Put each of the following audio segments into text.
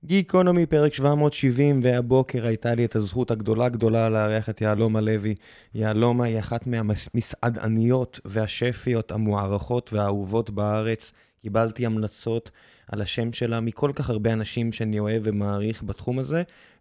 גיקונומי פרק 770, והבוקר הייתה לי את הזכות הגדולה לארח את יהלומה לוי. יהלומה היא אחת מהמסעדניות והשפיות המוערכות והאהובות בארץ. קיבלתי המלצות על השם שלה מכל כך הרבה אנשים שאני אוהב ומעריך בתחום הזה,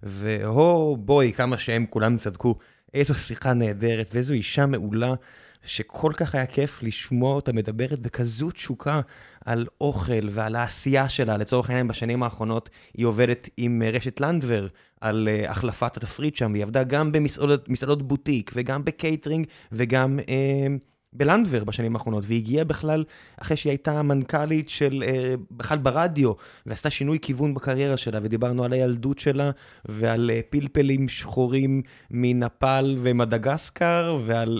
בואי, כמה שהם כולם צדקו. איזו שיחה נהדרת ואיזו אישה מעולה, שכל כך היה כיף לשמוע אותה מדברת בכזו תשוקה על אוכל ועל העשייה שלה. לצורך העניין, בשנים האחרונות היא עובדת עם רשת לנדבר על החלפת התפריט שם, והיא עבדה גם במסעדות בוטיק וגם בקייטרינג וגם בלנדבר בשנים האחרונות, והיא הגיעה בכלל אחרי שהיא הייתה מנכ"לית של בכלל ברדיו, ועשתה שינוי כיוון בקריירה שלה, ודיברנו על הילדות שלה, ועל פלפלים שחורים מנפל ומדגסקר, ועל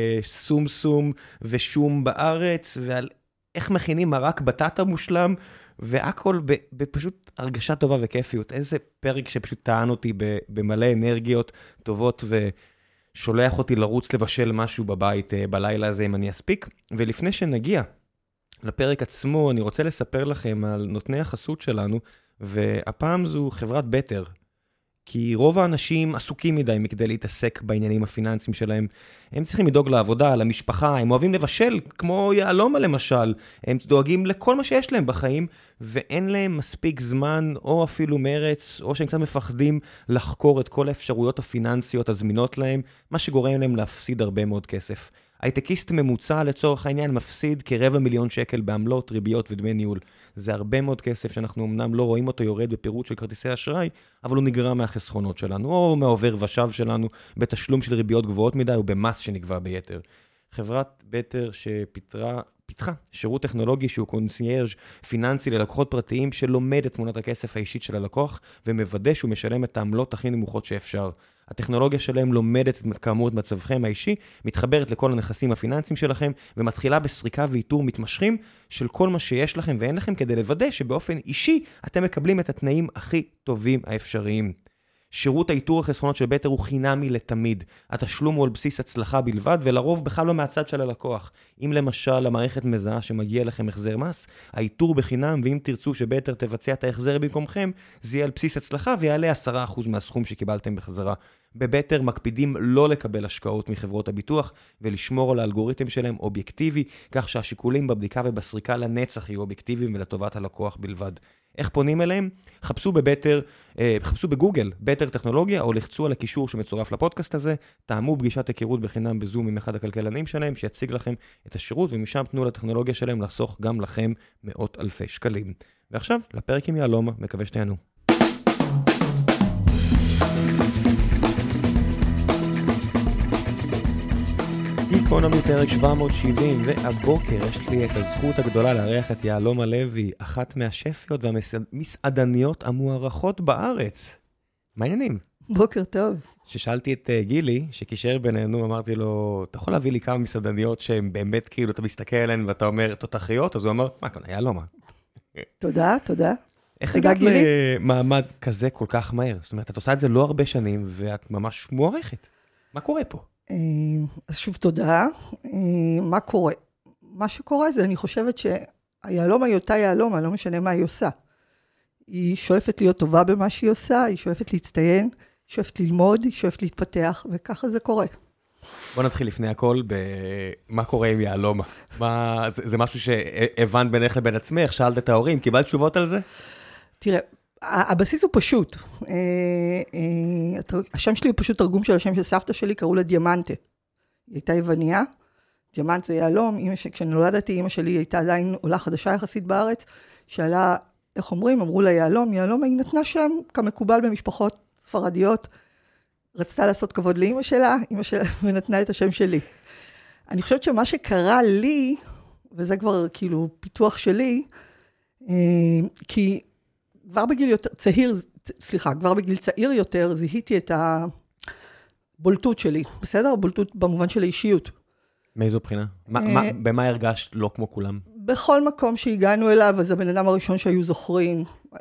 סום ושום בארץ, ועל איך מכינים מרק בטטה מושלם, והכל בפשוט הרגשה טובה וכיפיות. איזה פרק שפשוט טען אותי במלא אנרגיות טובות שולח אותי לרוץ לבשל משהו בבית בלילה הזה אם אני אספיק. ולפני שנגיע לפרק עצמו, אני רוצה לספר לכם על נותני החסות שלנו, והפעם זו חברת בטר. כי רוב האנשים עסוקים מדי מכדי להתעסק בעניינים הפיננסיים שלהם. הם צריכים לדאוג לעבודה, למשפחה, הם אוהבים לבשל, כמו יהלומה למשל. הם דואגים לכל מה שיש להם בחיים, ואין להם מספיק זמן, או אפילו מרץ, או שהם קצת מפחדים לחקור את כל האפשרויות הפיננסיות הזמינות להם, מה שגורם להם להפסיד הרבה מאוד כסף. הייטקיסט ממוצע לצורך העניין מפסיד כ250,000 שקל בעמלות, ריביות ודמי ניהול. זה הרבה מאוד כסף שאנחנו אמנם לא רואים אותו יורד בפירוט של כרטיסי אשראי, אבל הוא נגרע מהחסכונות שלנו, או מהעובר ושב שלנו, בתשלום של ריביות גבוהות מדי, או במס שנקבע ביתר. חברת בטר פיתחה שירות טכנולוגי שהוא קונסיירג' פיננסי ללקוחות פרטיים, שלומד את תמונת הכסף האישית של הלקוח, ומוודא שהוא משלם את העמלות הכי נמוכות שאפשר. הטכנולוגיה שלהם לומדת כאמור את מצבכם האישי, מתחברת לכל הנכסים הפיננסיים שלכם, ומתחילה בסריקה ואיתור מתמשכים של כל מה שיש לכם ואין לכם, כדי לוודא שבאופן אישי אתם מקבלים את התנאים הכי טובים האפשריים. שירות האיתור החסכונות של בטר הוא חינמי לתמיד. התשלום הוא על בסיס הצלחה בלבד, ולרוב בכלל לא מהצד של הלקוח. אם למשל המערכת מזהה שמגיע לכם החזר מס, האיתור בחינם, ואם תרצו שבטר תבצע את ההחזר במקומכם, זה יהיה על בסיס הצלחה ויעלה 10% מהסכום שקיבלתם בחזרה. בבטר מקפידים לא לקבל השקעות מחברות הביטוח, ולשמור על האלגוריתם שלהם אובייקטיבי, כך שהשיקולים בבדיקה ובסריקה לנצח יהיו אובייקטיביים ולטובת הלקוח בלבד. איך פונים אליהם? חפשו בגוגל בטר טכנולוגיה, או לחצו על הקישור שמצורף לפודקאסט הזה, תאמו פגישת היכרות בחינם בזום עם אחד הכלכלנים שלהם, שיציג לכם את השירות, ומשם תנו לטכנולוגיה שלהם לחסוך גם לכם מאות אלפי שקלים. ועכשיו, לפרק עם יהלומה, מקווה שתהנו. גיקונומי פרק 770, והבוקר יש לי את הזכות הגדולה לארח את יהלומה לוי, אחת מהשפיות והמסעדניות המוערכות בארץ. מה העניינים? בוקר טוב. ששאלתי את גילי, שקישר בינינו, אמרתי לו, אתה יכול להביא לי כמה מסעדניות שהן באמת כאילו, אתה מסתכל עליהן ואתה אומר, תותחיות? אז הוא אמר, מה כאן, יהלומה? תודה. איך הגעת למעמד כזה כל כך מהר? זאת אומרת, את עושה את זה לא הרבה שנים, ואת ממש מוערכת. מה קורה פה? אז שוב תודה. מה קורה? מה שקורה זה, אני חושבת שהיהלומה היא אותה יהלומה, לא משנה מה היא עושה. היא שואפת להיות טובה במה שהיא עושה, היא שואפת להצטיין, היא שואפת ללמוד, היא שואפת להתפתח, וככה זה קורה. בוא נתחיל לפני הכל במה קורה עם יהלומה. זה משהו שהבנת בינך לבין עצמך, שאלת את ההורים, קיבלת תשובות על זה? תראה, הבסיס הוא פשוט. השם שלי הוא פשוט תרגום של השם של סבתא שלי, קראו לה דיאמנטה. היא הייתה יווניה, דיאמנט זה יהלום. כשאני נולדתי, אמא שלי הייתה עדיין עולה חדשה יחסית בארץ, שאלה, איך אומרים, אמרו לה יהלום, היא נתנה שם כמקובל במשפחות ספרדיות, רצתה לעשות כבוד לאמא שלה, ונתנה את השם שלי. אני חושבת שמה שקרה לי, וזה כבר כאילו פיתוח שלי, כי כבר בגיל צעיר יותר, זיהיתי את הבולטות שלי, בסדר? בולטות במובן של האישיות. מאיזו בחינה? במה הרגשת לא כמו כולם? בכל מקום שהגענו אליו, אז הבן אדם הראשון שהיו זוכרים,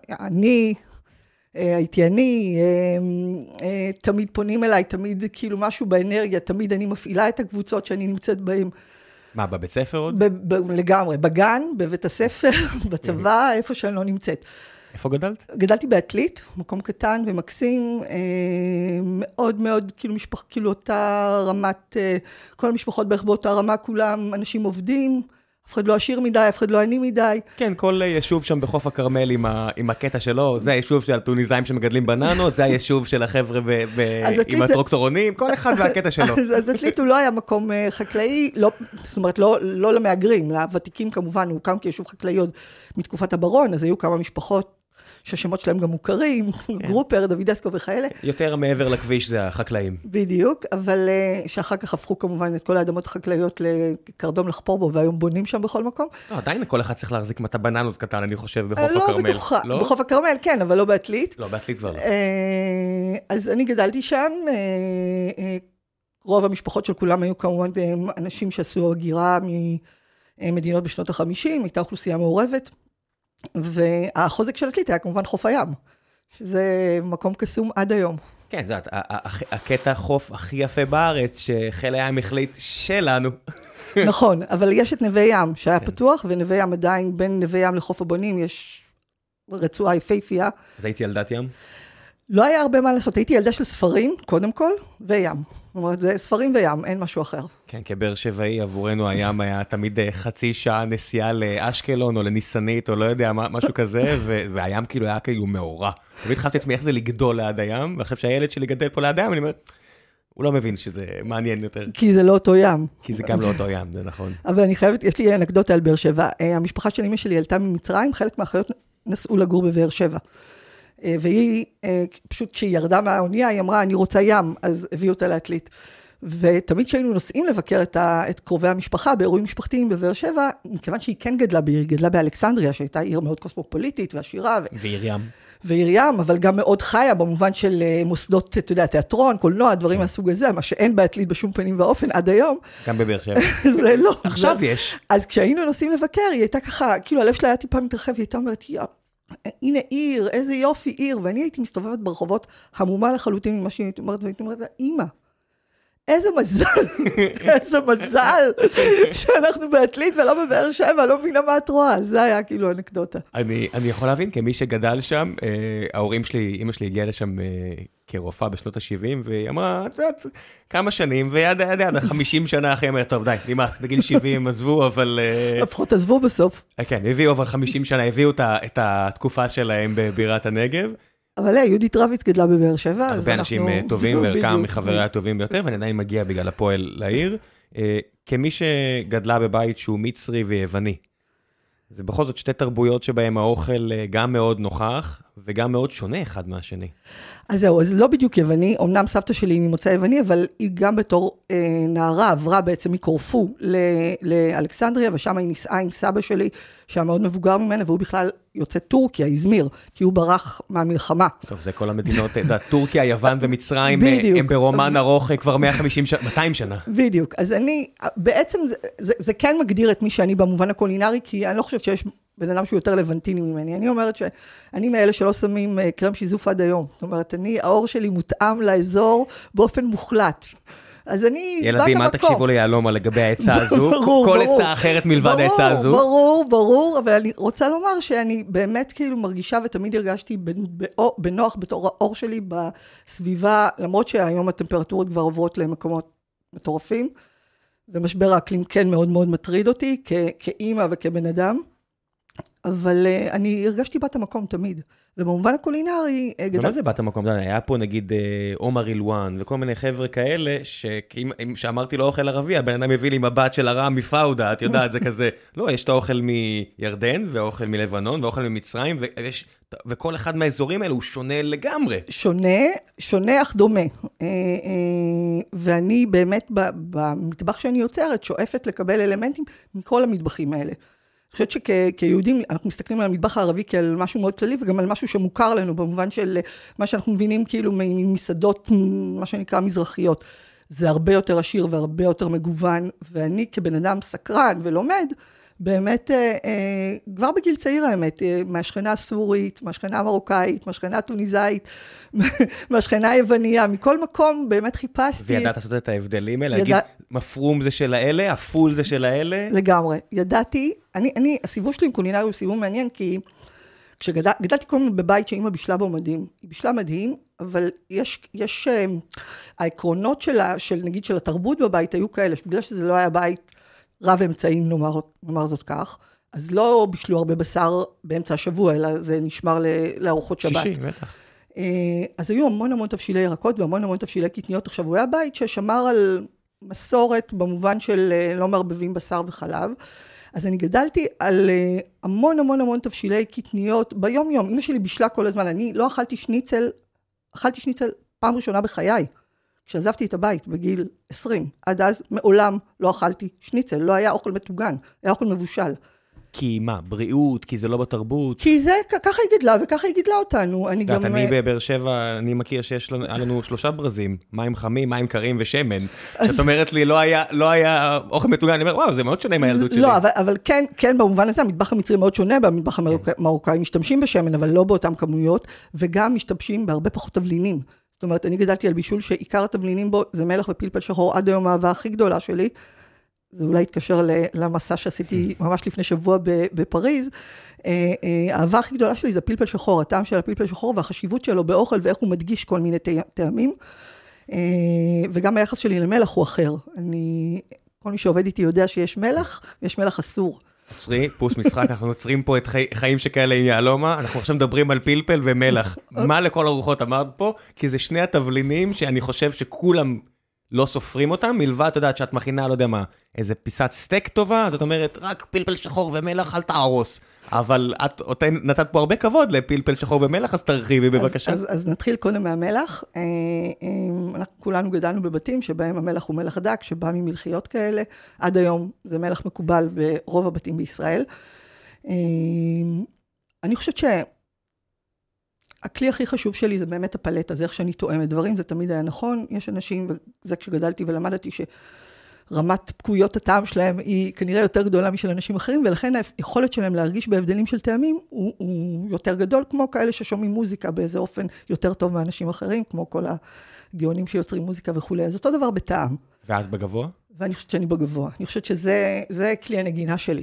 הייתי אני, תמיד פונים אליי, תמיד כאילו משהו באנרגיה, תמיד אני מפעילה את הקבוצות שאני נמצאת בהן. מה, בבית ספר עוד? לגמרי, בגן, בבית הספר, בצבא, איפה שאני לא נמצאת. איפה גדלת? גדלתי בעתלית, מקום קטן ומקסים, מאוד מאוד, כאילו אותה רמת, כל המשפחות בערך באותה רמה, כולם אנשים עובדים, אף אחד לא עשיר מדי, אף אחד לא עני מדי. כן, כל יישוב שם בחוף הכרמל עם הקטע שלו, זה היישוב של הטוניסאים שמגדלים בננות, זה היישוב של החבר'ה עם הטרוקטורונים, כל אחד והקטע שלו. אז עתלית הוא לא היה מקום חקלאי, זאת אומרת, לא למהגרים, לוותיקים כמובן, הוא קם כיישוב חקלאי עוד מתקופת הברון, אז היו כמה משפחות שהשמות שלהם גם מוכרים, גרופר, דוד אסקו וכאלה. יותר מעבר לכביש זה החקלאים. בדיוק, אבל שאחר כך הפכו כמובן את כל האדמות החקלאיות לקרדום לחפור בו, והיום בונים שם בכל מקום. עדיין כל אחד צריך להחזיק מטה בננות קטן, אני חושב, בחוף הכרמל. לא בטוחה, בחוף הכרמל כן, אבל לא בעתלית. לא, בעתלית כבר לא. אז אני גדלתי שם, רוב המשפחות של כולם היו כמובן אנשים שעשו הגירה ממדינות בשנות ה-50, הייתה אוכלוסייה מעורבת. והחוזק של עתלית היה כמובן חוף הים, שזה מקום קסום עד היום. כן, זאת אומרת, הקטע החוף הכי יפה בארץ, שחיל הים החליט שלנו. נכון, אבל יש את נווה ים, שהיה פתוח, ונווה ים עדיין, בין נווה ים לחוף הבונים, יש רצועה יפהפייה. אז הייתי ילדת ים? לא היה הרבה מה לעשות, הייתי ילדה של ספרים, קודם כל, וים. זאת אומרת, זה ספרים וים, אין משהו אחר. כן, כבאר שבעי, עבורנו הים היה תמיד חצי שעה נסיעה לאשקלון, או לניסנית, או לא יודע, משהו כזה, והים כאילו היה כאילו מאורע. תמיד חשבתי לעצמי איך זה לגדול ליד הים, ועכשיו שהילד שלי גדל פה ליד הים, אני אומר, הוא לא מבין שזה מעניין יותר. כי זה לא אותו ים. כי זה גם לא אותו ים, זה נכון. אבל אני חייבת, יש לי אנקדוטה על באר שבע. המשפחה של אמא שלי עלתה ממצרים, חלק מהאחיות נסעו לגור בבאר שבע. והיא, פשוט כשהיא ירדה מהאונייה, היא אמרה, אני רוצה ים, אז הביאו אותה לעתלית. ותמיד כשהיינו נוסעים לבקר את קרובי המשפחה, באירועים משפחתיים בבאר שבע, מכיוון שהיא כן גדלה בעיר, גדלה באלכסנדריה, שהייתה עיר מאוד קוסמופוליטית ועשירה. ועיר ים. ועיר ים, אבל גם מאוד חיה, במובן של מוסדות, אתה יודע, תיאטרון, קולנוע, דברים מהסוג הזה, מה שאין בעתלית בשום פנים ואופן עד היום. גם בבאר שבע. זה לא. עכשיו יש. אז כשהיינו נוסעים לבקר, היא הייתה ככה, כאילו הלב שלה היה טיפה מתרחב, היא הייתה אומרת, הנה עיר, איזה יופי עיר, ואני הייתי מסתובבת ברחובות המומה לחלוטין ממה שהיא אומרת, והייתי אומרת לה, אמא, איזה מזל, איזה מזל, שאנחנו בעתלית ולא בבאר שבע, לא מבינה מה את רואה, זה היה כאילו אנקדוטה. אני יכול להבין, כמי שגדל שם, ההורים שלי, אמא שלי הגיעה לשם כרופאה בשנות ה-70, והיא אמרה, כמה שנים, ויד, 50 שנה אחרי, אמרת, טוב, די, נמאס, בגיל 70 עזבו, אבל... לפחות עזבו בסוף. כן, הביאו אבל 50 שנה, הביאו את התקופה שלהם בבירת הנגב. אבל יהודית רביץ גדלה בבאר שבע, הרבה אנשים טובים, וכמה מחברי הטובים ביותר, ואני עדיין מגיע בגלל הפועל לעיר. כמי שגדלה בבית שהוא מצרי ויווני, זה בכל זאת שתי תרבויות שבהם האוכל גם מאוד נוכח, וגם מאוד שונה אחד מהשני. אז זהו, אז לא בדיוק יווני, אמנם סבתא שלי ממוצא יווני, אבל היא גם בתור נערה עברה בעצם מקורפו לאלכסנדריה, ושם היא נישאה עם סבא שלי, שהיה מאוד מבוגר ממנה, והוא בכלל יוצא טורקיה, הזמיר, כי הוא ברח מהמלחמה. טוב, זה כל המדינות, טורקיה, יוון ומצרים, הם ברומן ארוך כבר 150 שנה, 200 שנה. בדיוק, אז אני, בעצם זה כן מגדיר את מי שאני במובן הקולינרי, כי אני לא חושבת שיש בן אדם שהוא יותר לבנטיני ממני. אני אומרת שאני מאלה שלא שמים קרם שיזוף עד היום. זאת אומרת, האור שלי מותאם לאזור באופן מוחלט. אז אני ילדים, אל תקשיבו ליהלומה לגבי העצה הזו, כל עצה אחרת מלבד העצה הזו. ברור, אבל אני רוצה לומר שאני באמת כאילו מרגישה ותמיד הרגשתי בנוח בתור האור שלי בסביבה, למרות שהיום הטמפרטורות כבר עוברות למקומות מטורפים, ומשבר האקלים כן מאוד מאוד מטריד אותי, כאימא וכבן אדם, אבל אני הרגשתי בת המקום תמיד. ובמובן הקולינרי... ומה זה בת המקום? היה פה נגיד עומר אילואן וכל מיני חבר'ה כאלה, שאמרתי לו אוכל ערבי, הבן אדם הביא לי מבט של הרע מפאודה, את יודעת, זה כזה, לא, יש את האוכל מירדן, ואוכל מלבנון, ואוכל ממצרים, וכל אחד מהאזורים האלה הוא שונה לגמרי. שונה אך דומה. ואני באמת, במטבח שאני יוצרת, שואפת לקבל אלמנטים מכל המטבחים האלה. אני חושבת שכיהודים אנחנו מסתכלים על המטבח הערבי כעל משהו מאוד כללי, וגם על משהו שמוכר לנו, במובן של מה שאנחנו מבינים כאילו ממסעדות, מה שנקרא מזרחיות. זה הרבה יותר עשיר והרבה יותר מגוון, ואני כבן אדם סקרן ולומד, באמת, כבר בגיל צעיר האמת, מהשכנה הסורית, מהשכנה המרוקאית, מהשכנה הטוניזאית, מהשכנה היווניה, מכל מקום באמת חיפשתי. וידעת לעשות את ההבדלים האלה? להגיד, מפרום זה של האלה, הפול זה של האלה? לגמרי. ידעתי, הסיבוב שלי עם קולינרי הוא סיבוב מעניין, כי כשגדלתי כל הזמן בבית שאמא בישלה בו מדהים, היא בישלה מדהים, אבל יש העקרונות של נגיד של התרבות בבית היו כאלה, בגלל שזה לא היה בית רב אמצעים, נאמר זאת כך, אז לא בישלו הרבה בשר באמצע השבוע, אלא זה נשמר לארוחות שבת. שישי, בטח. אז היו המון תבשילי ירקות והמון תבשילי קטניות. עכשיו, הוא היה בית ששמר על מסורת במובן של לא מערבבים בשר וחלב. אז אני גדלתי על המון תבשילי קטניות ביום יום. אמא שלי בישלה כל הזמן. אני לא אכלתי שניצל פעם ראשונה בחיי. כשעזבתי את הבית בגיל 20. עד אז מעולם לא אכלתי שניצל. לא היה אוכל מטוגן, היה אוכל מבושל. כי מה? בריאות? כי זה לא בתרבות? כי זה, ככה היא גדלה, וככה היא גידלה אותנו. אני בבאר שבע, אני מכיר שיש לנו 3 ברזים, מים חמים, מים קרים ושמן. שאת אומרת לי, לא היה אוכל מטוגן, אני אומר, וואו, זה מאוד שונה מהילדות שלי. לא, אבל כן, במובן הזה, המטבח המצרי מאוד שונה, במטבח המרוקאי משתמשים בשמן, אבל לא באותן כמויות, וגם משתמשים בהרבה פחות תבלינים. זאת אומרת, אני גדלתי על בישול שעיקר התבלינים בו, זה מלח ופלפל שחור, עד היום האהבה הכי גדולה שלי. זה אולי התקשר למסע שעשיתי ממש לפני שבוע בפריז. האהבה הכי גדולה שלי זה פלפל שחור, הטעם של הפלפל שחור והחשיבות שלו באוכל ואיך הוא מדגיש כל מיני טעמים. וגם היחס שלי למלח הוא אחר. כל מי שעובד איתי יודע שיש מלח, ויש מלח אסור. עוצרי, פוס משחק, אנחנו עוצרים פה את חיים שכאלה עם יעלומה, אנחנו עכשיו מדברים על פלפל ומלח. מה לכל הרוחות אמרת פה? כי זה שני התבלינים שאני חושב שכולם לא סופרים אותם, מלבד, אתה יודעת, שאת מכינה, לא יודע מה, איזה פיסת סטייק טובה, זאת אומרת, רק פלפל שחור ומלח, אל תערוס. אבל את נתת פה הרבה כבוד לפלפל שחור ומלח, אז תרחיבי בבקשה. אז נתחיל קודם מהמלח. אנחנו כולנו גדלנו בבתים שבהם המלח הוא מלח דק, שבא ממלחיות כאלה. עד היום זה מלח מקובל ברוב הבתים בישראל. אני חושבת הכלי הכי חשוב שלי זה באמת הפלטה, זה איך שאני תואמת דברים, זה תמיד היה נכון. יש אנשים, וזה כשגדלתי ולמדתי שרמת פקויות הטעם שלהם היא כנראה יותר גדולה משל אנשים אחרים, ולכן היכולת שלהם להרגיש בהבדלים של טעמים הוא יותר גדול, כמו כאלה ששומעים מוזיקה באיזה אופן יותר טוב מאנשים אחרים, כמו כל הגאונים שיוצרים מוזיקה וכו'. אז אותו דבר בטעם. ואת בגבוה? ואני חושבת שאני בגבוה. אני חושבת שזה כלי הנגינה שלי.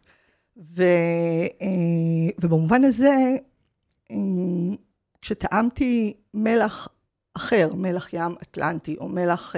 ובמובן הזה, כשטעמתי מלח אחר, מלח ים אטלנטי, או מלח,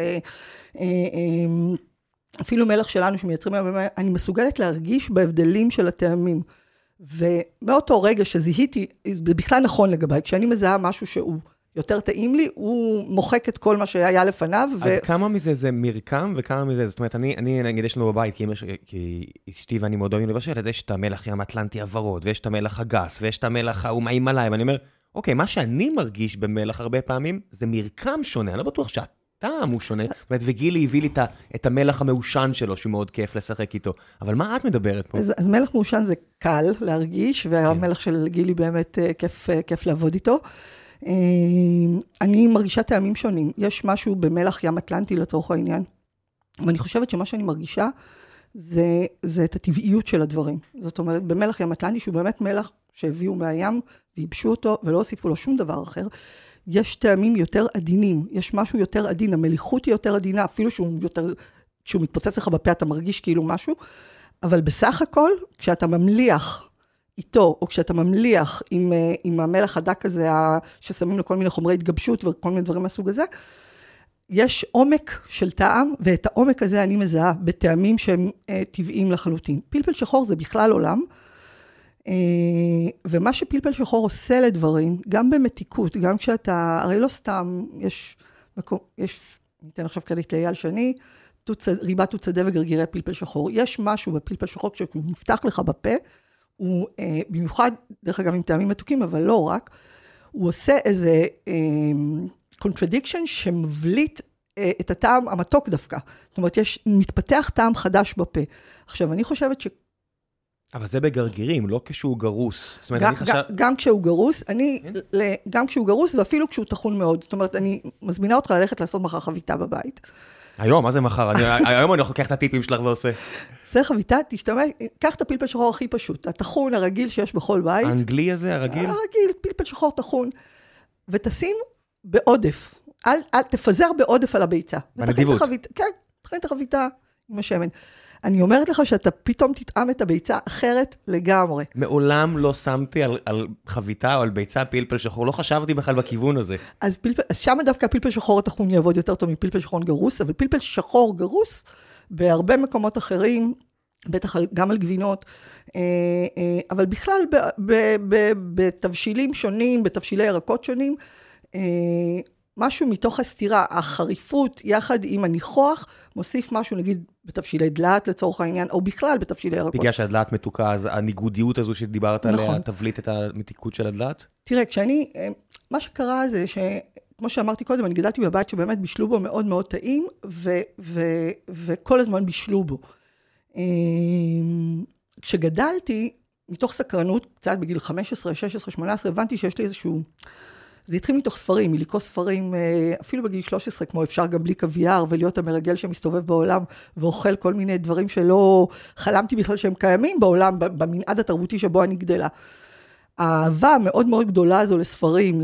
אפילו מלח שלנו שמייצרים, אני מסוגלת להרגיש בהבדלים של הטעמים. ומאותו רגע שזיהיתי, זה בכלל נכון לגביי, כשאני מזהה משהו שהוא יותר טעים לי, הוא מוחק את כל מה שהיה לפניו. עד כמה מזה זה מרקם וכמה מזה, זאת אומרת, אני נגיד יש לנו בבית, כי אשתי ואני מאוד אוהבים לבשל, יש את המלח ים אטלנטי הוורוד, ויש את המלח הגס, ויש את המלח ההימלאי, ואני אומר, אוקיי, מה שאני מרגיש במלח הרבה פעמים, זה מרקם שונה, אני לא בטוח שהטעם הוא שונה, וגילי הביא לי את המלח המעושן שלו, שהוא מאוד כיף לשחק איתו, אבל מה את מדברת פה? אז מלח מעושן זה קל להרגיש, והמלח של גילי באמת כיף לעבוד איתו. אני מרגישה טעמים שונים. יש משהו במלח ים אטלנטי לצורך העניין. ואני חושבת שמה שאני מרגישה זה את הטבעיות של הדברים. זאת אומרת, במלח ים אטלנטי, שהוא באמת מלח שהביאו מהים וייבשו אותו ולא הוסיפו לו שום דבר אחר, יש טעמים יותר עדינים. יש משהו יותר עדין. המליחות היא יותר עדינה, אפילו כשהוא מתפוצץ לך בפה, אתה מרגיש כאילו משהו. אבל בסך הכל, כשאתה ממליח איתו, או כשאתה ממליח עם המלח הדק הזה, ששמים לו כל מיני חומרי התגבשות וכל מיני דברים מהסוג הזה, יש עומק של טעם, ואת העומק הזה אני מזהה בטעמים שהם טבעיים לחלוטין. פלפל שחור זה בכלל עולם, ומה שפלפל שחור עושה לדברים, גם במתיקות, גם כשאתה, הרי לא סתם, יש, ניתן עכשיו קרדיט לאייל שני, ריבה תוצדה וגרגירי פלפל שחור. יש משהו בפלפל שחור, כשהוא נפתח לך בפה, הוא במיוחד, דרך אגב, עם טעמים מתוקים, אבל לא רק, הוא עושה איזה contradiction שמבליט את הטעם המתוק דווקא. זאת אומרת, מתפתח טעם חדש בפה. עכשיו, אני חושבת אבל זה בגרגירים, לא כשהוא גרוס. זאת אומרת, גם כשהוא גרוס, גם כשהוא גרוס, ואפילו כשהוא תחון מאוד. זאת אומרת, אני מזמינה אותך ללכת לעשות מחר חביתה בבית. היום, מה זה מחר? היום אני לוקח את הטיפים שלך ועושה. זה חביתה, תשתמש, קח את הפלפל שחור הכי פשוט, התחון הרגיל שיש בכל בית. האנגלי הזה, הרגיל? הרגיל, פלפל שחור תחון. ותשים בעודף. אל תפזר בעודף על הביצה. בנדיבות. כן, תכין את החביתה עם השמן. אני אומרת לך שאתה פתאום תטעם את הביצה אחרת לגמרי. מעולם לא שמתי על חביתה או על ביצה פלפל שחור, לא חשבתי בכלל בכיוון הזה. אז שם דווקא פלפל שחור הטחון יעבוד יותר טוב מפלפל שחור גרוס, אבל פלפל שחור גרוס, בהרבה מקומות אחרים, בטח גם על גבינות, אבל בכלל בתבשילים שונים, בתבשילי ירקות שונים, משהו מתוך הסתירה, החריפות יחד עם הניחוח, מוסיף משהו נגיד בתבשילי דלעת לצורך העניין, או בכלל בתבשילי ירקות. בגלל שהדלעת מתוקה, אז הניגודיות הזו שדיברת עליה, תבליט את המתיקות של הדלעת? תראה, מה שקרה זה כמו שאמרתי קודם, אני גדלתי בבית שבאמת בישלו בו מאוד מאוד טעים, וכל הזמן בישלו בו. כשגדלתי, מתוך סקרנות, קצת בגיל 15, 16, 18, הבנתי שיש לי איזשהו, זה התחיל מתוך ספרים, מלקרוא ספרים, אפילו בגיל 13, כמו אפשר גם בלי קוויאר, ולהיות המרגל שמסתובב בעולם, ואוכל כל מיני דברים שלא חלמתי בכלל שהם קיימים בעולם, במנעד התרבותי שבו אני גדלה. האהבה מאוד מאוד גדולה הזו לספרים,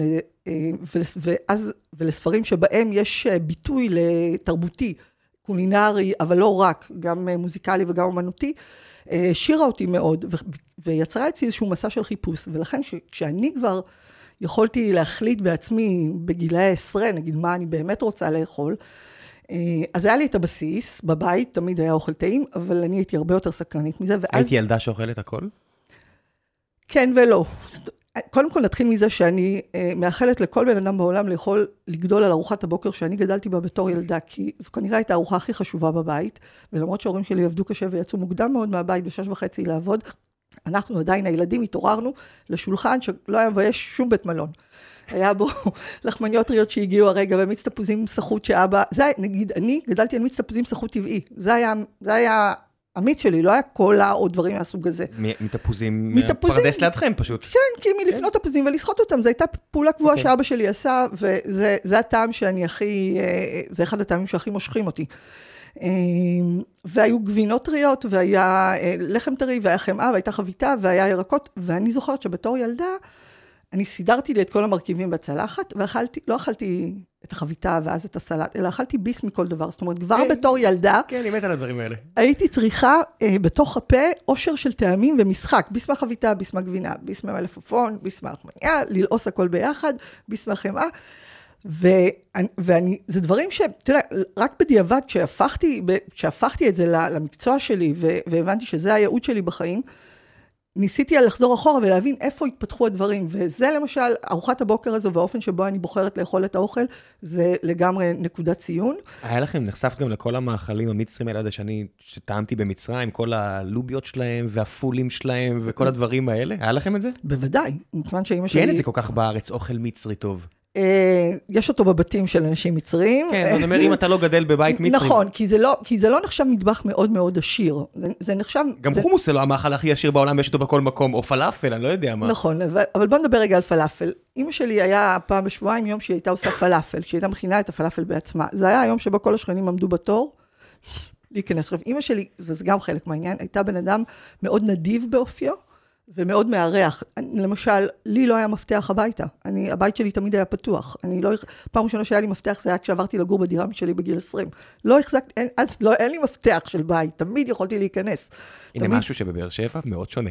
ולספרים שבהם יש ביטוי לתרבותי, קולינרי, אבל לא רק, גם מוזיקלי וגם אומנותי, שירה אותי מאוד, ויצרה אצלי איזשהו מסע של חיפוש, ולכן כשאני כבר יכולתי להחליט בעצמי בגילאי 10, נגיד מה אני באמת רוצה לאכול, אז היה לי את הבסיס, בבית תמיד היה אוכל טעים, אבל אני הייתי הרבה יותר סקרנית מזה, ואז... הייתי ילדה שאוכלת הכל? כן ולא. קודם כל נתחיל מזה שאני מאחלת לכל בן אדם בעולם לגדול על ארוחת הבוקר שאני גדלתי בה בתור ילדה, כי זו כנראה הייתה הארוחה הכי חשובה בבית, ולמרות שההורים שלי עבדו קשה ויצאו מוקדם מאוד מהבית ב6:30 לעבוד, אנחנו עדיין הילדים התעוררנו לשולחן שלא היה מבייש שום בית מלון. היה בו לחמניות טריות שהגיעו הרגע, ומיץ תפוזים סחוט שאבא, זה נגיד, אני גדלתי על מיץ תפוזים סחוט טבעי, זה היה המיץ שלי, לא היה קולה או דברים מהסוג הזה. מתפוזים, פרדס לידכם פשוט. כן, כי מלקנות תפוזים ולסחוט אותם, זו הייתה פעולה קבועה שאבא שלי עשה, וזה הטעם שאני הכי, זה אחד הטעמים שהכי מושכים אותי. והיו גבינות טריות, והיה לחם טרי, והיה חמאה, והייתה חביתה, והיה ירקות, ואני זוכרת שבתור ילדה, אני סידרתי לי את כל המרכיבים בצלחת, לא אכלתי את החביתה ואז את הסלט, אלא אכלתי ביס מכל דבר. זאת אומרת, כבר בתור ילדה, כן, אני מת על הדברים האלה. הייתי צריכה בתוך הפה עושר של טעמים ומשחק, ביס מהחביתה, ביס מהגבינה, ביס מהמלפפון, ביס מהלחמניה, ללעוס הכל ביחד, ביס מהחמאה, זה דברים אתה יודע, רק בדיעבד, כשהפכתי את זה למקצוע שלי, והבנתי שזה הייעוד שלי בחיים, ניסיתי לחזור אחורה ולהבין איפה התפתחו הדברים, וזה למשל, ארוחת הבוקר הזו, והאופן שבו אני בוחרת לאכול את האוכל, זה לגמרי נקודת ציון. היה לכם, נחשפת גם לכל המאכלים המצרים האלה, שטעמתי במצרים, כל הלוביות שלהם, והפולים שלהם, וכל הדברים האלה, היה לכם את זה? בוודאי, מכיוון שאמא שלי... כי אין את זה כל כך בארץ, אוכל מצרי טוב. יש אותו בבתים של אנשים מצרים. כן, זאת אומרת, אם אתה לא גדל בבית מצרי. נכון, כי זה לא נחשב מטבח מאוד מאוד עשיר. זה נחשב... גם חומוס זה לא המאכל הכי עשיר בעולם, יש אותו בכל מקום, או פלאפל, אני לא יודע מה. נכון, אבל בוא נדבר רגע על פלאפל. אמא שלי היה פעם בשבועיים יום שהיא הייתה עושה פלאפל, שהיא הייתה מכינה את הפלאפל בעצמה. זה היה היום שבו כל השכנים עמדו בתור להיכנס. אמא שלי, וזה גם חלק מהעניין, הייתה בן אדם מאוד נדיב באופיו, ומאוד מערך. למשל, לי לא היה מפתח הביתה. הבית שלי תמיד היה פתוח. פעם ראשונה שהיה לי מפתח, זה היה כשעברתי לגור בדירה שלי בגיל 20. לא החזקתי, אז אין לי מפתח של בית. תמיד יכולתי להיכנס. הנה משהו שבבאר שבע מאוד שונה.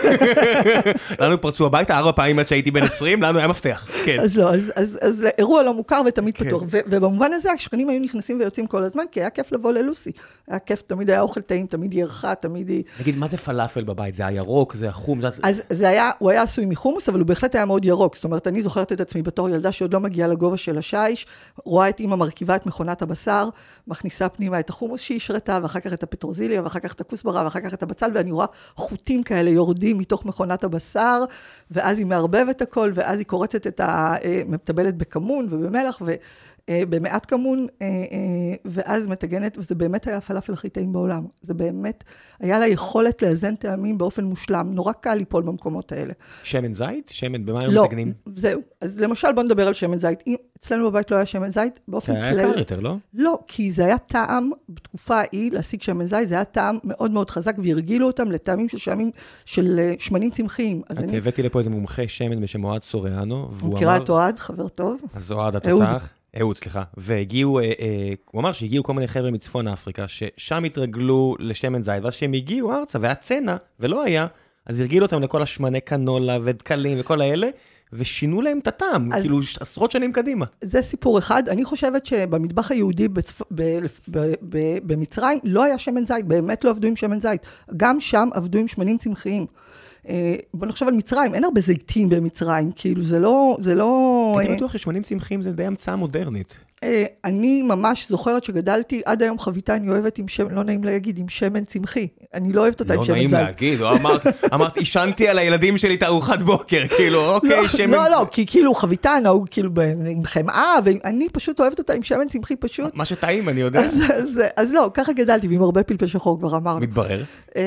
לנו פרצו הביתה 4 פעמים עד שהייתי בן 20, לנו היה מפתח. אז לא, אז אירוע לא מוכר ותמיד פתוח. ובמובן הזה, השכנים היו נכנסים ויוצאים כל הזמן, כי היה כיף לבוא ללוסי. היה כיף, תמיד היה אוכל טעים, תמיד ירחה, תמיד... נגיד, מה זה פלאפל בבית? זה הירוק, זה החום? אז הוא היה עשוי מחומוס, אבל הוא בהחלט היה מאוד ירוק. זאת אומרת, אני זוכרת את עצמי בתור ילדה שעוד לא מגיעה לגובה של השיש, רואה את אמא מרכיבה את מכונת הבשר, מכניסה פנימה את החומוס שהיא שרתה, ואחר כך את הפטרוזיליה, ואחר כך את הכוסברה, ואחר כך את הבצל, ואני רואה חוטים כאלה יורדים מתוך מכונת הבשר, ואז היא מערבבת הכל, ואז היא קורצת מטבלת בכמון ובמלח, במעט כמון, ואז מתגנת, וזה באמת היה הפלאפל הכי טעים בעולם. זה באמת, היה לה יכולת לאזן טעמים באופן מושלם, נורא קל ליפול במקומות האלה. שמן זית? שמן, במה הם מתגנים? לא, זהו. אז למשל בוא נדבר על שמן זית. אצלנו בבית לא היה שמן זית, באופן כלל... היה יקר יותר, לא? לא, כי זה היה טעם, בתקופה ההיא, להשיג שמן זית, זה היה טעם מאוד מאוד חזק, והרגילו אותם לטעמים של שמנים צמחיים. את הבאתי לפה איזה מומחה שמן בשם אוהד סוריאנו, מכירה את אוהד, חבר טוב. אז אוהד התותח. אהוד, סליחה, והגיעו, הוא אמר שהגיעו כל מיני חבר'ה מצפון אפריקה, ששם התרגלו לשמן זית, ואז שהם הגיעו ארצה, והיה צנע, ולא היה, אז הרגילו אותם לכל השמני קנולה ודקלים וכל האלה, ושינו להם את הטעם, כאילו עשרות שנים קדימה. זה סיפור אחד. אני חושבת שבמטבח היהודי במצרים לא היה שמן זית, באמת לא עבדו עם שמן זית. גם שם עבדו עם שמנים צמחיים. בוא נחשוב על מצרים, אין הרבה זיתים במצרים, כאילו זה לא... הייתי בטוח ששמנים צמחיים זה די המצאה מודרנית. אני ממש זוכרת שגדלתי, עד היום חביתה אני אוהבת עם שמן, לא נעים להגיד, עם שמן צמחי. אני לא אוהבת אותה עם שמן זית. לא נעים להגיד, אמרת, אישנתי על הילדים שלי את ארוחת בוקר, כאילו, אוקיי, שמן... לא, כי כאילו חביתה נהוג כאילו עם חמאה, ואני פשוט אוהבת אותה עם שמן צמחי פשוט. מה שטעים, אני יודע. אז לא, ככה גדלתי, ועם הרבה פלפל שחור כבר אמרנו. מתברר.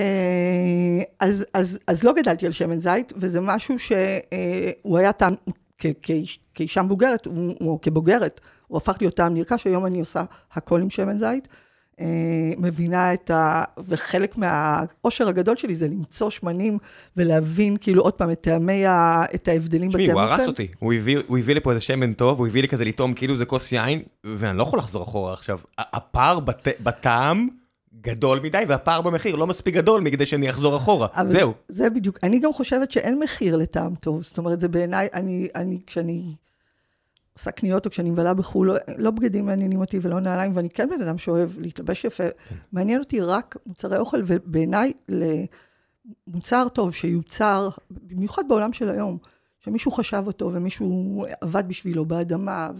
אז לא גדלתי על שמן זית, וזה משהו שהוא היה טעם, כאישה מבוגרת, או כבוגרת, הוא הפך להיות טעם נרכש, היום אני עושה הכל עם שמן זית, מבינה וחלק מהעושר הגדול שלי זה למצוא שמנים, ולהבין כאילו עוד פעם את ההבדלים בטעם. הוא הרס אותי, הוא הביא לי פה איזה שמן טוב, הוא הביא לי כזה לטעום כאילו זה כוס יין, ואני לא יכול לחזור אחורה עכשיו, הפער בטעם, גדול מדי, והפער במחיר לא מספיק גדול מכדי שאני אחזור אחורה. זהו. זה בדיוק. אני גם חושבת שאין מחיר לטעם טוב. זאת אומרת, זה בעיניי, כשאני עושה קניות או כשאני מבלה בחול, לא בגדים מעניינים אותי ולא נעליים, ואני כן בן אדם שאוהב להתלבש יפה. מעניין אותי רק מוצרי אוכל, ובעיניי למוצר טוב שיוצר, במיוחד בעולם של היום, שמישהו חשב אותו, ומישהו עבד בשבילו באדמה,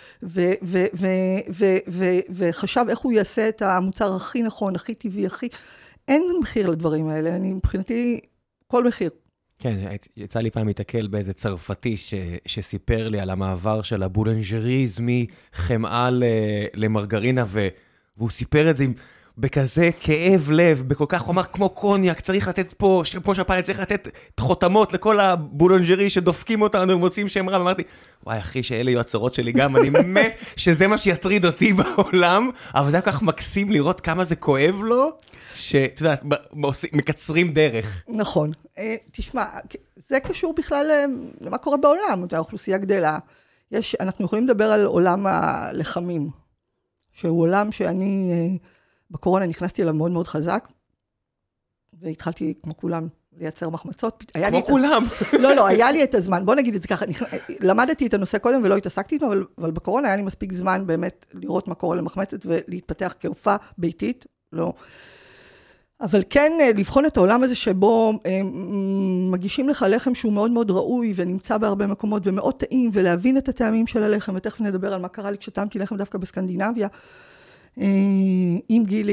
וחשב איך הוא יעשה את המוצר הכי נכון, הכי טבעי, אין מחיר לדברים האלה, אני מבחינתי, כל מחיר. כן, יצא לי פעם להתקל באיזה צרפתי שסיפר לי על המעבר של הבולנג'ריז מחמאה למרגרינה, והוא סיפר את זה בכזה כאב לב, בכל כך, הוא אמר, כמו קוניאק, צריך לתת פה, כמו שפעלה, צריך לתת חותמות לכל הבולנג'רי שדופקים אותנו ומוצאים שם רע, ואמרתי, וואי אחי, שאלה יהיו הצרות שלי גם, אני מת שזה מה שיטריד אותי בעולם, אבל זה היה כל כך מקסים לראות כמה זה כואב לו, שאתה יודע, מקצרים דרך. נכון. תשמע, זה קשור בכלל למה קורה בעולם, האוכלוסייה גדלה. אנחנו יכולים לדבר על עולם הלחמים, שהוא עולם שאני... בקורונה נכנסתי אליו מאוד מאוד חזק, והתחלתי כמו כולם לייצר מחמצות. כמו כולם. לא, היה לי את הזמן, בוא נגיד את זה ככה, למדתי את הנושא קודם ולא התעסקתי איתו, אבל בקורונה היה לי מספיק זמן באמת לראות מה קורה למחמצת ולהתפתח כהופעה ביתית, לא. אבל כן לבחון את העולם הזה שבו מגישים לך לחם שהוא מאוד מאוד ראוי ונמצא בהרבה מקומות ומאוד טעים, ולהבין את הטעמים של הלחם, ותכף נדבר על מה קרה לי כשטעמתי לחם דווקא בסקנדינביה, עם גילי.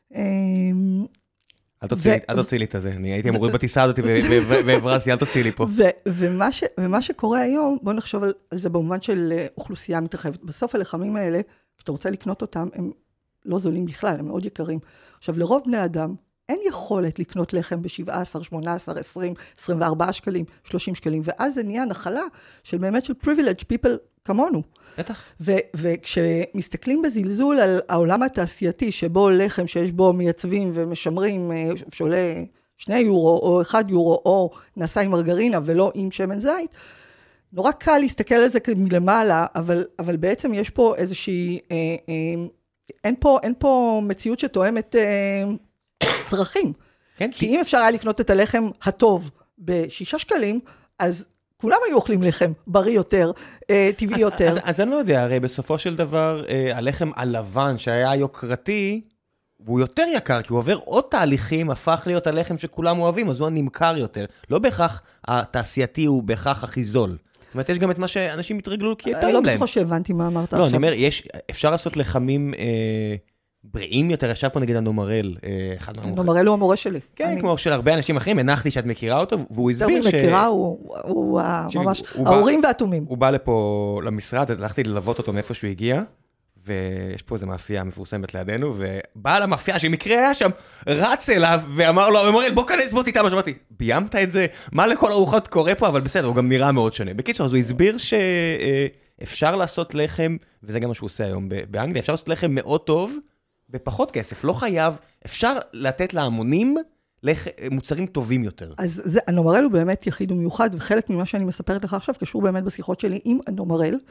אל תוציא לי את זה, אני הייתי אמורי בטיסה הזאת והברזתי, אל תוציא לי פה. ומה שקורה היום, בוא נחשוב על זה במובן של אוכלוסייה מתרחבת. בסוף הלחמים האלה, כשאתה רוצה לקנות אותם, הם לא זולים בכלל, הם מאוד יקרים. עכשיו, לרוב בני אדם, אין יכולת לקנות לחם ב-17, 18, 20, 24 שקלים, 30 שקלים, ואז זה נהיה נחלה של באמת של privileged people כמונו. בטח. וכשמסתכלים בזלזול על העולם התעשייתי, שבו לחם שיש בו מייצבים ומשמרים, שעולה 2 יורו או 1 יורו, או נעשה עם מרגרינה ולא עם שמן זית, נורא קל להסתכל על זה מלמעלה, אבל בעצם יש פה איזושהי, אין פה מציאות שתואמת צרכים. כן, כי אם אפשר היה לקנות את הלחם הטוב ב6 שקלים, אז כולם היו אוכלים לחם בריא יותר, טבעי יותר. אז אני לא יודע, הרי בסופו של דבר, הלחם הלבן שהיה יוקרתי, הוא יותר יקר, כי הוא עובר עוד תהליכים, הפך להיות הלחם שכולם אוהבים, אז הוא נמכר יותר. לא בהכרח התעשייתי הוא בהכרח הכי זול. זאת אומרת, יש גם את מה שאנשים מתרגלו כי טעים להם. לא בטוח שהבנתי מה אמרת עכשיו. לא, אני אומר, אפשר לעשות לחמים בריאים יותר, ישב פה נגיד הנומרל. הנומרל הוא המורה שלי. כן, כמו של הרבה אנשים אחרים, הנחתי שאת מכירה אותו, והוא הסביר ש... מכירה, הוא ממש, ההורים והתומים. הוא בא לפה למשרד, הלכתי ללוות אותו מאיפה שהוא הגיע, ויש פה איזו מאפייה מפורסמת לידינו, ובעל המאפייה שמקרה היה שם, רץ אליו ואמר לו, המורל, בוא כנס, בוא תיתה, שמעתי, ביימת את זה? מה לכל ארוחות קורה פה? אבל בסדר, הוא גם נראה מאוד שונה. בקיצור, אז הוא הסביר שאפשר לעשות לחם, וזה גם מה שהוא עושה היום באנגליה, אפשר לעשות לחם מאוד טוב, בפחות כסף, לא חייב, אפשר לתת להמונים מוצרים טובים יותר. אז הנומרל הוא באמת יחיד ומיוחד, וחלק ממה שאני מספרת לך עכשיו, קשור באמת בשיחות שלי עם הנומרל,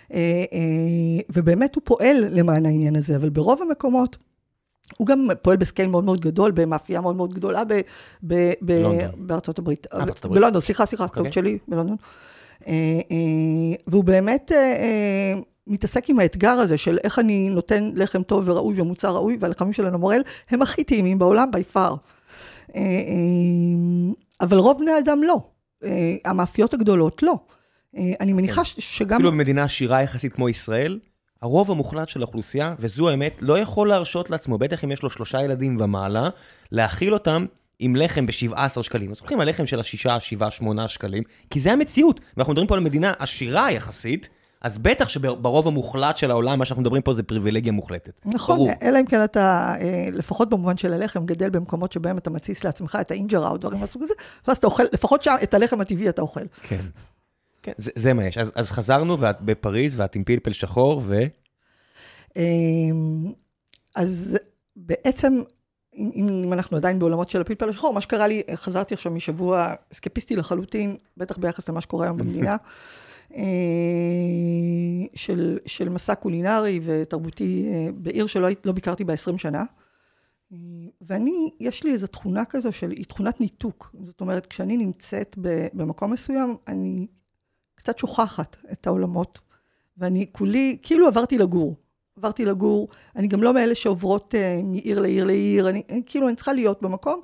ובאמת הוא פועל למען העניין הזה, אבל ברוב המקומות, הוא גם פועל בסקייל מאוד מאוד גדול, במאפייה מאוד מאוד גדולה בארצות הברית. בלונדון, סליחה, טעות שלי, בלונדון. והוא באמת מתעסק עם האתגר הזה של איך אני נותן לחם טוב וראוי ומוצר ראוי, והלחמים של הנמורל הם הכי טעימים בעולם, by far. אבל רוב בני האדם לא. המאפיות הגדולות לא. אני מניחה שגם... אפילו במדינה עשירה יחסית כמו ישראל, הרוב המוחלט של האוכלוסייה, וזו האמת, לא יכול להרשות לעצמו, בטח אם יש לו 3 ילדים ומעלה, להאכיל אותם עם לחם ב-17 שקלים. אז הולכים על לחם של 6, 7, 8 שקלים, כי זה המציאות. ואנחנו מדברים פה על מדינה עשירה יחסית, אז בטח שברוב המוחלט של העולם, מה שאנחנו מדברים פה זה פריבילגיה מוחלטת. נכון, אלא אם כן אתה, לפחות במובן של הלחם, גדל במקומות שבהם אתה מציס לעצמך את האינג'רה או דברים מהסוג הזה, ואז אתה אוכל, לפחות שם את הלחם הטבעי אתה אוכל. כן, כן, זה מה יש. אז חזרנו, ואת בפריז, ואת עם פלפל שחור, אז בעצם, אם אנחנו עדיין בעולמות של הפלפל השחור, מה שקרה לי, חזרתי עכשיו משבוע סקפיסטי לחלוטין, בטח ביחס למה שקורה היום במדינה, של מסע קולינרי ותרבותי בעיר שלא ביקרתי ב-20 שנה. ואני, יש לי איזו תכונה כזו היא תכונת ניתוק. זאת אומרת, כשאני נמצאת במקום מסוים, אני קצת שוכחת את העולמות, ואני כולי, כאילו עברתי לגור, אני גם לא מאלה שעוברות מעיר לעיר לעיר, כאילו אני צריכה להיות במקום,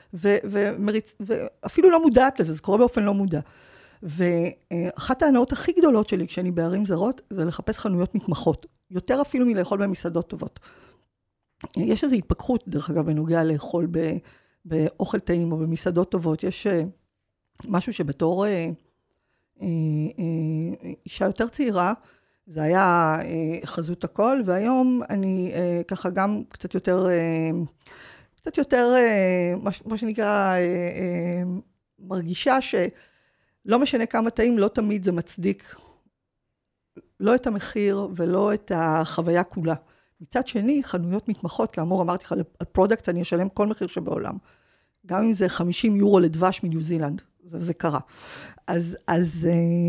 ואפילו לא מודעת לזה, זה קורה באופן לא מודע. ואחת ההנאות הכי גדולות שלי כשאני בערים זרות, זה לחפש חנויות מתמחות, יותר אפילו מלאכול במסעדות טובות. יש איזו התפכחות, דרך אגב, בנוגע לאכול באוכל טעים או במסעדות טובות, יש משהו שבתור אישה יותר צעירה, זה היה חזות הכל, והיום אני ככה גם קצת יותר, מה שנקרא, מרגישה שלא משנה כמה טעים, לא תמיד זה מצדיק, לא את המחיר ולא את החוויה כולה. מצד שני, חנויות מתמחות, כאמור אמרתי לך, על פרודקט אני אשלם כל מחיר שבעולם. גם אם זה 50 יורו לדבש מניו זילנד, זה קרה. אז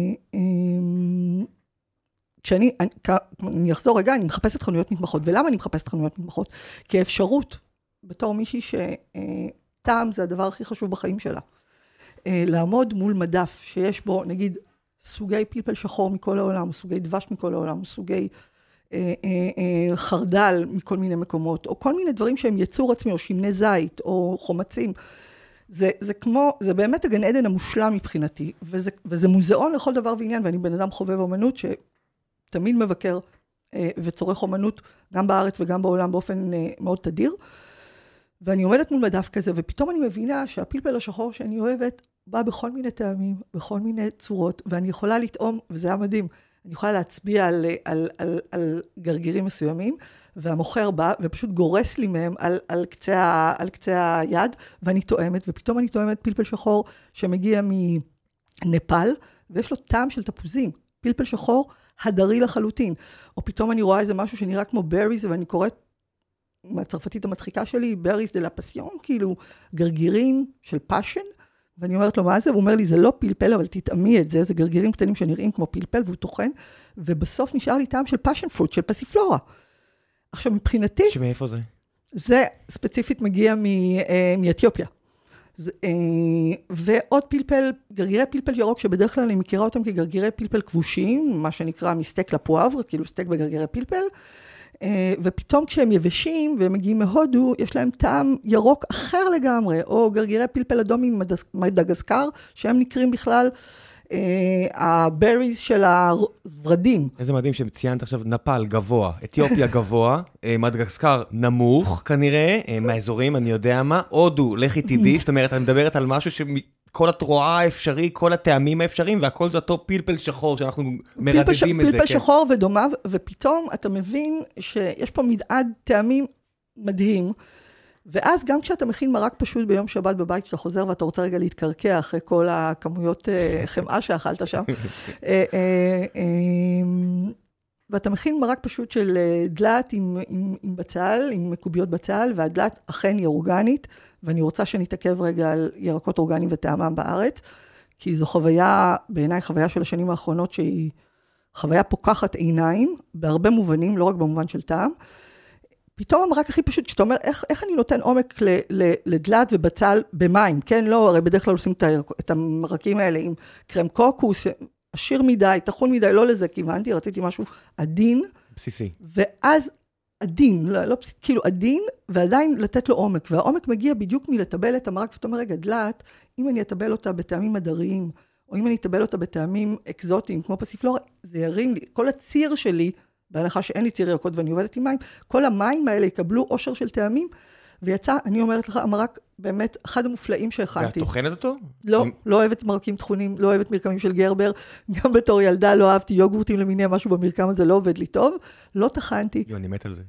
אני אחזור רגע, אני מחפשת חנויות מתמחות. ולמה אני מחפשת חנויות מתמחות? כי האפשרות, בתור מישהי שטעם זה הדבר הכי חשוב בחיים שלה. לעמוד מול מדף שיש בו, נגיד, סוגי פלפל שחור מכל העולם, סוגי דבש מכל העולם, סוגי חרדל מכל מיני מקומות, או כל מיני דברים שהם יצור עצמי, או שמני זית, או חומצים. זה באמת הגן עדן המושלם מבחינתי, וזה מוזיאון לכל דבר ועניין, ואני בן אדם חובב אומנות שתמיד מבקר וצורך אומנות, גם בארץ וגם בעולם באופן מאוד תדיר, ואני עומדת מול מדף כזה, ופתאום אני מבינה שהפלפל השחור שאני אוהבת, בא בכל מיני טעמים, בכל מיני צורות, ואני יכולה לטעום, וזה היה מדהים, אני יכולה להצביע על גרגירים מסוימים, והמוכר בא ופשוט גורס לי מהם על קצה היד, ואני טועמת, ופתאום אני טועמת פלפל שחור שמגיע מנפל, ויש לו טעם של תפוזים, פלפל שחור הדרי לחלוטין. או פתאום אני רואה איזה משהו שנראה כמו בריז, ואני קוראת מהצרפתית המצחיקה שלי, בריז דה לה פסיון, כאילו גרגירים של פאשן, ואני אומרת לו, מה זה? הוא אומר לי, זה לא פלפל, אבל תטעמי את זה, זה גרגירים קטנים שנראים כמו פלפל, והוא טוחן, ובסוף נשאר לי טעם של פאשן פרוט, של פסיפלורה. עכשיו, מבחינתי... שמאיפה זה? זה ספציפית מגיע מאתיופיה. ועוד פלפל, גרגירי פלפל ירוק, שבדרך כלל אני מכירה אותם כגרגירי פלפל כבושים, מה שנקרא מסטק לפואבר, כאילו סטק בגרגירי פלפל, ופתאום כשהם יבשים והם מגיעים מהודו, יש להם טעם ירוק אחר לגמרי, או גרגירי פלפל אדום ממדגסקר, שהם נקראים בכלל הבריז של הורדים. איזה מדהים שציינת עכשיו נפל גבוה, אתיופיה גבוה, מדגסקר נמוך כנראה, מהאזורים אני יודע מה, הודו לכי תדעי, זאת אומרת, אני מדברת על משהו שכל התרועה האפשרי, כל הטעמים האפשריים, והכל זה אותו פלפל שחור שאנחנו מרדדים את זה. פלפל שחור ודומיו, ופתאום אתה מבין שיש פה מדעד טעמים מדהים, ואז גם כשאתה מכין מרק פשוט ביום שבת בבית, שאתה חוזר ואתה רוצה רגע להתקרקע אחרי כל הכמויות חמאה שאכלת שם, ואתה מכין מרק פשוט של דלת עם בצל, עם מקוביות בצל, והדלת אכן היא אורגנית, ואני רוצה שנתעכב רגע על ירקות אורגניים וטעמם בארץ, כי זו חוויה, בעיניי חוויה של השנים האחרונות, שהיא חוויה פוקחת עיניים, בהרבה מובנים, לא רק במובן של טעם. פתאום המרק הכי פשוט, שאתה אומר, איך אני נותן עומק לדלת ובצל במים, כן? לא, הרי בדרך כלל עושים את המרקים האלה עם קרם קוקוס, עשיר מדי, תחון מדי, לא לזה כיוונתי, רציתי משהו עדין. בסיסי. ואז עדין, לא כאילו עדין, ועדיין לתת לו עומק. והעומק מגיע בדיוק מלטבל את המרק, ואתה אומר, רגע, דלת, אם אני אטבל אותה בטעמים מדריים, או אם אני אטבל אותה בטעמים אקזוטיים, כמו פסיפלורה, זה ירים לי, כל הציר שלי, בהנחה שאין לי ציר ירקות ואני עובדת עם מים, כל המים האלה יקבלו עושר של טעמים, ויצא, אני אומרת לך, המרק באמת אחד המופלאים שהכנתי. ואת טוחנת אותו? לא, לא אוהבת מרקים טחונים, לא אוהבת מרקמים של גרבר, גם בתור ילדה לא אהבתי יוגורטים למיני, משהו במרקם הזה לא עובד לי טוב, לא טחנתי. אני מת על זה.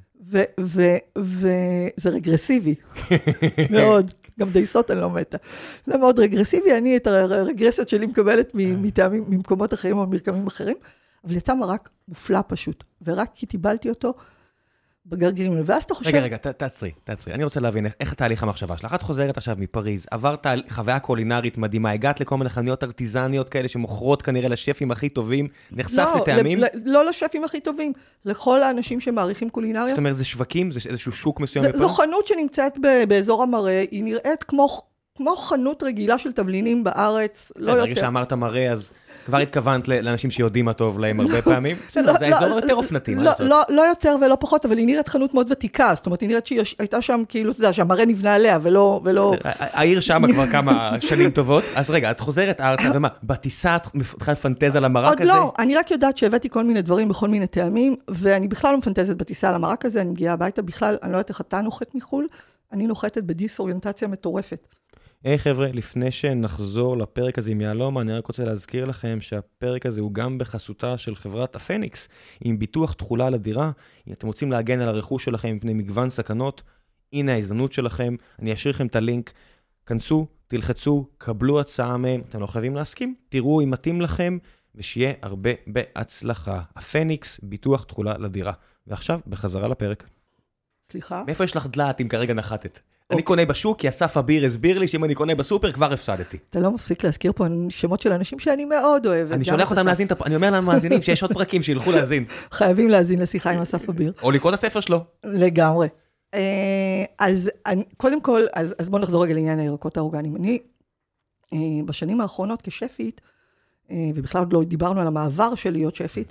וזה רגרסיבי, מאוד, גם דייסות אני לא מתה. זה מאוד רגרסיבי, אני את הרגרסיות שלי מקבלת מטעמים, ממקומות אחרים או מרקמים אחרים, אבל יצא מרק מופלא פשוט, ורק כי טיבלתי אותו בגרגירים, ואז אתה חושב... רגע, תעצרי. אני רוצה להבין איך התהליך המחשבה שלך. את חוזרת עכשיו מפריז, עברת חוויה קולינרית מדהימה, הגעת לכל מיני חנויות ארטיזניות כאלה שמוכרות כנראה לשפים הכי טובים, נחשף לטעמים? לא לשפים הכי טובים, לכל האנשים שמעריכים קולינריה. זאת אומרת, זה שווקים? זה איזשהו שוק מסוים? זו חנות שנמצאת באזור המראה, היא נראית כמו חנות רגילה של תבלינים בארץ, לא יותר. ברגע שאמרת מראה, אז כבר התכוונת לאנשים שיודעים מה טוב להם הרבה פעמים? בסדר, זה האזור יותר אופנתי. לא יותר ולא פחות, אבל היא נראית חנות מאוד ותיקה, זאת אומרת, היא נראית שהייתה שם כאילו, אתה יודע, שהמראה נבנה עליה, ולא... העיר שם כבר כמה שנים טובות, אז רגע, את חוזרת ארצה, ומה, בטיסה את מתחילה לפנטז על המרק הזה? עוד לא, אני רק יודעת שהבאתי כל מיני דברים בכל מיני טעמים, ואני בכלל לא מפנטזת בטיסה על המרק הזה, אני מגיעה הביתה בכלל, אני לא יודעת איך אתה נוחת מחול, אני נוחתת בדיסאוריינטציה מטורפת. היי חבר'ה, לפני שנחזור לפרק הזה עם יהלומה, אני רק רוצה להזכיר לכם שהפרק הזה הוא גם בחסותה של חברת הפניקס, עם ביטוח תחולה לדירה. אם אתם רוצים להגן על הרכוש שלכם מפני מגוון סכנות, הנה ההזדמנות שלכם, אני אשאיר לכם את הלינק, כנסו, תלחצו, קבלו הצעה מהם, אתם לא חייבים להסכים, תראו אם מתאים לכם, ושיהיה הרבה בהצלחה. הפניקס, ביטוח תחולה לדירה. ועכשיו, בחזרה לפרק. סליחה? מאיפה יש לך דלעת אם כרגע נחתת? אני קונה בשוק, כי אסף אביר הסביר לי שאם אני קונה בסופר, כבר הפסדתי. אתה לא מפסיק להזכיר פה שמות של אנשים שאני מאוד אוהבת. אני שולח אותם להזין, אני אומר להם מאזינים שיש עוד פרקים שילכו להזין. חייבים להזין לשיחה עם אסף אביר. או לקרוא את הספר שלו. לגמרי. אז קודם כל, אז בואו נחזור רגע לעניין הירקות האורגניים. אני בשנים האחרונות כשפית, ובכלל עוד לא דיברנו על המעבר של להיות שפית,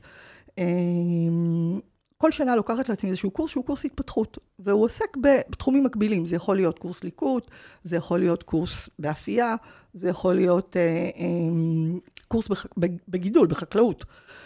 כל שנה לוקחת לעצמי איזשהו קורס שהוא קורס התפתחות, והוא עוסק בתחומים מקבילים. זה יכול להיות קורס ליקוט, זה יכול להיות קורס באפייה, זה יכול להיות קורס בגידול, בחקלאות.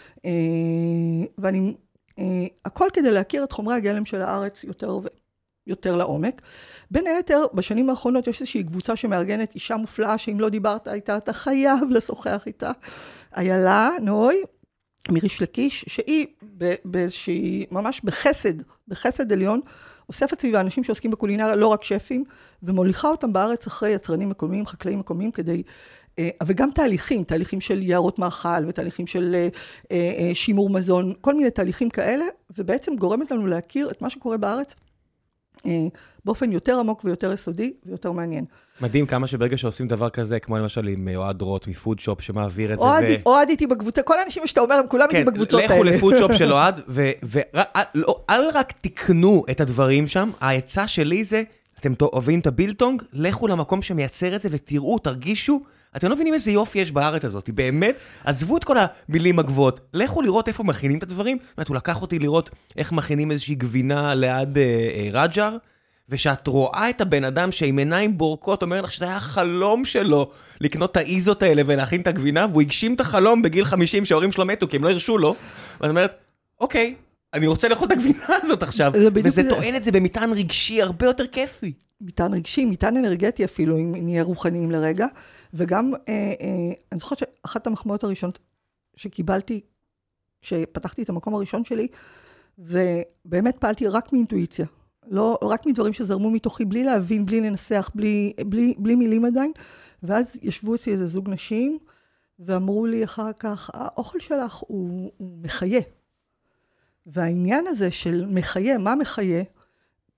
ואני, הכל כדי להכיר את חומרי הגלם של הארץ יותר לעומק. בין היתר, בשנים האחרונות יש איזושהי קבוצה שמארגנת אישה מופלאה, שאם לא דיברת איתה, אתה חייב לשוחח איתה. איילה, נוי, מריש לקיש, שהיא באיזושהי, ממש בחסד עליון, אוספת סביבה אנשים שעוסקים בקולינריה, לא רק שפים, ומוליכה אותם בארץ אחרי יצרנים מקומיים, חקלאים מקומיים, כדי, וגם תהליכים של יערות מאכל, ותהליכים של שימור מזון, כל מיני תהליכים כאלה, ובעצם גורמת לנו להכיר את מה שקורה בארץ, באופן יותר עמוק ויותר יסודי ויותר מעניין. מדהים כמה שברגע שעושים דבר כזה, כמו למשל עם אוהד רוט מפוד שופ שמעביר את זה. אוהד איתי בקבוצה, כל האנשים שאתה אומר, הם כולם איתי בקבוצות האלה. לכו לפוד שופ של אוהד, ואל רק תקנו את הדברים שם, העצה שלי זה, אתם אוהבים את הבילטונג, לכו למקום שמייצר את זה ותראו, תרגישו, אתם לא מבינים איזה יופי יש בארץ הזאת, באמת, עזבו את כל המילים הגבוהות, לכו לראות איפה מכינים את הדברים, הוא לקח אותי לראות איך מכינים איזושהי גבינה ליד רג'ר, ושאת רואה את הבן אדם שעם עיניים בורקות, אומר לך שזה היה החלום שלו, לקנות את האיזות האלה ולהכין את הגבינה, והוא הגשים את החלום בגיל 50 שההורים שלו מתו, כי הם לא הרשו לו, ואת אומרת, אוקיי, אני רוצה לאכול את הגבינה הזאת עכשיו, וזה טוען את זה במטען רגשי הרבה יותר כיפי. מטען רגשי, מטען אנרגטי אפילו, אם נהיה רוחניים לרגע, וגם, אני זוכרת שאחת המחמאות הראשונות שקיבלתי, כשפתחתי את המקום הראשון שלי, ובאמת פעלתי רק מאינטואיציה, לא, רק מדברים שזרמו מתוכי, בלי להבין, בלי לנסח, בלי מילים עדיין, ואז ישבו אצלי איזה זוג נשים, ואמרו לי אחר כך, האוכל שלך הוא מחיה. והעניין הזה של מחיה, מה מחיה,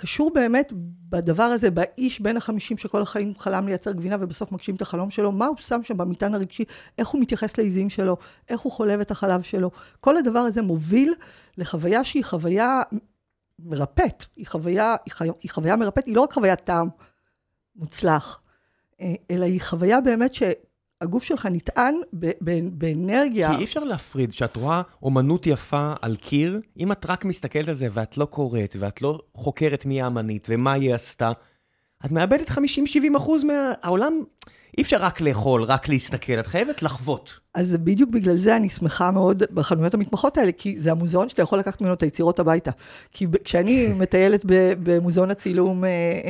קשור באמת בדבר הזה, באיש בין ה-50 שכל החיים חלם לייצר גבינה, ובסוף מגשים את החלום שלו, מה הוא שם שם במטען הרגשי, איך הוא מתייחס לעיזים שלו, איך הוא חולב את החלב שלו. כל הדבר הזה מוביל לחוויה שהיא חוויה מרפאת, היא חוויה מרפאת, היא לא רק חוויית טעם מוצלח, אלא היא חוויה באמת שהגוף שלך נטען באנרגיה. כי אי אפשר להפריד, שאת רואה אומנות יפה על קיר, אם את רק מסתכלת על זה ואת לא קוראת, ואת לא חוקרת מי האמנית ומה היא עשתה, את מאבדת 50-70% מהעולם. אי אפשר רק לאכול, רק להסתכל, את חייבת לחוות. אז בדיוק בגלל זה אני שמחה מאוד בחנויות המתמחות האלה, כי זה המוזיאון שאתה יכול לקחת ממנו את היצירות הביתה. כי כשאני מטיילת במוזיאון הצילום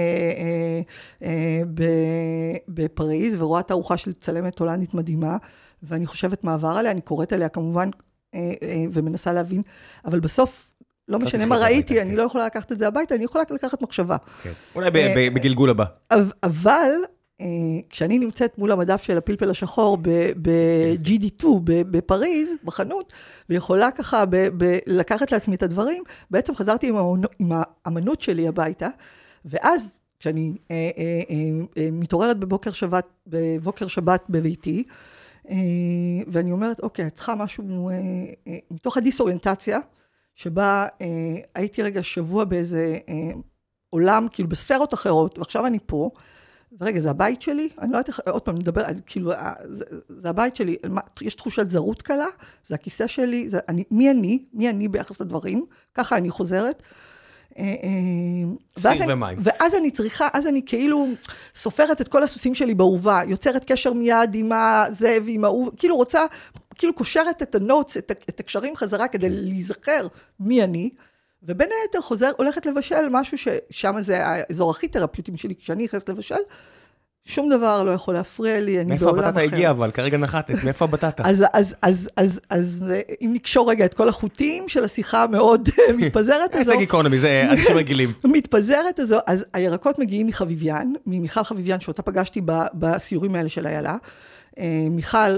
בפריז, ורואה את הארוחה של צלמת הולנדית מדהימה, ואני חושבת מעבר עליה, אני קוראת עליה כמובן, ומנסה להבין, אבל בסוף, לא משנה מה ראיתי, אני לא יכולה לקחת את זה הביתה, אני יכולה לקחת מחשבה. אולי בגלגול הבא. אבל כשאני נמצאת מול המדף של הפלפל השחור ב-GD2 בפריז, בחנות, ויכולה ככה לקחת לעצמי את הדברים, בעצם חזרתי עם האמנות שלי הביתה, ואז כשאני מתעוררת בבוקר שבת בביתי, ואני אומרת, אוקיי, את צריכה משהו מתוך הדיסאוריינטציה, שבה הייתי רגע שבוע באיזה עולם, כאילו בספרות אחרות, ועכשיו אני פה, ורגע, זה הבית שלי? אני לא יודעת איך, עוד פעם, נדבר, כאילו, זה הבית שלי, יש תחושת זרות קלה, זה הכיסא שלי, מי אני ביחס לדברים, ככה אני חוזרת. סיר ומים. ואז אני צריכה, אז אני כאילו סופרת את כל הסוסים שלי באהובה, יוצרת קשר מיד עם זה ועם האהוב, כאילו רוצה, כאילו קושרת את הנוטס, את הקשרים חזרה כדי להיזכר מי אני, ובין היתר הולכת לבשל משהו ששם זה האזור הכי תרפיוטים שלי, כשאני נכנסת לבשל, שום דבר לא יכול להפריע לי, אני בעולם אחר. מאיפה הבטטה הגיעה, אבל כרגע נחתת, מאיפה הבטטה? אז אם נקשור רגע את כל החוטים של השיחה המאוד מתפזרת הזו, זה גיקונומי, זה אנשים רגילים. מתפזרת הזו, אז הירקות מגיעים מחביביין, ממיכל חביביין, שאותה פגשתי בסיורים האלה של איילה. מיכל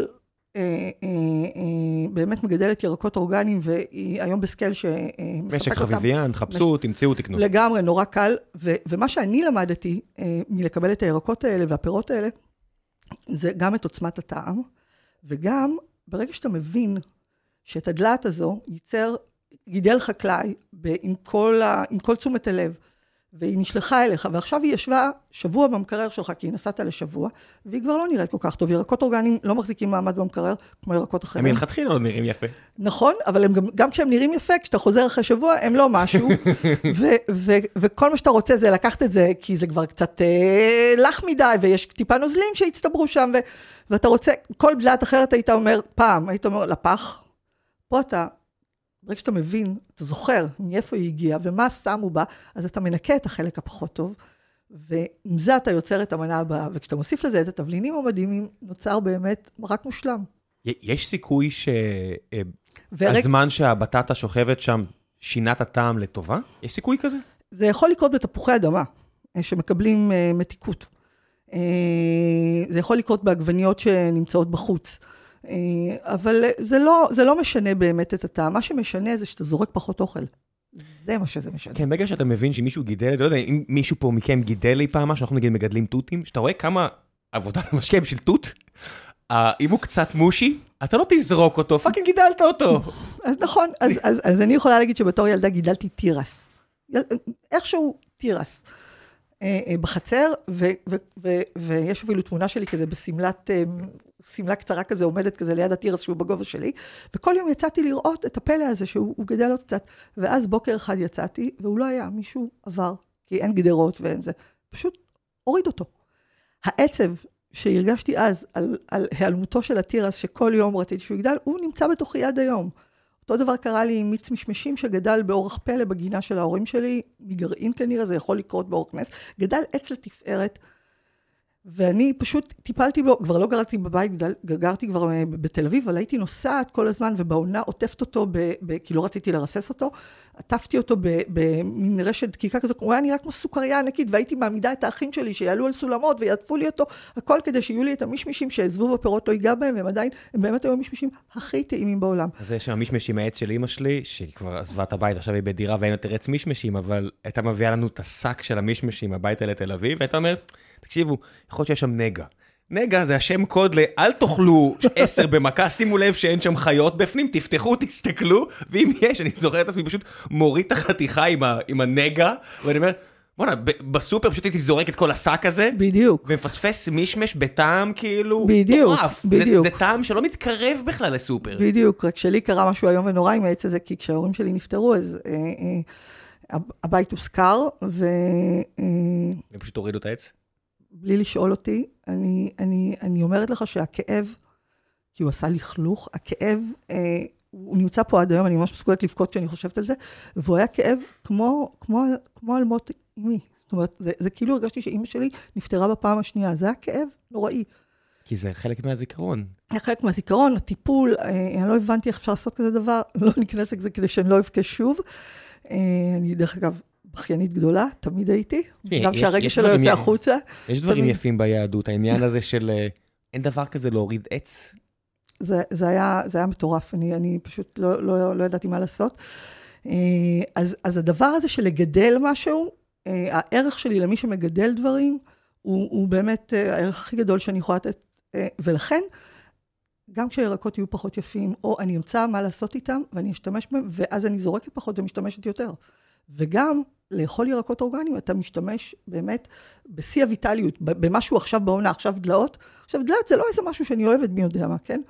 באמת מגדלת ירקות אורגניים, והיא היום בסקייל שמספק אותם. משק חביביין, חפשו, תמצאו, תקנו. לגמרי, נורא קל, ומה שאני למדתי מלקבל את הירקות האלה והפירות האלה, זה גם את עוצמת הטעם, וגם ברגע שאתה מבין שאת הדלת הזו גידל חקלאי עם כל תשומת הלב, והיא נשלחה אליך, ועכשיו היא ישבה שבוע במקרר שלך, כי היא נסעת לשבוע, והיא כבר לא נראית כל כך טוב. ירקות אורגניים לא מחזיקים מעמד במקרר, כמו ירקות אחרים. הם מלכתחילה לא נראים יפה. נכון, אבל הם גם כשהם נראים יפה, כשאתה חוזר אחרי שבוע, הם לא משהו, וכל מה שאתה רוצה זה לקחת את זה, כי זה כבר קצת לח מדי, ויש טיפה נוזלים שהצטברו שם, ואתה רוצה, כל דלת אחרת היית אומר, פעם, היית אומר, לפח, פה אתה, ברגע שאתה מבין, אתה זוכר מאיפה היא הגיעה, ומה שמו בה, אז אתה מנקה את החלק הפחות טוב, ועם זה אתה יוצר את המנה הבאה, וכשאתה מוסיף לזה את התבלינים המדהימים, נוצר באמת מרק מושלם. יש סיכוי שהזמן שהבטטה שוכבת שם שינת הטעם לטובה? יש סיכוי כזה? זה יכול לקרות בתפוחי אדמה, שמקבלים מתיקות. זה יכול לקרות בעגבניות שנמצאות בחוץ. אבל זה לא משנה באמת את הטעם. מה שמשנה זה שאתה זורק פחות אוכל. זה מה שזה משנה. כן, בגלל שאתה מבין שמישהו גידל, אתה לא יודע, אם מישהו פה מכם גידל אי פעם, שאנחנו נגיד מגדלים תותים, שאתה רואה כמה עבודת המשקה בשביל תות, אם הוא קצת מושי, אתה לא תזרוק אותו, פאקינג גידלת אותו. אז נכון, אז אני יכולה להגיד שבתור ילדה גידלתי תירס. איכשהו תירס. בחצר, ויש אפילו תמונה שלי כזה בסמלה קצרה כזה, עומדת כזה ליד התירס שהוא בגובה שלי, וכל יום יצאתי לראות את הפלא הזה שהוא גדל עוד קצת, ואז בוקר אחד יצאתי, והוא לא היה, מישהו עבר, כי אין גדרות ואין זה, פשוט הוריד אותו. העצב שהרגשתי אז על היעלמותו של התירס, שכל יום רציתי שהוא יגדל, הוא נמצא בתוכי עד היום. אותו דבר קרה לי עם מיץ משמשים שגדל באורח פלא בגינה של ההורים שלי, מגרעין כנראה, זה יכול לקרות באורח נס, גדל עץ לתפארת, ואני פשוט טיפלתי בו, כבר לא גרתי בבית, גרתי כבר בתל אביב, אבל הייתי נוסעת כל הזמן, ובעונה עוטפת אותו, כי לא רציתי לרסס אותו, עטפתי אותו במין רשת דקיקה כזו, הוא היה נראה כמו סוכריה ענקית, והייתי מעמידה את האחים שלי שיעלו על סולמות, ויעטפו לי אותו, הכל כדי שיהיו לי את המשמשים שהזבוב הפירות לא ייגע בהם, והם עדיין, הם באמת היו המשמשים הכי טעימים בעולם. אז זה שהמשמשים העץ של אמא שלי, שהיא כבר עזבה את הבית, עכשיו היא בדירה ואין יותר עץ משמשים, אבל הייתה מביאה לנו את השק של המשמשים הביתה לתל אביב, והייתה אומרת, תקשיבו, יכול להיות שיש שם נגע. נגע זה השם קוד אל תאכלו 10 במכה, שימו לב שאין שם חיות בפנים, תפתחו, תסתכלו, ואם יש, אני זוכר את עצמי, פשוט מוריד את החתיכה עם הנגע, ואני אומר, בוא'נה, בסופר פשוט הייתי זורק את כל השק הזה, בדיוק. ומפספס משמש בטעם כאילו, בדיוק, בדיוק. זה טעם שלא מתקרב בכלל לסופר. בדיוק, רק שלי קרה משהו היום ונורא עם העץ הזה, כי כשההורים שלי נפטרו, אז הבית הושכר, הם פשוט הורידו את העץ? בלי לשאול אותי, אני אומרת לך שהכאב, כי הוא עשה לכלוך, הכאב, הוא נמצא פה עד היום, אני ממש מסוגלת לבכות כשאני חושבת על זה, והוא היה כאב כמו על מות אמי. זאת אומרת, זה כאילו הרגשתי שאמא שלי נפטרה בפעם השנייה, זה היה כאב נוראי. כי זה חלק מהזיכרון. חלק מהזיכרון, הטיפול, אני לא הבנתי איך אפשר לעשות כזה דבר, לא נכנס לזה כדי שאני לא אבכה שוב. אני דרך אגב, בכיינית גדולה, תמיד הייתי, גם שהרגע שלו יוצא החוצה. יש דברים יפים ביהדות, העניין הזה של אין דבר כזה להוריד עץ. זה היה מטורף, אני פשוט לא ידעתי מה לעשות. אז הדבר הזה של לגדל משהו, הערך שלי למי שמגדל דברים, הוא באמת הערך הכי גדול שאני יכולה לתת, ולכן, גם כשירקות יהיו פחות יפים, או אני אמצא מה לעשות איתם, ואני אשתמש בהם, ואז אני זורקת פחות ומשתמשת יותר. וגם לאכול ירקות אורגניים, אתה משתמש באמת בשיא הויטליות, במשהו עכשיו בעונה, עכשיו דלאות. עכשיו דלאות זה לא איזה משהו שאני אוהבת, מי יודע מה, כן?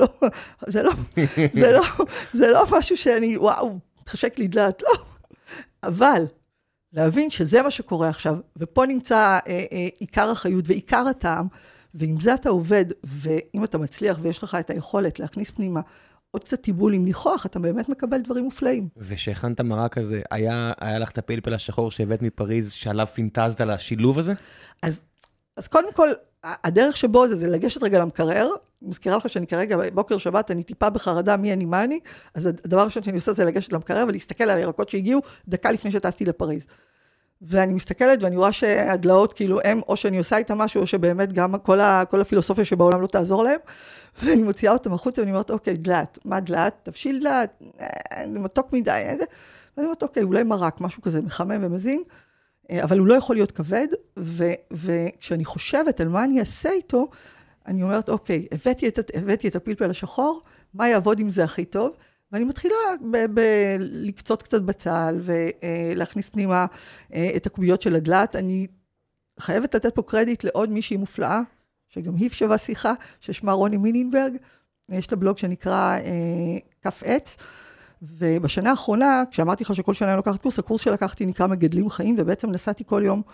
זה לא משהו שאני, וואו, תחשק לי דלאות, לא. אבל להבין שזה מה שקורה עכשיו, ופה נמצא עיקר החיות ועיקר הטעם, ועם זה אתה עובד, ואם אתה מצליח ויש לך את היכולת להכניס פנימה, עוד קצת טיבול עם ניחוח, אתה באמת מקבל דברים מופלאים. ושהכנת מרק הזה, היה לך את הפלפל השחור שהבאת מפריז, שעליו פינטזת על השילוב הזה? אז קודם כל, הדרך שבו זה לגשת רגע למקרר, אני מזכירה לך שאני כרגע בוקר שבת, אני טיפה בחרדה מי אני מה אני, אז הדבר הראשון שאני עושה זה לגשת למקרר, ולהסתכל על הירקות שהגיעו דקה לפני שטסתי לפריז. ואני מסתכלת ואני רואה שהדלאות כאילו הם, או שאני עושה איתם משהו, או שבאמת גם כל הפילוסופיה שבעולם לא תעזור להם, ואני מוציאה אותם החוצה, ואני אומרת, אוקיי, דלעת, מה דלעת? תבשיל דלעת, זה מתוק מדי, ואני אומרת, אוקיי, אולי מרק, משהו כזה מחמם ומזין, אבל הוא לא יכול להיות כבד, וכשאני חושבת על מה אני אעשה איתו, אני אומרת, אוקיי, הבאתי את הפלפל השחור, מה יעבוד עם זה הכי טוב? ואני מתחילה לקצות קצת בצל, ולהכניס פנימה את הקוביות של הדלת. אני חייבת לתת פה קרדיט לעוד מישהי מופלאה, שגם היא שווה שיחה, ששמה רוני מינינברג, יש לה בלוג שנקרא כף עץ, ובשנה האחרונה, כשאמרתי לך שכל שנה אני לוקחת קורס, הקורס שלקחתי נקרא מגדלים חיים, ובעצם נסעתי כל יום,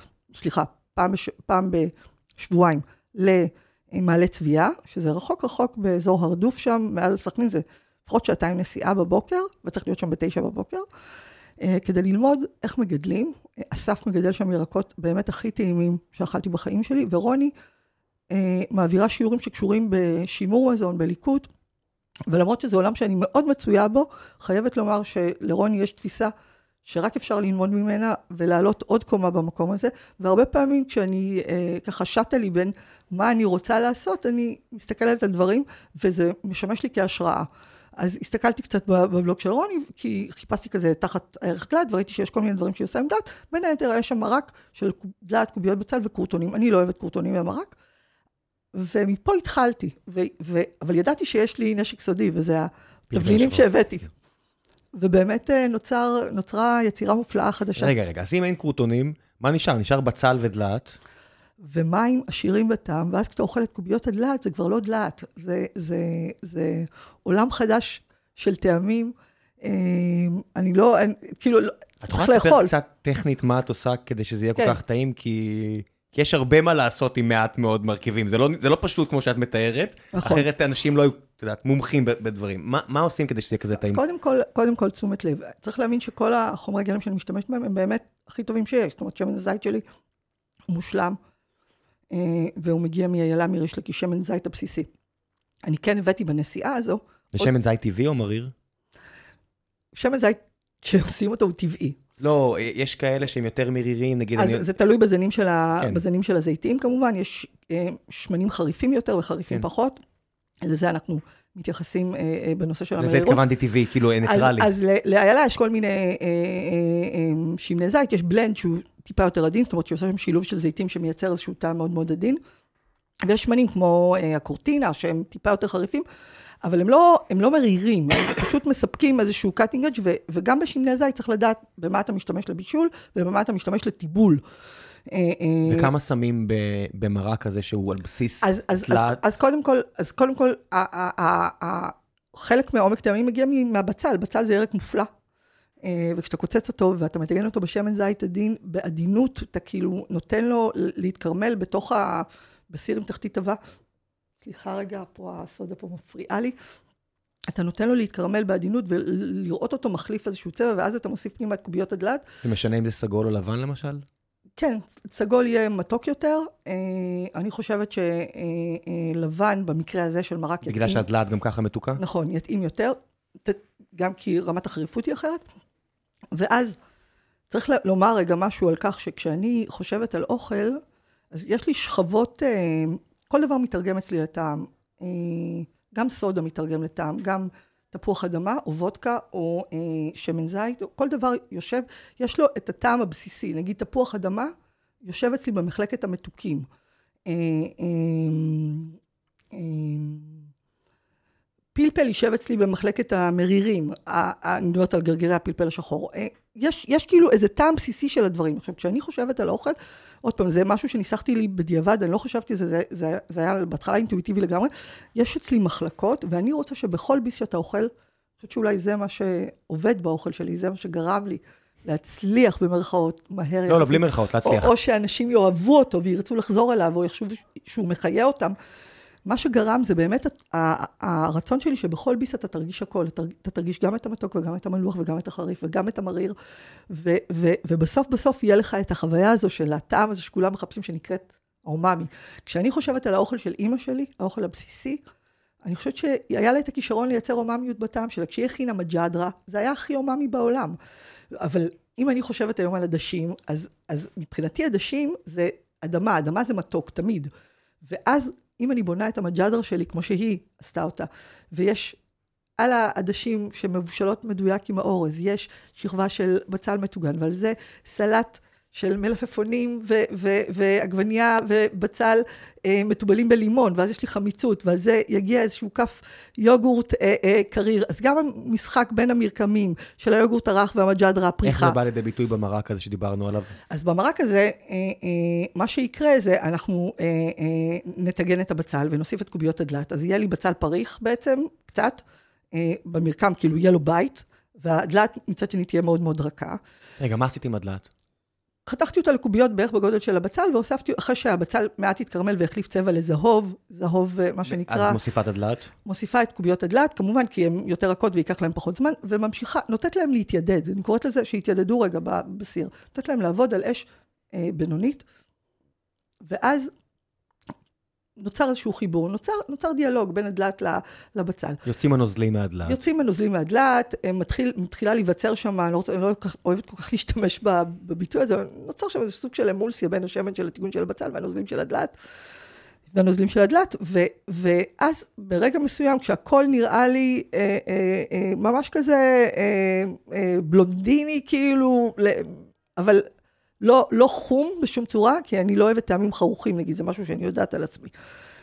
פעם בשבועיים, למעלה צביעה, שזה רחוק באזור הרדוף שם, מעל סכנין זה לפחות שעתיים נסיעה בבוקר, וצריך להיות שם ב9 בבוקר, כדי ללמוד איך מגדלים. אסף מגדל שם ירקות באמת הכי טעימים שאכלתי בחיים שלי, ורוני מעבירה שיעורים שקשורים בשימור מזון, בליקוט, ולמרות שזה עולם שאני מאוד מצויה בו, חייבת לומר שלרוני יש תפיסה שרק אפשר ללמוד ממנה ולעלות עוד קומה במקום הזה, והרבה פעמים כשאני ככה שטה לי בין מה אני רוצה לעשות, אני מסתכלת על דברים, וזה משמש לי כהשראה. אז הסתכלתי קצת בבלוג של רוני, כי חיפשתי כזה תחת הערך דלת, וראיתי שיש כל מיני דברים שהיא עושה עם דלת, בין היתר היה שם מרק של דלת, קוביות בצל וקורטונים. אני לא אוהבת קורטונים במרק, ומפה התחלתי, אבל ידעתי שיש לי נשק סודי, וזה התבלינים שהבאתי. ובאמת נוצרה יצירה מופלאה חדשה. רגע, אז אם אין קורטונים, מה נשאר? נשאר בצל ודלת? ומים עשירים בטעם, ואז כשאתה אוכל את קוביות הדלת, זה כבר לא דלת, זה עולם חדש של טעמים, כאילו, את יכולה לספר קצת טכנית מה את עושה, כדי שזה יהיה כל כך טעים, כי יש הרבה מה לעשות עם מעט מאוד מרכיבים, זה לא פשוט כמו שאת מתארת, אחרת אנשים לא היו מומחים בדברים. מה עושים כדי שזה יהיה כזה טעים? אז קודם כל תשומת לב, צריך להבין שכל החומרי גלם שאני משתמשת בהם, הם באמת הכי טובים שיש, זאת אומרת, שמן הזית שלי הוא מושלם, והוא מגיע מאיילה מריש לקיש, שמן זית הבסיסי. אני כן הבאתי בנסיעה הזו. זה שמן זית טבעי או מריר? שמן זית שעושים אותו הוא טבעי. לא, יש כאלה שהם יותר מרירים, נגיד... אז זה תלוי בזנים של הזיתים, כמובן, יש שמנים חריפים יותר וחריפים פחות, לזה אנחנו מתייחסים בנושא של המרירות. לזה התכוונתי טבעי, כאילו ניטרלי. אז לאיילה יש כל מיני שמני זית, יש בלנד שהוא טיפה יותר עדין, זאת אומרת שעושה שם שילוב של זיתים שמייצר איזשהו טעם מאוד מאוד עדין, ויש שמנים כמו הקורטינה, שהם טיפה יותר חריפים, אבל הם לא מרירים, הם פשוט מספקים איזשהו קאטינג אדג' וגם בשמני זית צריך לדעת במה אתה משתמש לבישול, ובמה אתה משתמש לטיבול. וכמה שמים במרק הזה שהוא על בסיס תלת? אז קודם כל, חלק מהעומק טעמים מגיע מהבצל, בצל זה ירק מופלא, וכשאתה קוצץ אותו ואתה מטגן אותו בשמן זית עדין, בעדינות אתה כאילו נותן לו להתקרמל בתוך בסיר עם תחתית טבע, סליחה רגע, פה הסודה פה מפריעה לי, אתה נותן לו להתקרמל בעדינות ולראות אותו מחליף איזשהו צבע, ואז אתה מוסיף פנימה את קוביות הדלת. זה משנה אם זה סגול או לבן למשל? כן, סגול יהיה מתוק יותר, אני חושבת שלבן במקרה הזה של מרק יתאים. בגלל שהדלת גם ככה מתוקה? נכון, יתאים יותר, גם כי רמת החריפות היא אחרת, ואז צריך לומר רגע משהו על כך שכשאני חושבת על אוכל, אז יש לי שכבות, כל דבר מתרגם אצלי לטעם, גם סודה מתרגם לטעם, גם תפוח אדמה או וודקה או שמן זית, כל דבר יושב, יש לו את הטעם הבסיסי, נגיד תפוח אדמה יושב אצלי במחלקת המתוקים, פלפל יישב אצלי במחלקת המרירים, אני מדברת על גרגירי הפלפל השחור, יש כאילו איזה טעם בסיסי של הדברים, עכשיו כשאני חושבת על האוכל, עוד פעם, זה משהו שניסחתי לי בדיעבד, אני לא חשבתי, זה היה בהתחלה אינטואיטיבי לגמרי, יש אצלי מחלקות, ואני רוצה שבכל ביס שאתה אוכל, אני חושבת שאולי זה מה שעובד באוכל שלי, זה מה שגרם לי להצליח במרכאות מהר. לא, בלי מרכאות, להצליח. או שאנשים יאהבו אותו וירצו לחזור אליו, או יחשבו שהוא מחיה אותם. מה שגרם זה באמת הרצון שלי שבכל ביס אתה תרגיש הכל, אתה תרגיש גם את המתוק וגם את המלוח וגם את החריף וגם את המריר, ובסוף יהיה לך את החוויה הזו של הטעם הזה שכולם מחפשים שנקראת האומאמי. כשאני חושבת על האוכל של אמא שלי, האוכל הבסיסי, אני חושבת שהיה לה את הכישרון לייצר אומאמיות בטעם שלה. כשהיא הכינה מג'דרה, זה היה הכי אומאמי בעולם. אבל אם אני חושבת היום על עדשים, אז מבחינתי עדשים זה אדמה, אדמה זה מתוק תמיד. ואז אם אני בונה את המג'דרה שלי, כמו שהיא עשתה אותה, ויש על העדשים שמבושלות מדויק עם האורז, יש שכבה של בצל מטוגן, ועל זה סלט של מלפפונים ועגבניה ובצל מטובלים בלימון, ואז יש לי חמיצות, ועל זה יגיע איזשהו כף יוגורט קריר. אז גם המשחק בין המרקמים של היוגורט הרך והמג'דרה הפריחה. איך זה בא לידי ביטוי במרק הזה שדיברנו עליו? אז במרק הזה, מה שיקרה זה, אנחנו נתגן את הבצל ונוסיף את קוביות הדלת. אז יהיה לי בצל פריך בעצם, קצת, במרקם כאילו יהיה לו בית, והדלת מצד שני תהיה מאוד מאוד רכה. רגע, מה עשיתי עם הדלת? חתכתי אותה לקוביות בערך בגודל של הבצל, והוספתי, אחרי שהבצל מעט התקרמל והחליף צבע לזהוב, זהוב מה שנקרא. אז מוסיפה את הדלת? מוסיפה את קוביות הדלת, כמובן כי הן יותר רכות ויקח להם פחות זמן, וממשיכה, נותנת להם להתיידד, אני קוראת לזה שהתיידדו רגע בסיר, נותנת להם לעבוד על אש בינונית, ואז נוצר איזשהו חיבור, נוצר דיאלוג בין הדלת לבצל. יוצאים הנוזלים מהדלת. יוצאים הנוזלים מהדלת, מתחילה להיווצר שם, אני לא אוהבת כל כך להשתמש בביטוי הזה, נוצר שם איזה סוג של אמולסיה בין השמן של התיגון של הבצל והנוזלים של הדלת, ואז ברגע מסוים, כשהכל נראה לי ממש כזה בלונדיני כאילו, אבל לא חום בשום צורה, כי אני לא אוהבת טעמים חרוכים, נגיד, זה משהו שאני יודעת על עצמי.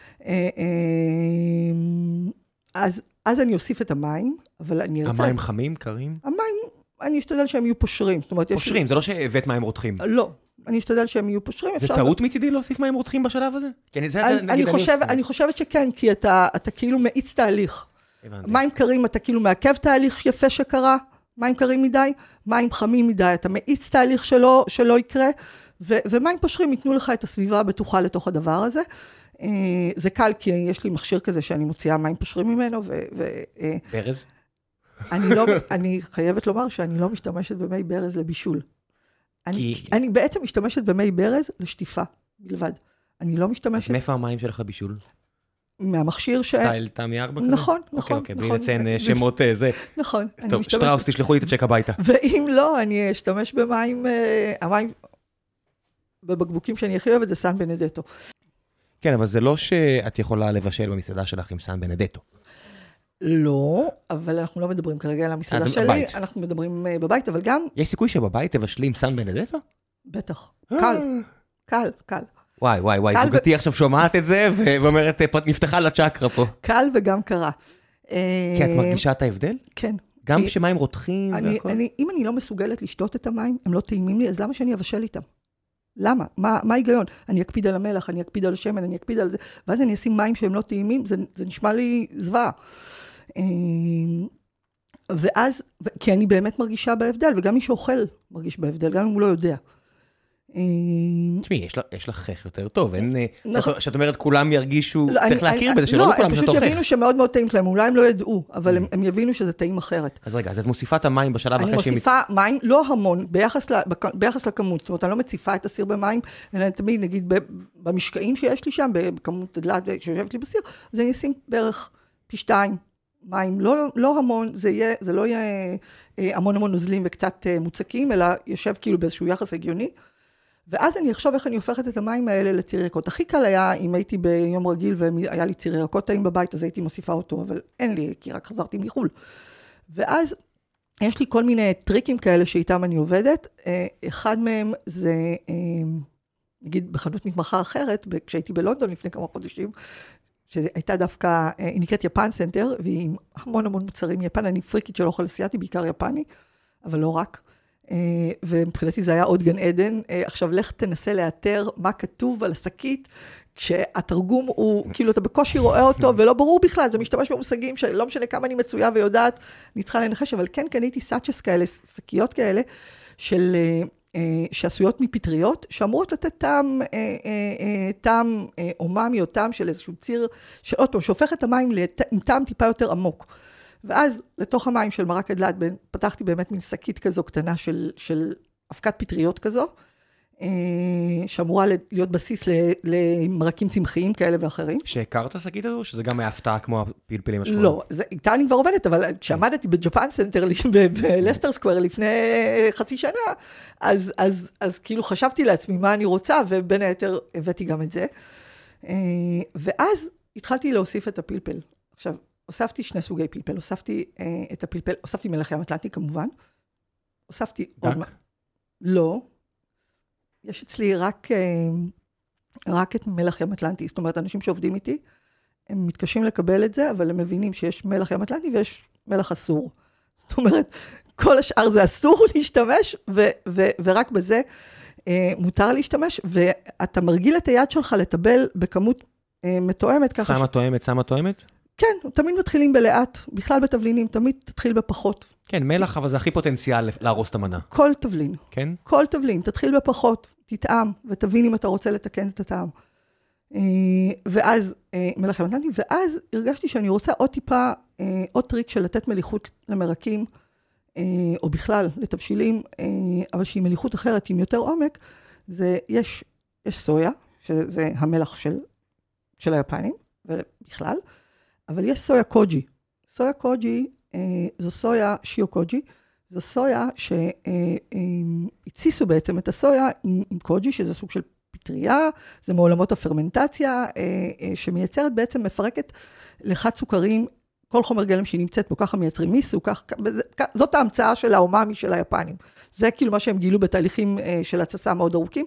אז אני אוסיף את המים, אבל אני ארצה... המים חמים, קרים? המים, אני אשתדל שהם יהיו פושרים. פושרים, זה לא שהבאת מים רותחים. לא, אני אשתדל שהם יהיו פושרים. זה טעות מצידי להוסיף מים רותחים בשלב הזה? אני חושבת שכן, כי אתה כאילו מאיץ תהליך. מים קרים, אתה כאילו מעכב תהליך יפה שקרה, מים קרים מדי, מים חמים מדי, אתה מאיץ תהליך שלא יקרה, ומים פושרים ייתנו לך את הסביבה הבטוחה לתוך הדבר הזה. זה קל, כי יש לי מכשיר כזה שאני מוציאה מים פושרים ממנו, ברז? אני חייבת לומר שאני לא משתמשת במי ברז לבישול. אני בעצם משתמשת במי ברז לשטיפה בלבד. אני לא משתמשת... אז מאיפה המים שלך לבישול? מהמכשיר סטייל תמי 4 כזה? נכון, נכון. אוקיי, בלי לציין שמות זה. נכון. טוב, שטראוס, תשלחו לי את הצ'ק הביתה. ואם לא, אני אשתמש במים, המים בבקבוקים שאני הכי אוהבת, זה סן בנדטו. כן, אבל זה לא שאת יכולה לבשל במסעדה שלך עם סן בנדטו. לא, אבל אנחנו לא מדברים כרגע על המסעדה שלי, אנחנו מדברים בבית, אבל גם... יש סיכוי שבבית תבשלי עם סן בנדטו? בטח, קל, קל, קל. וואי, זוגתי עכשיו שומעת את זה, ואומרת, נפתחה לצ'קרה פה. קל וגם קרה. כי את מרגישה את ההבדל? כן. גם כשמים רותחים והכל? אם אני לא מסוגלת לשתות את המים, הם לא טעימים לי, אז למה שאני אבשל איתם? למה? מה ההיגיון? אני אקפיד על המלח, אני אקפיד על השמן, אני אקפיד על זה, ואז אני אשים מים שהם לא טעימים, זה נשמע לי זוועה. ואז, כי אני באמת מרגישה בהבדל, וגם מי שאוכל מרגיש בהבדל, גם אם הוא לא יודע. תשמעי, יש לך חך יותר טוב, שאת אומרת, כולם ירגישו, צריך להכיר בזה, שלא לכולם יש אותו חך. לא, הם פשוט יבינו שמאוד מאוד טעים שלהם, אולי הם לא ידעו, אבל הם יבינו שזה טעים אחרת. אז רגע, אז את מוסיפה את המים בשלב אחרי אני מוסיפה מים, לא המון, ביחס לכמות, זאת אומרת, אני לא מציפה את הסיר במים, אלא תמיד, נגיד, במשקעים שיש לי שם, בכמות הדלת שיושבת לי בסיר, אז אני אשים בערך פי 2 מים, לא המון, זה לא יהיה המון נוזלים וקצת מוצקים, אלא יושב כאילו באיזשהו יחס הגיוני, ואז אני אחשוב איך אני הופכת את המים האלה לציר ירקות. הכי קל היה, אם הייתי ביום רגיל והיה לי ציר ירקות טעים בבית, אז הייתי מוסיפה אותו, אבל אין לי, כי רק חזרתי מחול. ואז יש לי כל מיני טריקים כאלה שאיתם אני עובדת. אחד מהם זה, נגיד, בחנות מתמחה אחרת, כשהייתי בלונדון לפני כמה חודשים, שהייתה דווקא, היא נקראת יפן סנטר, והיא עם המון מוצרים יפן, אני פריקית של אוכל אסיאתי, בעיקר יפני, אבל לא רק. ומבחינתי זה היה עוד גן עדן. עכשיו לך תנסה לאתר מה כתוב על השקית, כשהתרגום הוא, כאילו אתה בקושי רואה אותו, ולא ברור בכלל, זה משתמש במושגים שלא משנה כמה אני מצויה ויודעת, אני צריכה לנחש, אבל כן קניתי סאצ'ס כאלה, שקיות כאלה, שעשויות מפטריות, שאמורות לתת טעם אוממי או טעם של איזשהו ציר, שעוד פעם, שהופך את המים עם טעם טיפה יותר עמוק. ואז לתוך המים של מרק הדלת, פתחתי באמת מין שקית כזו קטנה של אבקת פטריות כזו, שאמורה להיות בסיס למרקים צמחיים כאלה ואחרים. שהכרת השקית הזו? שזה גם היה הפתעה כמו הפלפלים השחורים? לא, איתה אני כבר עובדת, אבל כשעמדתי בג'פן סנטר, בלסטר סקוואר לפני חצי שנה, אז כאילו חשבתי לעצמי מה אני רוצה, ובין היתר הבאתי גם את זה. ואז התחלתי להוסיף את הפלפל. עכשיו, הוספתי 2 סוגי פלפל, הוספתי את הפלפל, הוספתי מלח ים אטלנטי כמובן, הוספתי דק? לא, יש אצלי רק את מלח ים אטלנטי, זאת אומרת, אנשים שעובדים איתי, הם מתקשים לקבל את זה, אבל הם מבינים שיש מלח ים אטלנטי ויש מלח אסור. זאת אומרת, כל השאר זה אסור להשתמש, ורק בזה מותר להשתמש, ואתה מרגיל את היד שלך לטבל בכמות מתואמת. שמה תואמת? כן, תמיד מתחילים בלאט, בכלל בתבלינים, תמיד תתחיל בפחות. כן, מלח, אבל זה הכי פוטנציאל להרוס את המנה. כל תבלין. כן? כל תבלין, תתחיל בפחות, תטעם, ותבין אם אתה רוצה לתקן את הטעם. ואז, מלח ים אטלנטי, ואז הרגשתי שאני רוצה עוד טיפה, עוד טריק של לתת מליחות למרקים, או בכלל לתבשילים, אבל שהיא מליחות אחרת, עם יותר עומק, זה, יש סויה, שזה המלח של היפנים, ובכלל, אבל יש סויה קוג'י. סויה קוג'י, זו סויה, שיו קוג'י, זו סויה שהציסו בעצם את הסויה עם קוג'י, שזה סוג של פטריה, זה מעולמות הפרמנטציה, שמייצרת בעצם, מפרקת לחד סוכרים, כל חומר גלם שהיא נמצאת בו, ככה מייצרים מיסו, זאת ההמצאה של האומאמי של היפנים. זה כאילו מה שהם גילו בתהליכים של הצסה מאוד ארוכים,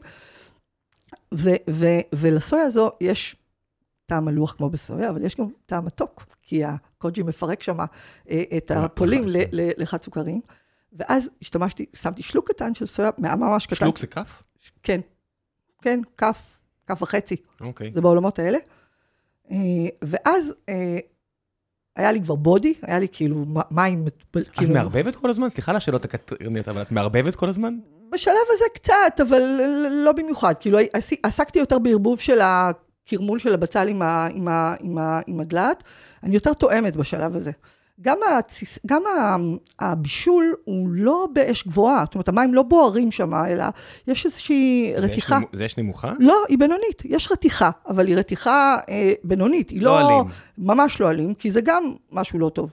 ולסויה הזו יש טעם מלוח כמו בסויה, אבל יש גם טעם מתוק, כי הקוג'י מפרק שם את הפולים לחד סוכרים, ואז שמתי שלוק קטן של סויה, ממש קטן. שלוק זה כף? כן, כן, כף וחצי. אוקיי. זה בעולמות האלה. ואז היה לי כבר בודי, היה לי כאילו מים. את מערבבת כל הזמן? סליחה לשאלות הקטרניות, אבל את מערבבת כל הזמן? בשלב הזה קצת, אבל לא במיוחד. כאילו עסקתי יותר בערבוב של הקרמול של הבצל עם הדלת, אני יותר תואמת בשלב הזה. גם הבישול הוא לא באש גבוהה, זאת אומרת, המים לא בוערים שם, אלא יש איזושהי רתיחה. זה אש נמוכה? לא, היא בינונית, יש רתיחה, אבל היא רתיחה בינונית, היא לא אלים. ממש לא אלים, כי זה גם משהו לא טוב.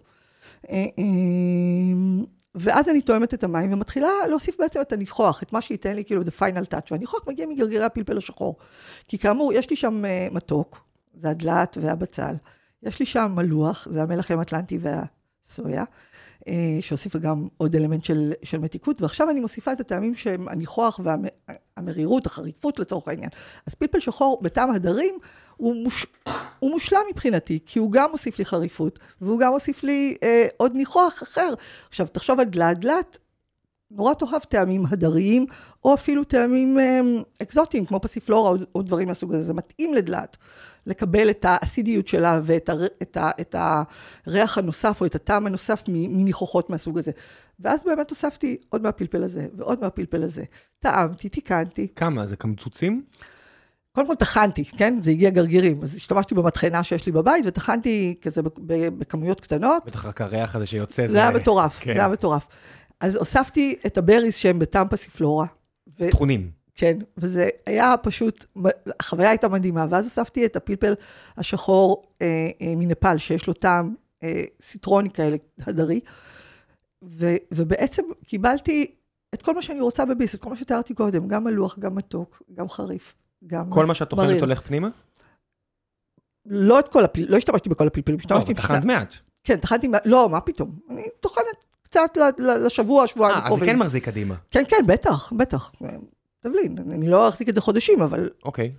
ואז אני תואמת את המים, ומתחילה להוסיף בעצם את הניחוח, את מה שייתן לי כאילו the final touch, והניחוח מגיע מגרגירי הפלפל השחור. כי כאמור, יש לי שם מתוק, זה הדלת והבצל, יש לי שם מלוח, זה המלח ים אטלנטי והסויה, שהוסיפה גם עוד אלמנט של מתיקות, ועכשיו אני מוסיפה את הטעמים שהם הניחוח והמרירות, החריפות לצורך העניין. אז פלפל שחור בטעם הדרים, הוא מושלם מבחינתי, כי הוא גם מוסיף לי חריפות, והוא גם מוסיף לי עוד ניחוח אחר. עכשיו, תחשוב על דלת, נורא תאהב טעמים הדריים, או אפילו טעמים אקזוטיים, כמו פסיפלורה, או דברים מהסוג הזה. זה מתאים לדלת, לקבל את האסידיות שלה, ואת הריח הנוסף, או את הטעם הנוסף מניחוחות מהסוג הזה. ואז באמת הוספתי עוד מהפלפל הזה, ועוד מהפלפל הזה. טעמתי, תיקנתי. כמה? זה כמצוצים? קודם כל תחנתי, כן? זה הגיע גרגירים. אז השתמשתי במטחנה שיש לי בבית, ותחנתי כזה בכמויות קטנות. בטח רק הריח הזה שיוצא. זה היה מטורף, כן. זה היה מטורף. אז הוספתי את הבריס שהם בטעם פסיפלורה. תכונים. כן, וזה היה פשוט, החוויה הייתה מדהימה, ואז הוספתי את הפלפל השחור מנפל, שיש לו טעם סיטרוני כאלה, הדרי, ובעצם קיבלתי את כל מה שאני רוצה בביס, את כל מה שתיארתי קודם, גם מלוח, גם מתוק, גם חריף, גם מריר. כל מה שאת אוכלת הולך פנימה? לא השתמשתי בכל הפלפלים, השתמשתי... תחנת מעט. כן, תחנתי, לא, מה פתאום? אני תוכנת קצת לשבוע, שבועיים אז זה כן מחזיק קדימה. כן, כן, בטח. תבלין, אני לא אחזיק את זה חודשים, אבל... אוקיי.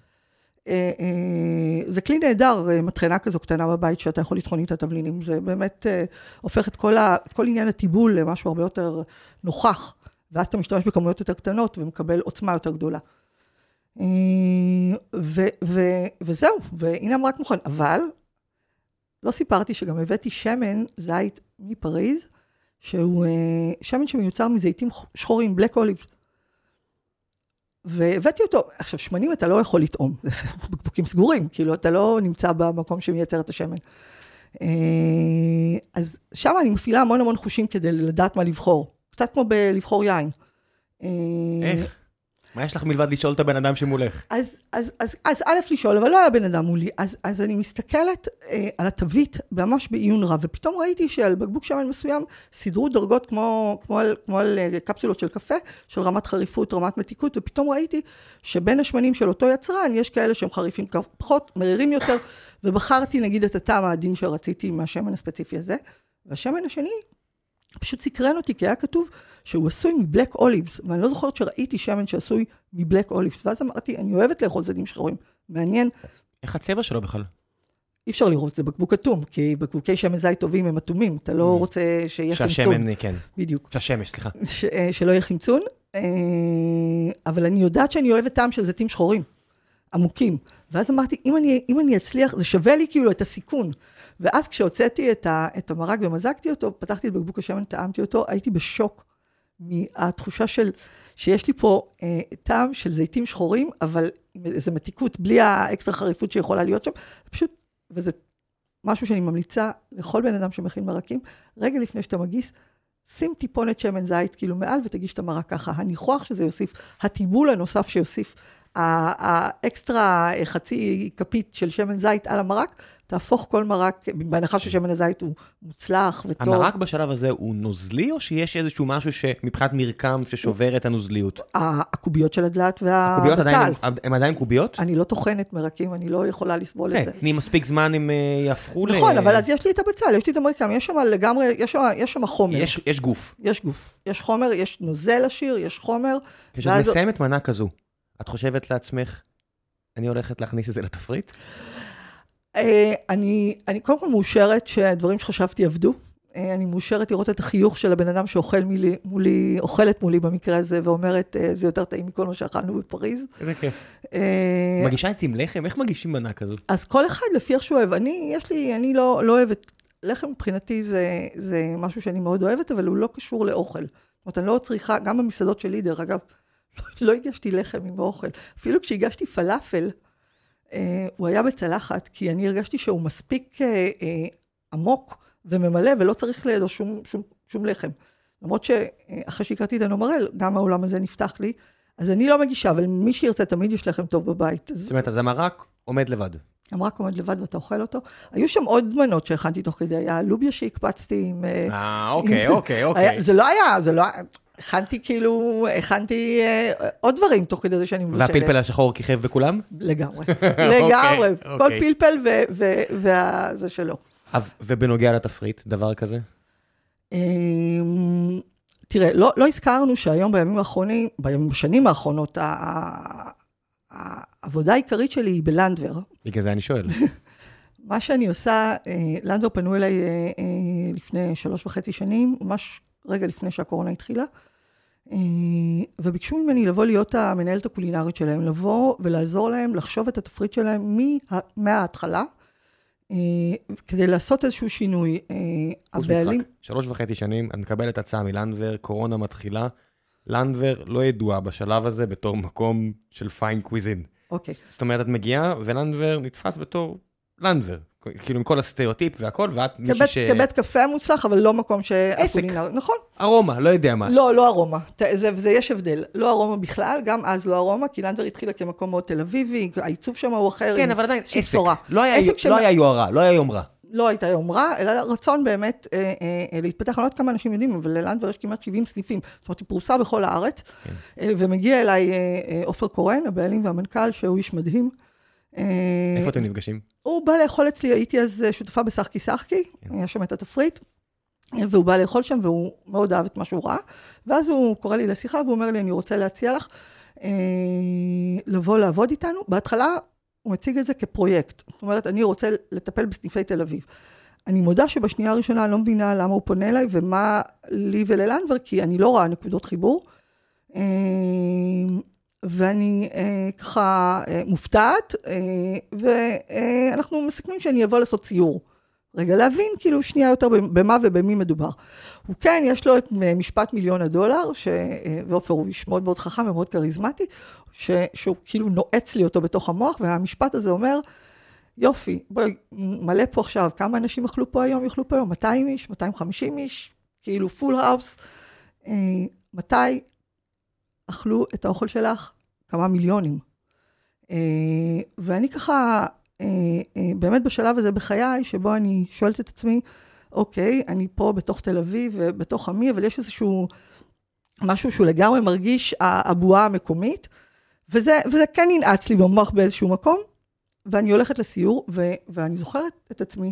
זה כלי נהדר, מטחנה כזו קטנה בבית, שאתה יכול לטחון את התבלינים. זה באמת הופך את כל עניין הטיבול למשהו הרבה יותר נוכח, ואז אתה משתמש בכמויות יותר קטנות, ומקבל עוצמה יותר גדולה. וזהו, והנה המרק מוכן. אבל לא סיפרתי שגם הבאתי שמן זית מפריז, שהוא שמן שמיוצר מזיתים שחורים, בלק אוליב. והבאתי אותו, עכשיו שמנים אתה לא יכול לטעום, זה בקבוקים סגורים, כאילו אתה לא נמצא במקום שמייצר את השמן. אז שם אני מפעילה המון חושים כדי לדעת מה לבחור, קצת כמו בלבחור יין. איך? מה יש לך מלבד לשאול את הבן אדם שמולך? אז א' לשאול, אבל לא היה בן אדם מולי, אז אני מסתכלת על התווית ממש בעיון רב, ופתאום ראיתי שעל בקבוק שמן מסוים, סידרו דרגות כמו על קפסולות של קפה, של רמת חריפות, רמת מתיקות, ופתאום ראיתי שבין השמנים של אותו יצרן, יש כאלה שהם חריפים פחות, מרירים יותר, ובחרתי נגיד את הטעם העדין שרציתי מהשמן הספציפי הזה, והשמן השני, פשוט סקרן אותי, כי היה כתוב שהוא עשוי מבלק אוליבס, ואני לא זוכרת שראיתי שמן שעשוי מבלק אוליבס, ואז אמרתי, אני אוהבת לאכול זיתים שחורים, מעניין. איך הצבע שלו בכלל? אי אפשר לראות, זה בקבוק אטום, כי בקבוקי שמן זית טובים הם אטומים, אתה לא רוצה שיהיה חמצון. שהשמן, כן. בדיוק. שהשמש, סליחה. שלא יהיה חמצון, אבל אני יודעת שאני אוהבת טעם של זיתים שחורים, עמוקים, ואז אמרתי, אם אני אצליח, זה שווה לי כאילו את הסיכון, ואז כשהוצאתי את המרק ומזגתי אותו, פתחתי את בקבוק השמן, טעמתי אותו, הייתי בשוק מהתחושה שיש לי פה טעם של זיתים שחורים, אבל זה מתיקות, בלי האקסטרה חריפות שיכולה להיות שם, פשוט, וזה משהו שאני ממליצה לכל בן אדם שמכין מרקים, רגע לפני שאתה מגיס, שים טיפונת שמן זית כאילו מעל ותגיש את המרק ככה, הניחוח שזה יוסיף, הטיבול הנוסף שיוסיף, האקסטרה חצי כפית של שמן זית על המרק, תהפוך כל מרק, בהנחה ששמן הזית הוא מוצלח וטוב. המרק בשלב הזה הוא נוזלי, או שיש איזשהו משהו שמבחינת מרקם ששובר את הנוזליות? הקוביות של הדלת והבצל. הקוביות הם עדיין קוביות? אני לא טוחנת מרקים, אני לא יכולה לסבול את זה. תני מספיק זמן הם יהפכו ל... נכון, אבל אז יש לי את הבצל, יש לי את המרקם, יש שם לגמרי, יש שם חומר. יש גוף. יש גוף, יש חומר, יש נוזל עשיר, יש חומר. כשאת מסיימת מנה כזו, את חושבת לעצמך, אני הולכת להכניס את זה לתפריט? אני קודם כל מאושרת שהדברים שחשבתי עבדו. אני מאושרת לראות את החיוך של הבן אדם שאוכל מולי, אוכלת מולי במקרה הזה, ואומרת, זה יותר טעים מכל מה שאכלנו בפריז. איזה כיף. מגישה את זה עם לחם? איך מגישים מנה כזו? אז כל אחד לפי איך שהוא אוהב. אני לא אוהבת, לחם מבחינתי זה משהו שאני מאוד אוהבת, אבל הוא לא קשור לאוכל. זאת אומרת, אני לא צריכה, גם במסעדות שלי, דרך אגב, לא הגשתי לחם עם האוכל. אפילו כשהגשתי פלאפל, הוא היה בצלחת, כי אני הרגשתי שהוא מספיק עמוק וממלא, ולא צריך לידו שום לחם. למרות שאחרי שהכרתי את הנומרל, גם העולם הזה נפתח לי, אז אני לא מגישה, אבל מי שירצה תמיד יש לחם טוב בבית. זאת אומרת, אז המרק עומד לבד. המרק עומד לבד ואתה אוכל אותו. היו שם עוד מנות שהכנתי תוך כדי, היה לוביה שהקפצתי עם... אוקיי. זה לא היה, הכנתי עוד דברים תוך כדי זה שאני מבשלת. והפלפל השחור כיכב בכולם? לגמרי. כל פלפל וזה שלו. ובנוגע לתפריט, דבר כזה? תראה, לא הזכרנו שהיום בשנים האחרונות, העבודה העיקרית שלי היא בלנדבר. בגלל זה אני שואל. מה שאני עושה, לנדבר פנו אליי לפני 3.5 שנים, ממש רגע לפני שהקורונה התחילה, וביקשו ממני לבוא להיות המנהלת הקולינרית שלהם, לבוא ולעזור להם לחשוב את התפריט שלהם מההתחלה, כדי לעשות איזשהו שינוי. הבעלים... 3.5 שנים, את מקבלת הצעה מלנדבר, קורונה מתחילה, לנדבר לא ידועה בשלב הזה בתור מקום של פיין קוויזין. אוקיי. זאת אומרת, את מגיעה ולנדבר נתפס בתור לנדבר. כאילו עם כל הסטריאוטיפ והכל, ואת מישהי ש... כבית קפה מוצלח, אבל לא מקום עסק. נכון. ארומה, לא יודע מה. לא ארומה. זה יש הבדל. לא ארומה בכלל, גם אז לא ארומה, כי לנדבר התחילה כמקום מאוד תל אביבי, העיצוב שם הוא אחר. כן, אבל עדיין, עסק. לא היה יוהרה, לא היה יומרה. לא הייתה יומרה, אלא רצון באמת להתפתח. אני לא יודעת כמה אנשים יודעים, אבל ללנדבר יש כמעט 70 סניפים. זאת אומרת, היא פרוסה בכל הארץ, ומגיע אליי עופר קורן, הבעלים והמנכ"ל, שהוא איש מדהים. איפה אתם נפגשים? הוא בא לאכול אצלי, הייתי אז שותפה בשחקי שחקי, היה שם את התפריט, והוא בא לאכול שם, והוא מאוד אהב את מה שהוא ראה, ואז הוא קורא לי לשיחה, והוא אומר לי, אני רוצה להציע לך לבוא לעבוד איתנו. בהתחלה הוא מציג את זה כפרויקט, זאת אומרת, אני רוצה לטפל בסניפי תל אביב. אני מודה שבשנייה הראשונה אני לא מבינה למה הוא פונה אליי, ומה לי וללנדבר, כי אני לא רואה נקודות חיבור, ואני ככה מופתעת, ואנחנו מסכמים שאני אבוא לעשות ציור. רגע, להבין כאילו שנייה יותר במה ובמי מדובר. הוא כן, יש לו את משפט $1,000,000, ועופר הוא איש מאוד מאוד חכם ומאוד קריזמטי, שהוא כאילו נועץ לי אותו בתוך המוח, והמשפט הזה אומר, יופי, בואי, מלא פה עכשיו, כמה אנשים יאכלו פה היום? 200 איש, 250 איש, כאילו פול האוס. מתי אכלו את האוכל שלך? כמה מיליונים. ואני ככה, באמת בשלב הזה בחיי, שבו אני שואלת את עצמי, אוקיי, אני פה בתוך תל אביב ובתוך עמי, אבל יש איזשהו משהו שהוא לגמרי מרגיש הבועה המקומית, וזה כן ינעץ לי במוח באיזשהו מקום, ואני הולכת לסיור, ואני זוכרת את עצמי,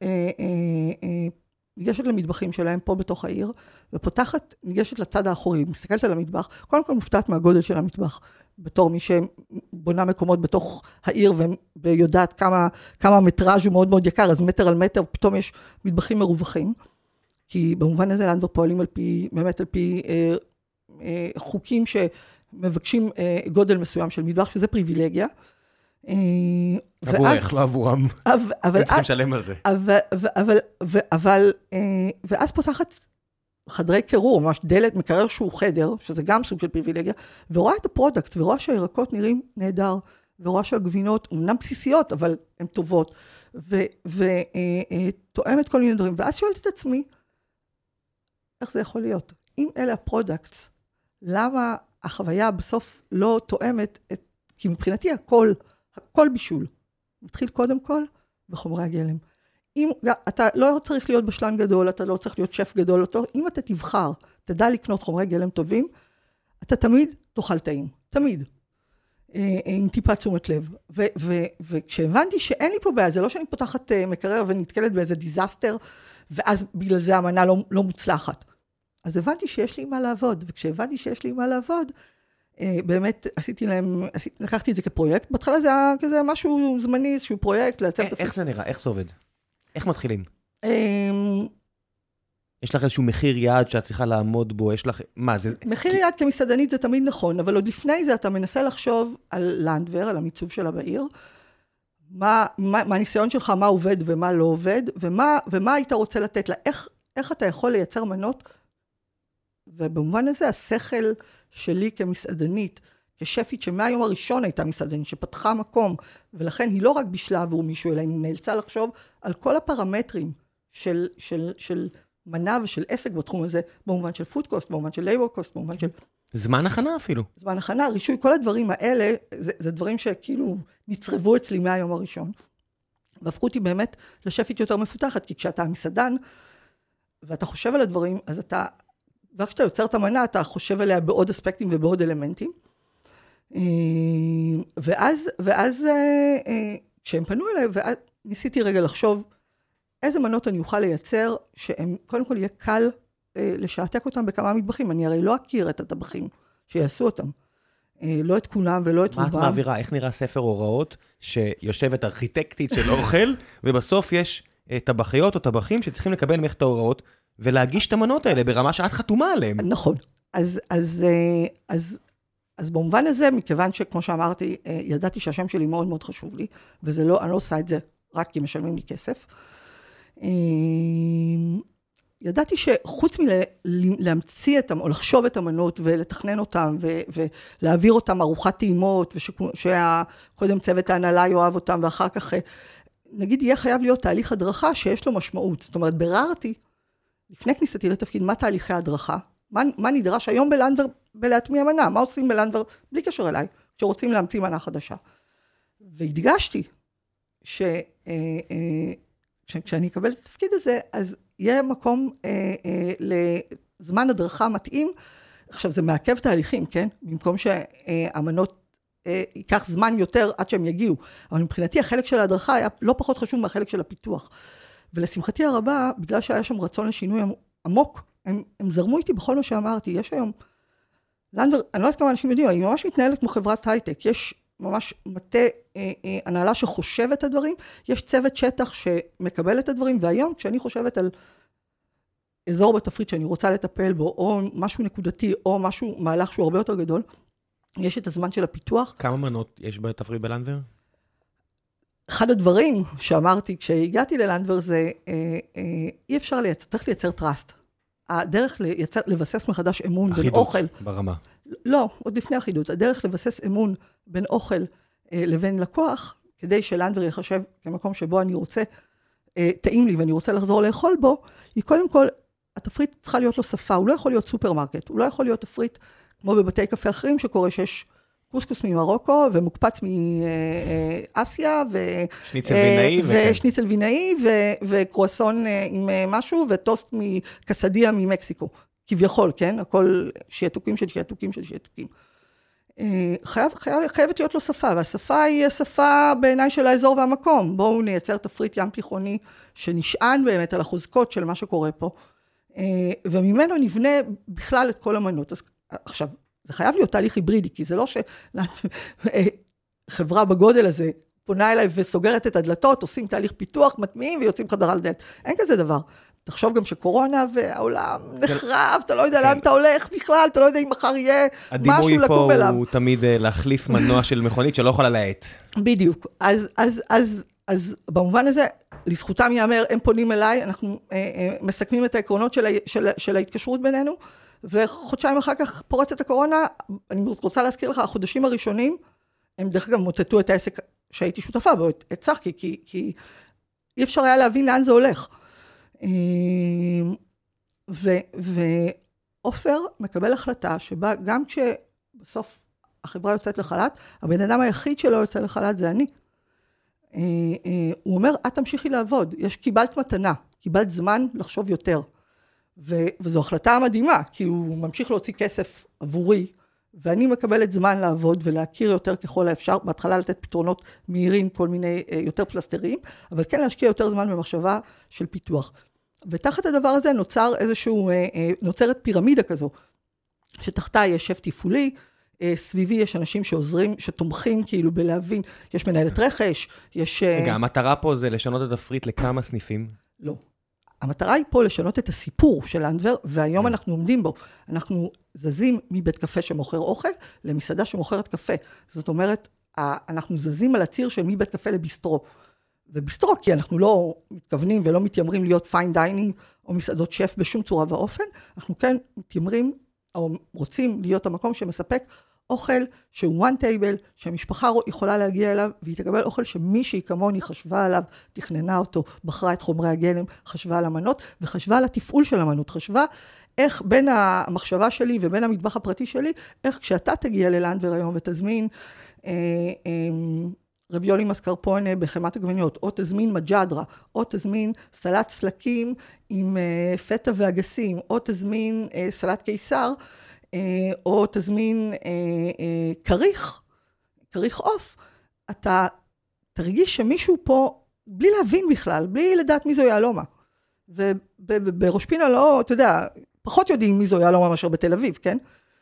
ניגשת למטבחים שלהם פה בתוך העיר, ופותחת, ניגשת לצד האחורי, מסתכלת על המטבח, קודם כל מופתעת מהגודל של המטבח, בתור מי שבונה מקומות בתוך העיר, ויודעת כמה מטראז' הוא מאוד מאוד יקר, אז מטר על מטר, פתאום יש מטבחים מרווחים, כי במובן הזה לנדבר פועלים באמת על פי חוקים שמבקשים גודל מסוים של מטבח, שזה פריבילגיה. עבורך, לא עבורם. הם צריכים לשלם על זה. ואז פותחת חדרי קירור, ממש דלת, מקרר שהוא חדר, שזה גם סוג של פריבילגיה, ורואה את הפרודקט, ורואה שהירקות נראים נהדר, ורואה שהגבינות, אמנם בסיסיות, אבל הן טובות, ותואמת כל מיני דברים. ואז שואלת את עצמי, איך זה יכול להיות? אם אלה הפרודקטס, למה החוויה בסוף לא תואמת את, כי מבחינתי הכל בישול. מתחיל קודם כל בחומרי הגלם. אתה לא צריך להיות בשלן גדול, אתה לא צריך להיות שף גדול, אם אתה תבחר, תדע לקנות חומרי גלם טובים, אתה תמיד תאכל טעים. תמיד. עם טיפה תשומת לב. וכשהבנתי שאין לי פה בעיה, זה לא שאני פותחת מקרר ונתקלת באיזה דיזסטר, ואז בגלל זה המנה לא מוצלחת. אז הבנתי שיש לי מה לעבוד, וכשהבנתי שיש לי מה לעבוד, באמת לקחתי את זה כפרויקט, בהתחלה זה היה כזה משהו זמני, איזשהו פרויקט, לעצב תפקיד. איך זה נראה? איך זה עובד? איך מתחילים? יש לך איזשהו מחיר יעד שאת צריכה לעמוד בו, יש לך, מה זה? מחיר יעד כמסעדנית זה תמיד נכון, אבל עוד לפני זה אתה מנסה לחשוב על לנדבר, על המיצוב שלה בעיר, מה הניסיון שלך, מה עובד ומה לא עובד, ומה היית רוצה לתת לה, איך אתה יכול לייצר מנות, ובמובן הזה השכל שלי כמסעדנית, כשפית שמהיום הראשון הייתה מסעדנית, שפתחה מקום, ולכן היא לא רק בשלה עבור מישהו, אלא היא נאלצה לחשוב על כל הפרמטרים של מנה ושל עסק בתחום הזה, במובן של food cost, במובן של labor cost, במובן של... זמן הכנה אפילו. זמן הכנה, רישוי, כל הדברים האלה, זה דברים שכאילו נצרבו אצלי מהיום הראשון. והפכו אותי באמת לשפית יותר מפותחת, כי כשאתה מסעדן, ואתה חושב על הדברים, אז אתה, וכשאתה יוצר את המנה, אתה חושב עליה בעוד אספקטים ובעוד אלמנטים. ואז כשהם פנו אליי, ניסיתי רגע לחשוב, איזה מנות אני אוכל לייצר, שהם קודם כל יהיה קל לשעתק אותם בכמה מטבחים. אני הרי לא אכיר את הטבחים שיעשו אותם. לא את כולם ולא את רובם. מה את מעבירה? איך נראה ספר הוראות שיושבת ארכיטקטית של אוכל, ובסוף יש טבחיות או טבחים שצריכים לקבל ממך את ההוראות, ולהגיש את המנות האלה ברמה שאת חתומה עליהם. נכון. אז במובן הזה, מכיוון שכמו שאמרתי, ידעתי שהשם שלי מאוד מאוד חשוב לי, וזה לא, אני לא עושה את זה רק כי משלמים לי כסף. ידעתי שחוץ מלהמציא או לחשוב את המנות ולתכנן אותם ולהעביר אותם ארוחת טעימות, ושקודם צוות ההנהלה יאהב אותם, ואחר כך, נגיד, יהיה חייב להיות תהליך הדרכה שיש לו משמעות. זאת אומרת, בררתי, לפני כניסתי לתפקיד, מה תהליכי הדרכה? מה נדרש היום בלנדבר בלהטמיע מנה? מה עושים בלנדבר בלי קשר אליי, שרוצים להמציא מנה חדשה? והדגשתי כשאני אקבל את התפקיד הזה, אז יהיה מקום לזמן הדרכה מתאים. עכשיו, זה מעכב תהליכים, כן? במקום שהמנות ייקח זמן יותר עד שהם יגיעו. אבל מבחינתי, החלק של ההדרכה היה לא פחות חשוב מהחלק של הפיתוח. ולשמחתי הרבה, בגלל שהיה שם רצון לשינוי עמוק, הם זרמו איתי בכל מה שאמרתי. יש היום, לנדבר, אני לא יודעת כמה אנשים יודעים, היא ממש מתנהלת כמו חברת הייטק. יש ממש מטה הנהלה שחושב את הדברים, יש צוות שטח שמקבל את הדברים, והיום כשאני חושבת על אזור בתפריט שאני רוצה לטפל בו, או משהו נקודתי, או משהו, מהלך שהוא הרבה יותר גדול, יש את הזמן של הפיתוח. כמה מנות יש בתפריט בלנדבר? אחד הדברים שאמרתי כשהגעתי ללנדבר זה, אי אפשר לייצר, צריך לייצר טראסט. הדרך לבסס מחדש אמון בין אוכל. אחידות ברמה. לא, עוד לפני אחידות. הדרך לבסס אמון בין אוכל לבין לקוח, כדי שלנדבר יחשב כמקום שבו אני רוצה, טעים לי ואני רוצה לחזור לאכול בו, היא קודם כל, התפריט צריכה להיות לו שפה, הוא לא יכול להיות סופרמרקט, הוא לא יכול להיות תפריט כמו בבתי קפה אחרים שקורה שיש קוסקוס ממרוקו ומוקפץ מאסיה ושניצל וינאי וקרואסון עם משהו וטוסט מקסדיה ממקסיקו. כביכול, כן? הכל שיתוקים של שיתוקים של שיתוקים. חייבת להיות לו שפה, והשפה היא השפה בעיניי של האזור והמקום. בואו נייצר תפריט ים תיכוני שנשען באמת על החוזקות של מה שקורה פה, וממנו נבנה בכלל את כל המנות. אז עכשיו, זה חייב להיות תהליך היברידי, כי זה לא שחברה בגודל הזה פונה אליי וסוגרת את הדלתות, עושים תהליך פיתוח, מטמיעים ויוצאים חדרה לדלת. אין כזה דבר. תחשוב גם שקורונה והעולם נחרב, אתה לא יודע לאן אתה הולך בכלל, אתה לא יודע אם מחר יהיה משהו לקום אליו. הדימוי פה הוא תמיד להחליף מנוע של מכונית שלא יכולה להאט. בדיוק. אז במובן הזה, לזכותם יאמר, הם פונים אליי, אנחנו מסכמים את העקרונות של ההתקשרות בינינו, וחודשיים אחר כך פורצת הקורונה, אני רוצה להזכיר לך, החודשים הראשונים, הם דרך אגב מוטטו את העסק שהייתי שותפה בו, את צחקי, כי אי אפשר היה להבין לאן זה הולך. ואופר מקבל החלטה שבה גם כשבסוף החברה יוצאת לחל"ת, הבן אדם היחיד שלא יוצא לחל"ת זה אני. הוא אומר, את תמשיכי לעבוד, קיבלת מתנה, קיבלת זמן לחשוב יותר. וזו החלטה מדהימה, כי הוא ממשיך להוציא כסף עבורי, ואני מקבלת זמן לעבוד ולהכיר יותר ככל האפשר, בהתחלה לתת פתרונות מהירים, כל מיני יותר פלסטריים, אבל כן להשקיע יותר זמן במחשבה של פיתוח. ותחת הדבר הזה נוצרת פירמידה כזו, שתחתה יש שף תפעולי, סביבי יש אנשים שעוזרים, שתומכים כאילו בלהבין, יש מנהלת רכש, יש... רגע, המטרה פה זה לשנות את התפריט לכמה סניפים? לא. המטרה היא פה לשנות את הסיפור של לנדבר, והיום אנחנו עומדים בו. אנחנו זזים מבית קפה שמוכר אוכל, למסעדה שמוכרת קפה. זאת אומרת, אנחנו זזים על הציר של מבית קפה לביסטרו. וביסטרו, כי אנחנו לא מתכוונים ולא מתיימרים להיות פיין דיינינג, או מסעדות שף בשום צורה ואופן, אנחנו כן מתיימרים, או רוצים להיות המקום שמספק אוכל שהוא one table, שהמשפחה יכולה להגיע אליו, והיא תקבל אוכל שמישהי כמוני חשבה עליו, תכננה אותו, בחרה את חומרי הגלם, חשבה על המנות, וחשבה על התפעול של המנות, חשבה איך בין המחשבה שלי ובין המטבח הפרטי שלי, איך כשאתה תגיע ללנדבר היום ותזמין רביולי מסקרפונה בחמת עגבניות, או תזמין מג'דרה, או תזמין סלט סלקים עם פטה ואגסים, או תזמין סלט קיסר, או תזמין כריך עוף, אתה תרגיש שמישהו פה, בלי להבין בכלל, בלי לדעת מי זו יהלומה. ובראש פינה לא, אתה יודע, פחות יודעים מי זו יהלומה מאשר בתל אביב, כן?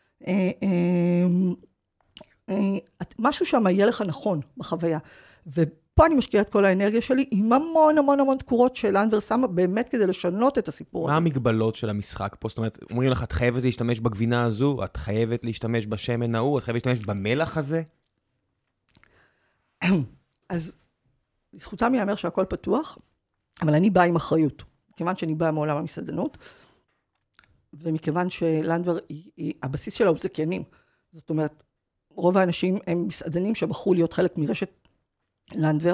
משהו שם יהיה לך נכון בחוויה. ופה אני משקיעה את כל האנרגיה שלי, עם המון המון המון תקורות של לנדבר שמה, באמת כדי לשנות את הסיפור הזה. מה המגבלות של המשחק פה? זאת אומרת, אומרים לך, את חייבת להשתמש בגבינה הזו, את חייבת להשתמש בשמן ההוא, את חייבת להשתמש במלח הזה? אז לזכותם יאמר שהכל פתוח, אבל אני באה עם אחריות. מכיוון שאני באה מעולם המסעדנות, ומכיוון שלנדבר, הבסיס שלה הוא זכיינים. זאת אומרת, רוב האנשים הם מסעדנים שבחרו להיות חלק מרשת לנדבר,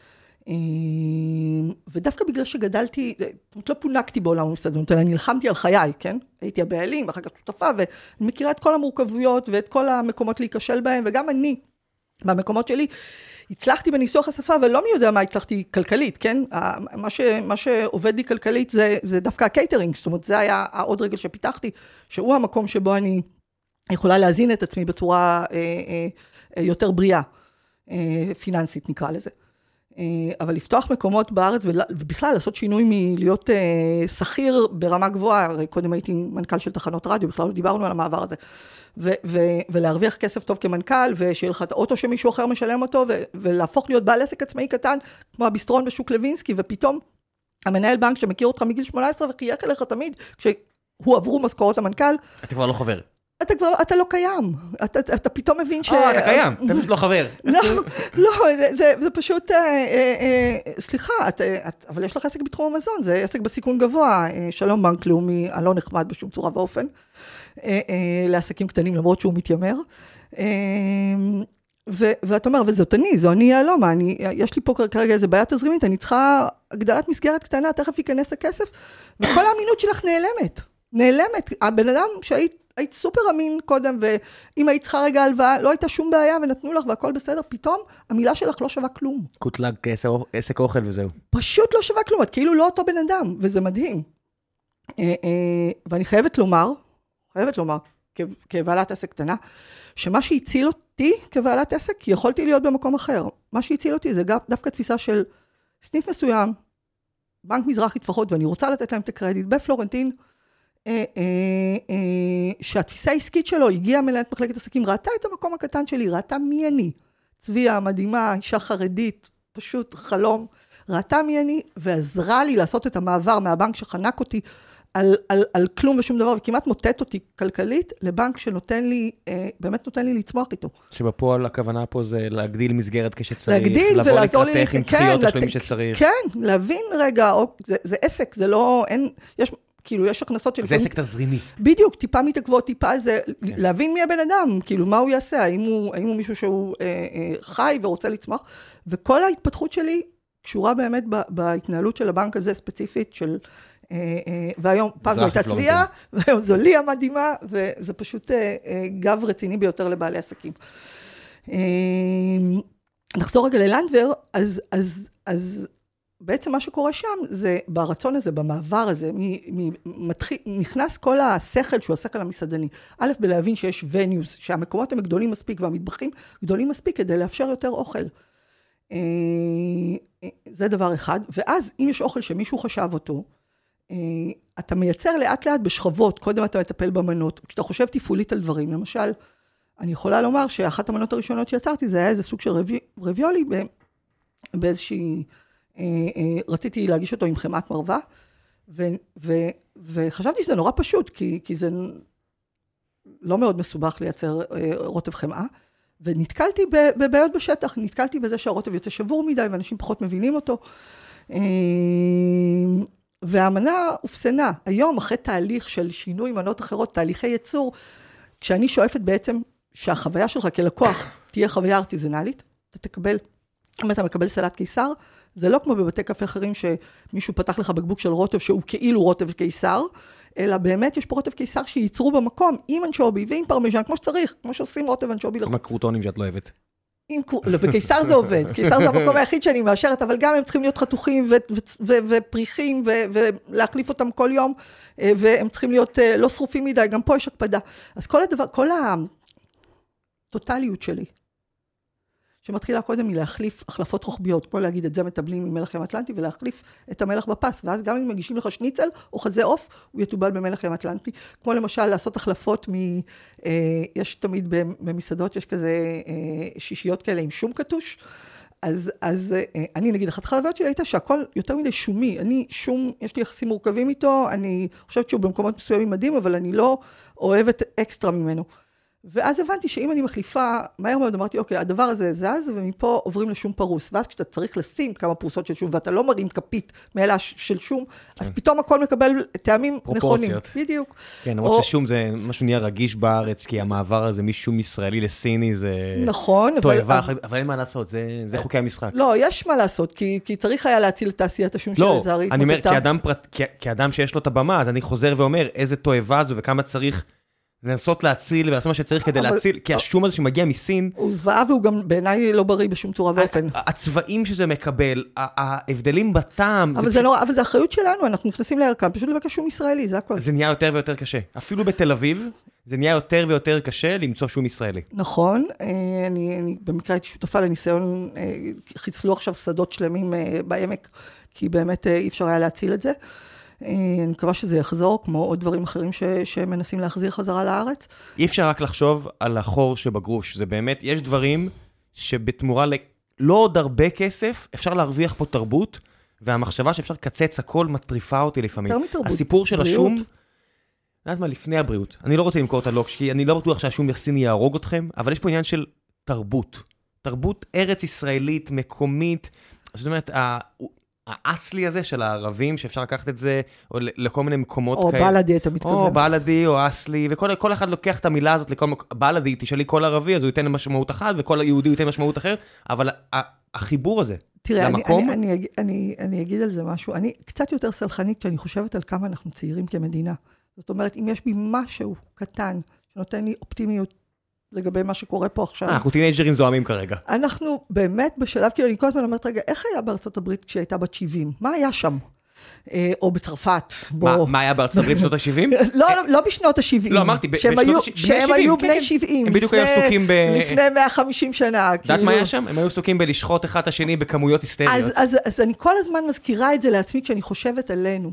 ודווקא בגלל שגדלתי, לא פונקתי בעולם המסעדנות, אלא נלחמתי על חיי, כן? הייתי הבעלים, ואחר כך שותפה, ואני מכירה את כל המורכבויות, ואת כל המקומות להיכשל בהם, וגם אני, במקומות שלי, הצלחתי בניסוח השפה, אבל לא מי יודע מה הצלחתי כלכלית, כן? מה שעובד לי כלכלית זה דווקא הקייטרינג, זאת אומרת, זה היה העוד רגל שפיתחתי, שהוא המקום שבו אני יכולה להזין את עצמי בצורה יותר בריאה, פיננסית נקרא לזה. אבל לפתוח מקומות בארץ, ובכלל לעשות שינוי מלהיות שכיר ברמה גבוהה, הרי קודם הייתי מנכ"ל של תחנות רדיו, בכלל לא דיברנו על המעבר הזה, ולהרוויח כסף טוב כמנכ"ל, ושיהיה לך את האוטו שמישהו אחר משלם אותו, ולהפוך להיות בעל עסק עצמאי קטן, כמו הביסטרון בשוק לוינסקי, ופתאום המנהל בנק שמכיר אותך מגיל 18, וחייך אליך תמיד, כשהוא עברו משכורות המנכ"ל. אתה כבר לא חבר. אתה לא קיים, אתה פתאום מבין אתה קיים, אתה פשוט לא חבר. לא, זה פשוט, סליחה, אבל יש לך עסק בתחום המזון, זה עסק בסיכון גבוה, שלום בנק לאומי, לא נחמד בשום צורה ואופן, לעסקים קטנים למרות שהוא מתיימר, ואתה אומר, וזאת זו אני יהלומה, יש לי פה כרגע איזה בעיה תזרימית, אני צריכה הגדלת מסגרת קטנה, תכף ייכנס הכסף, וכל האמינות שלך נעלמת, הבן אדם היית סופר אמין קודם, ואם היית צריכה רגע הלוואה, לא הייתה שום בעיה, ונתנו לך והכל בסדר, פתאום המילה שלך לא שווה כלום. קוטלג עסק אוכל וזהו. פשוט לא שווה כלום, את כאילו לא אותו בן אדם, וזה מדהים. ואני חייבת לומר, כבעלת עסק קטנה, שמה שהציל אותי כבעלת עסק, יכולתי להיות במקום אחר. מה שהציל אותי זה דווקא תפיסה של סניף מסוים, בנק מזרחי טפחות, ואני רוצה לתת להם את הקרדיט, בפלורנטין, שהתפיסה העסקית שלו, הגיעה מנהלת מחלקת עסקים, ראתה את המקום הקטן שלי, ראתה מי אני, צביה, מדהימה, אישה חרדית, פשוט חלום, ראתה מי אני, ועזרה לי לעשות את המעבר מהבנק שחנק אותי על כלום ושום דבר, וכמעט מוטט אותי כלכלית, לבנק שנותן לי, באמת נותן לי לצמוח איתו. שבפועל הכוונה פה זה להגדיל מסגרת כשצריך, להגדיל ולעזור לי, לבוא לקראתך עם דחיות תשלומים שצריך. כן, להבין רגע, זה עסק, זה לא, כאילו יש הכנסות של... זה עסק תזרימי. בדיוק, טיפה מתעכבות, טיפה זה, להבין מי הבן אדם, כאילו מה הוא יעשה, האם הוא מישהו שהוא חי ורוצה לצמוח, וכל ההתפתחות שלי קשורה באמת בהתנהלות של הבנק הזה ספציפית של, והיום פעם זו הייתה צביה, והיום זו לי המדהימה, וזה פשוט גב רציני ביותר לבעלי עסקים. נחזור רגע ללנדבר, אז בעצם מה שקורה שם, זה ברצון הזה, במעבר הזה, נכנס כל השכל שהוא השכל המסעדני. א', בלהבין שיש וניוז, שהמקומות הם גדולים מספיק, והמטבחים גדולים מספיק כדי לאפשר יותר אוכל. זה דבר אחד. ואז, אם יש אוכל שמישהו חשב אותו, אתה מייצר לאט לאט בשכבות, קודם אתה מטפל במנות, כשאתה חושב תפעולית על דברים. למשל, אני יכולה לומר שאחת המנות הראשונות שיצרתי, זה היה איזה סוג של רביולי, באיזושהי... רציתי להגיש אותו עם חמת מרווה, וחשבתי שזה נורא פשוט, כי זה לא מאוד מסובך לייצר רוטב חמאה, ונתקלתי בבעיות בשטח, נתקלתי בזה שהרוטב יוצא שבור מדי, ואנשים פחות מבינים אותו, והמנה הופסנה. היום, אחרי תהליך של שינוי מנות אחרות, תהליכי ייצור, כשאני שואפת בעצם שהחוויה שלך כלקוח תהיה חוויה ארטיזנלית, אתה תקבל, אם אתה מקבל סלט קיסר, זה לא כמו בבתי קפה אחרים שמישהו פתח לך בקבוק של רוטב שהוא כאילו רוטב קיסר, אלא באמת יש פה רוטב קיסר שייצרו במקום עם אנשובי ועם פרמיז'ן, כמו שצריך, כמו שעושים רוטב אנשובי. עם הקרוטונים שאת לא אוהבת. בקיסר זה עובד, קיסר זה המקום היחיד שאני מאשרת, אבל גם הם צריכים להיות חתוכים ופריחים ולהחליף אותם כל יום, והם צריכים להיות לא שרופים מדי, גם פה יש הקפדה. אז כל הדבר, כל הטוטליות שלי, שמתחילה קודם מלהחליף החלפות רוחביות, כמו להגיד את זה מטבלים עם מלח ים אטלנטי, ולהחליף את המלח בפס, ואז גם אם מגישים לך שניצל או חזה עוף, הוא יטובל במלח ים אטלנטי, כמו למשל לעשות החלפות יש תמיד במסעדות, יש כזה שישיות כאלה עם שום קטוש, אז אני נגיד, אחת החלפות שלי הייתה שהכל יותר מדי שומי, שום, יש לי יחסים מורכבים איתו, אני חושבת שהוא במקומות מסוימים מדהים, אבל אני לא אוהבת אקסטרה ממנו. ואז הבנתי שאם אני מחליפה, מהר מאוד אמרתי, אוקיי, הדבר הזה זז, ומפה עוברים לשום פרוס. ואז כשאתה צריך לשים כמה פרוסות של שום, ואתה לא מרים כפית מאלה של שום, אז פתאום הכל מקבל טעמים נכונים. בדיוק. כן, למרות ששום זה משהו נהיה רגיש בארץ, כי המעבר הזה משום ישראלי לסיני זה... נכון, אבל אין מה לעשות, זה חוקי המשחק. לא, יש מה לעשות, כי צריך היה להציל את תעשיית השום של לצערי. לא, אני אומר, כאדם שיש לו את הבמה, אז אני חוזר ואומר, איזה תועבה זו וכמה צריך לנסות להציל ולעשות מה שצריך כדי להציל, כי השום הזה שמגיע מסין... הוא זוועה והוא גם בעיניי לא בריא בשום צורה ואופן. הצבעים שזה מקבל, ההבדלים בטעם... אבל זה אחריות שלנו, אנחנו נכנסים לערכם, פשוט לבקש שום ישראלי, זה הכל. זה נהיה יותר ויותר קשה. אפילו בתל אביב, זה נהיה יותר ויותר קשה למצוא שום ישראלי. נכון, אני במקרה הייתי שותפה לניסיון, חיסלו עכשיו שדות שלמים בעמק, כי באמת אי אפשר היה להציל את זה. אני מקווה שזה יחזור, כמו עוד דברים אחרים שמנסים להחזיר חזרה לארץ. אי אפשר רק לחשוב על החור שבגרוש. זה באמת, יש דברים שבתמורה לא עוד הרבה כסף, אפשר להרוויח פה תרבות, והמחשבה שאפשר לקצץ הכל מטריפה אותי לפעמים. יותר מתרבות. הסיפור של השום, אני יודעת מה, לפני הבריאות. אני לא רוצה למכור את הלוקש, כי אני לא בטוח שהשום יחסיני יהרוג אתכם, אבל יש פה עניין של תרבות. תרבות ארץ ישראלית, מקומית. זאת אומרת, האסלי הזה של הערבים, שאפשר לקחת את זה, או לכל מיני מקומות כאלה. או בלדי, אתה מתכוון. או בלדי, או אסלי, וכל אחד לוקח את המילה הזאת, בלדי, תשאלי כל ערבי, אז הוא ייתן משמעות אחת, וכל יהודי ייתן משמעות אחר, אבל החיבור הזה, למקום... תראה, אני אגיד על זה משהו, אני קצת יותר סלחנית, כי אני חושבת על כמה אנחנו צעירים כמדינה. זאת אומרת, אם יש בי משהו קטן, שנותן לי אופטימיות, לגבי מה שקורה פה עכשיו. אנחנו טינג'רים זוהמים כרגע. אנחנו באמת בשלב, כאילו אני כל הזמן אומרת, רגע, איך היה בארצות הברית כשהייתה בת 70? מה היה שם? או בצרפת. מה היה בארצות הברית בשנות ה-70? לא בשנות ה-70. לא, אמרתי, שהם היו בני 70. הם בדיוק היו עסוקים לפני 150 שנה. יודעת מה היה שם? הם היו עסוקים בלשחוט אחד את השני בכמויות היסטריות. אז אני כל הזמן מזכירה את זה לעצמי כשאני חושבת עלינו.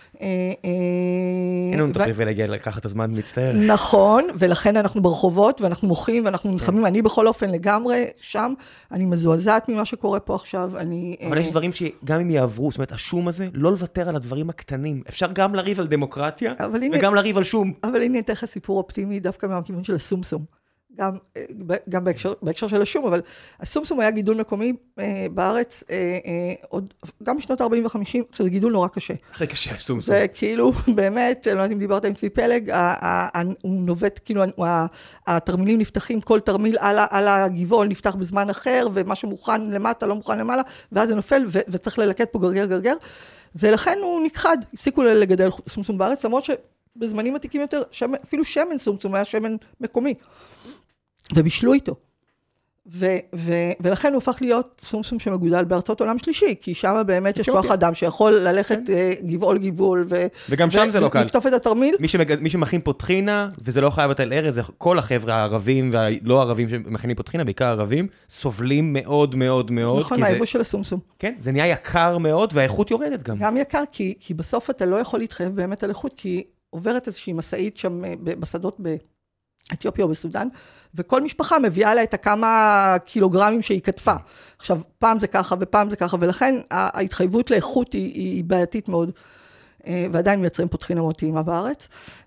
אין לנו את הפריבילגיה לקחת את הזמן מצטער. נכון, ולכן אנחנו ברחובות, ואנחנו מוחים, ואנחנו נלחמים, אני בכל אופן לגמרי שם, אני מזועזעת ממה שקורה פה עכשיו, אבל יש דברים שגם אם יעברו, זאת אומרת, השום הזה, לא לוותר על הדברים הקטנים. אפשר גם לריב על דמוקרטיה, וגם לריב על שום. אבל הנה אתן לך סיפור אופטימי, דווקא מהכיוון של הסומסום. גם בהקשר של השום, אבל הסומסום היה גידול מקומי בארץ, גם בשנות ה-40 ו-50, זה גידול נורא קשה. הכי קשה, הסומסום. זה כאילו, באמת, לא יודעת אם דיברת עם צבי פלג, הוא נובט, כאילו, התרמילים נפתחים, כל תרמיל על הגבעול נפתח בזמן אחר, ומה שמוכן למטה, לא מוכן למעלה, ואז זה נופל, וצריך ללקט פה גרגר, ולכן הוא נכחד, הפסיקו לגדל סומסום בארץ, למרות שבזמנים עתיקים יותר, אפילו שמן סומסום היה שמן מקומי. ובישלו איתו. ולכן הוא הפך להיות סומסום שמגודל בארצות עולם שלישי, כי שם באמת יש כוח אדם שיכול ללכת גבעול, וגם שם זה לא קל. ולפתוף את התרמיל. מי שמכין פה טחינה, וזה לא חייב בתל ארץ, זה כל החבר'ה הערבים והלא ערבים שמכינים פה טחינה, בעיקר ערבים, סובלים מאוד מאוד מאוד. נכון, האיבוש של הסומסום. כן, זה נהיה יקר מאוד, והאיכות יורדת גם. גם יקר, כי בסוף אתה לא יכול להתחייב באמת על איכות, כי עוברת איזושהי מסעית שם בשדות באתיופיה או בסודן, וכל משפחה מביאה לה את הכמה קילוגרמים שהיא כתפה. עכשיו, פעם זה ככה ופעם זה ככה, ולכן ההתחייבות לאיכות היא בעייתית מאוד, ועדיין מייצרים פה טחינה מאוד טעימה בארץ.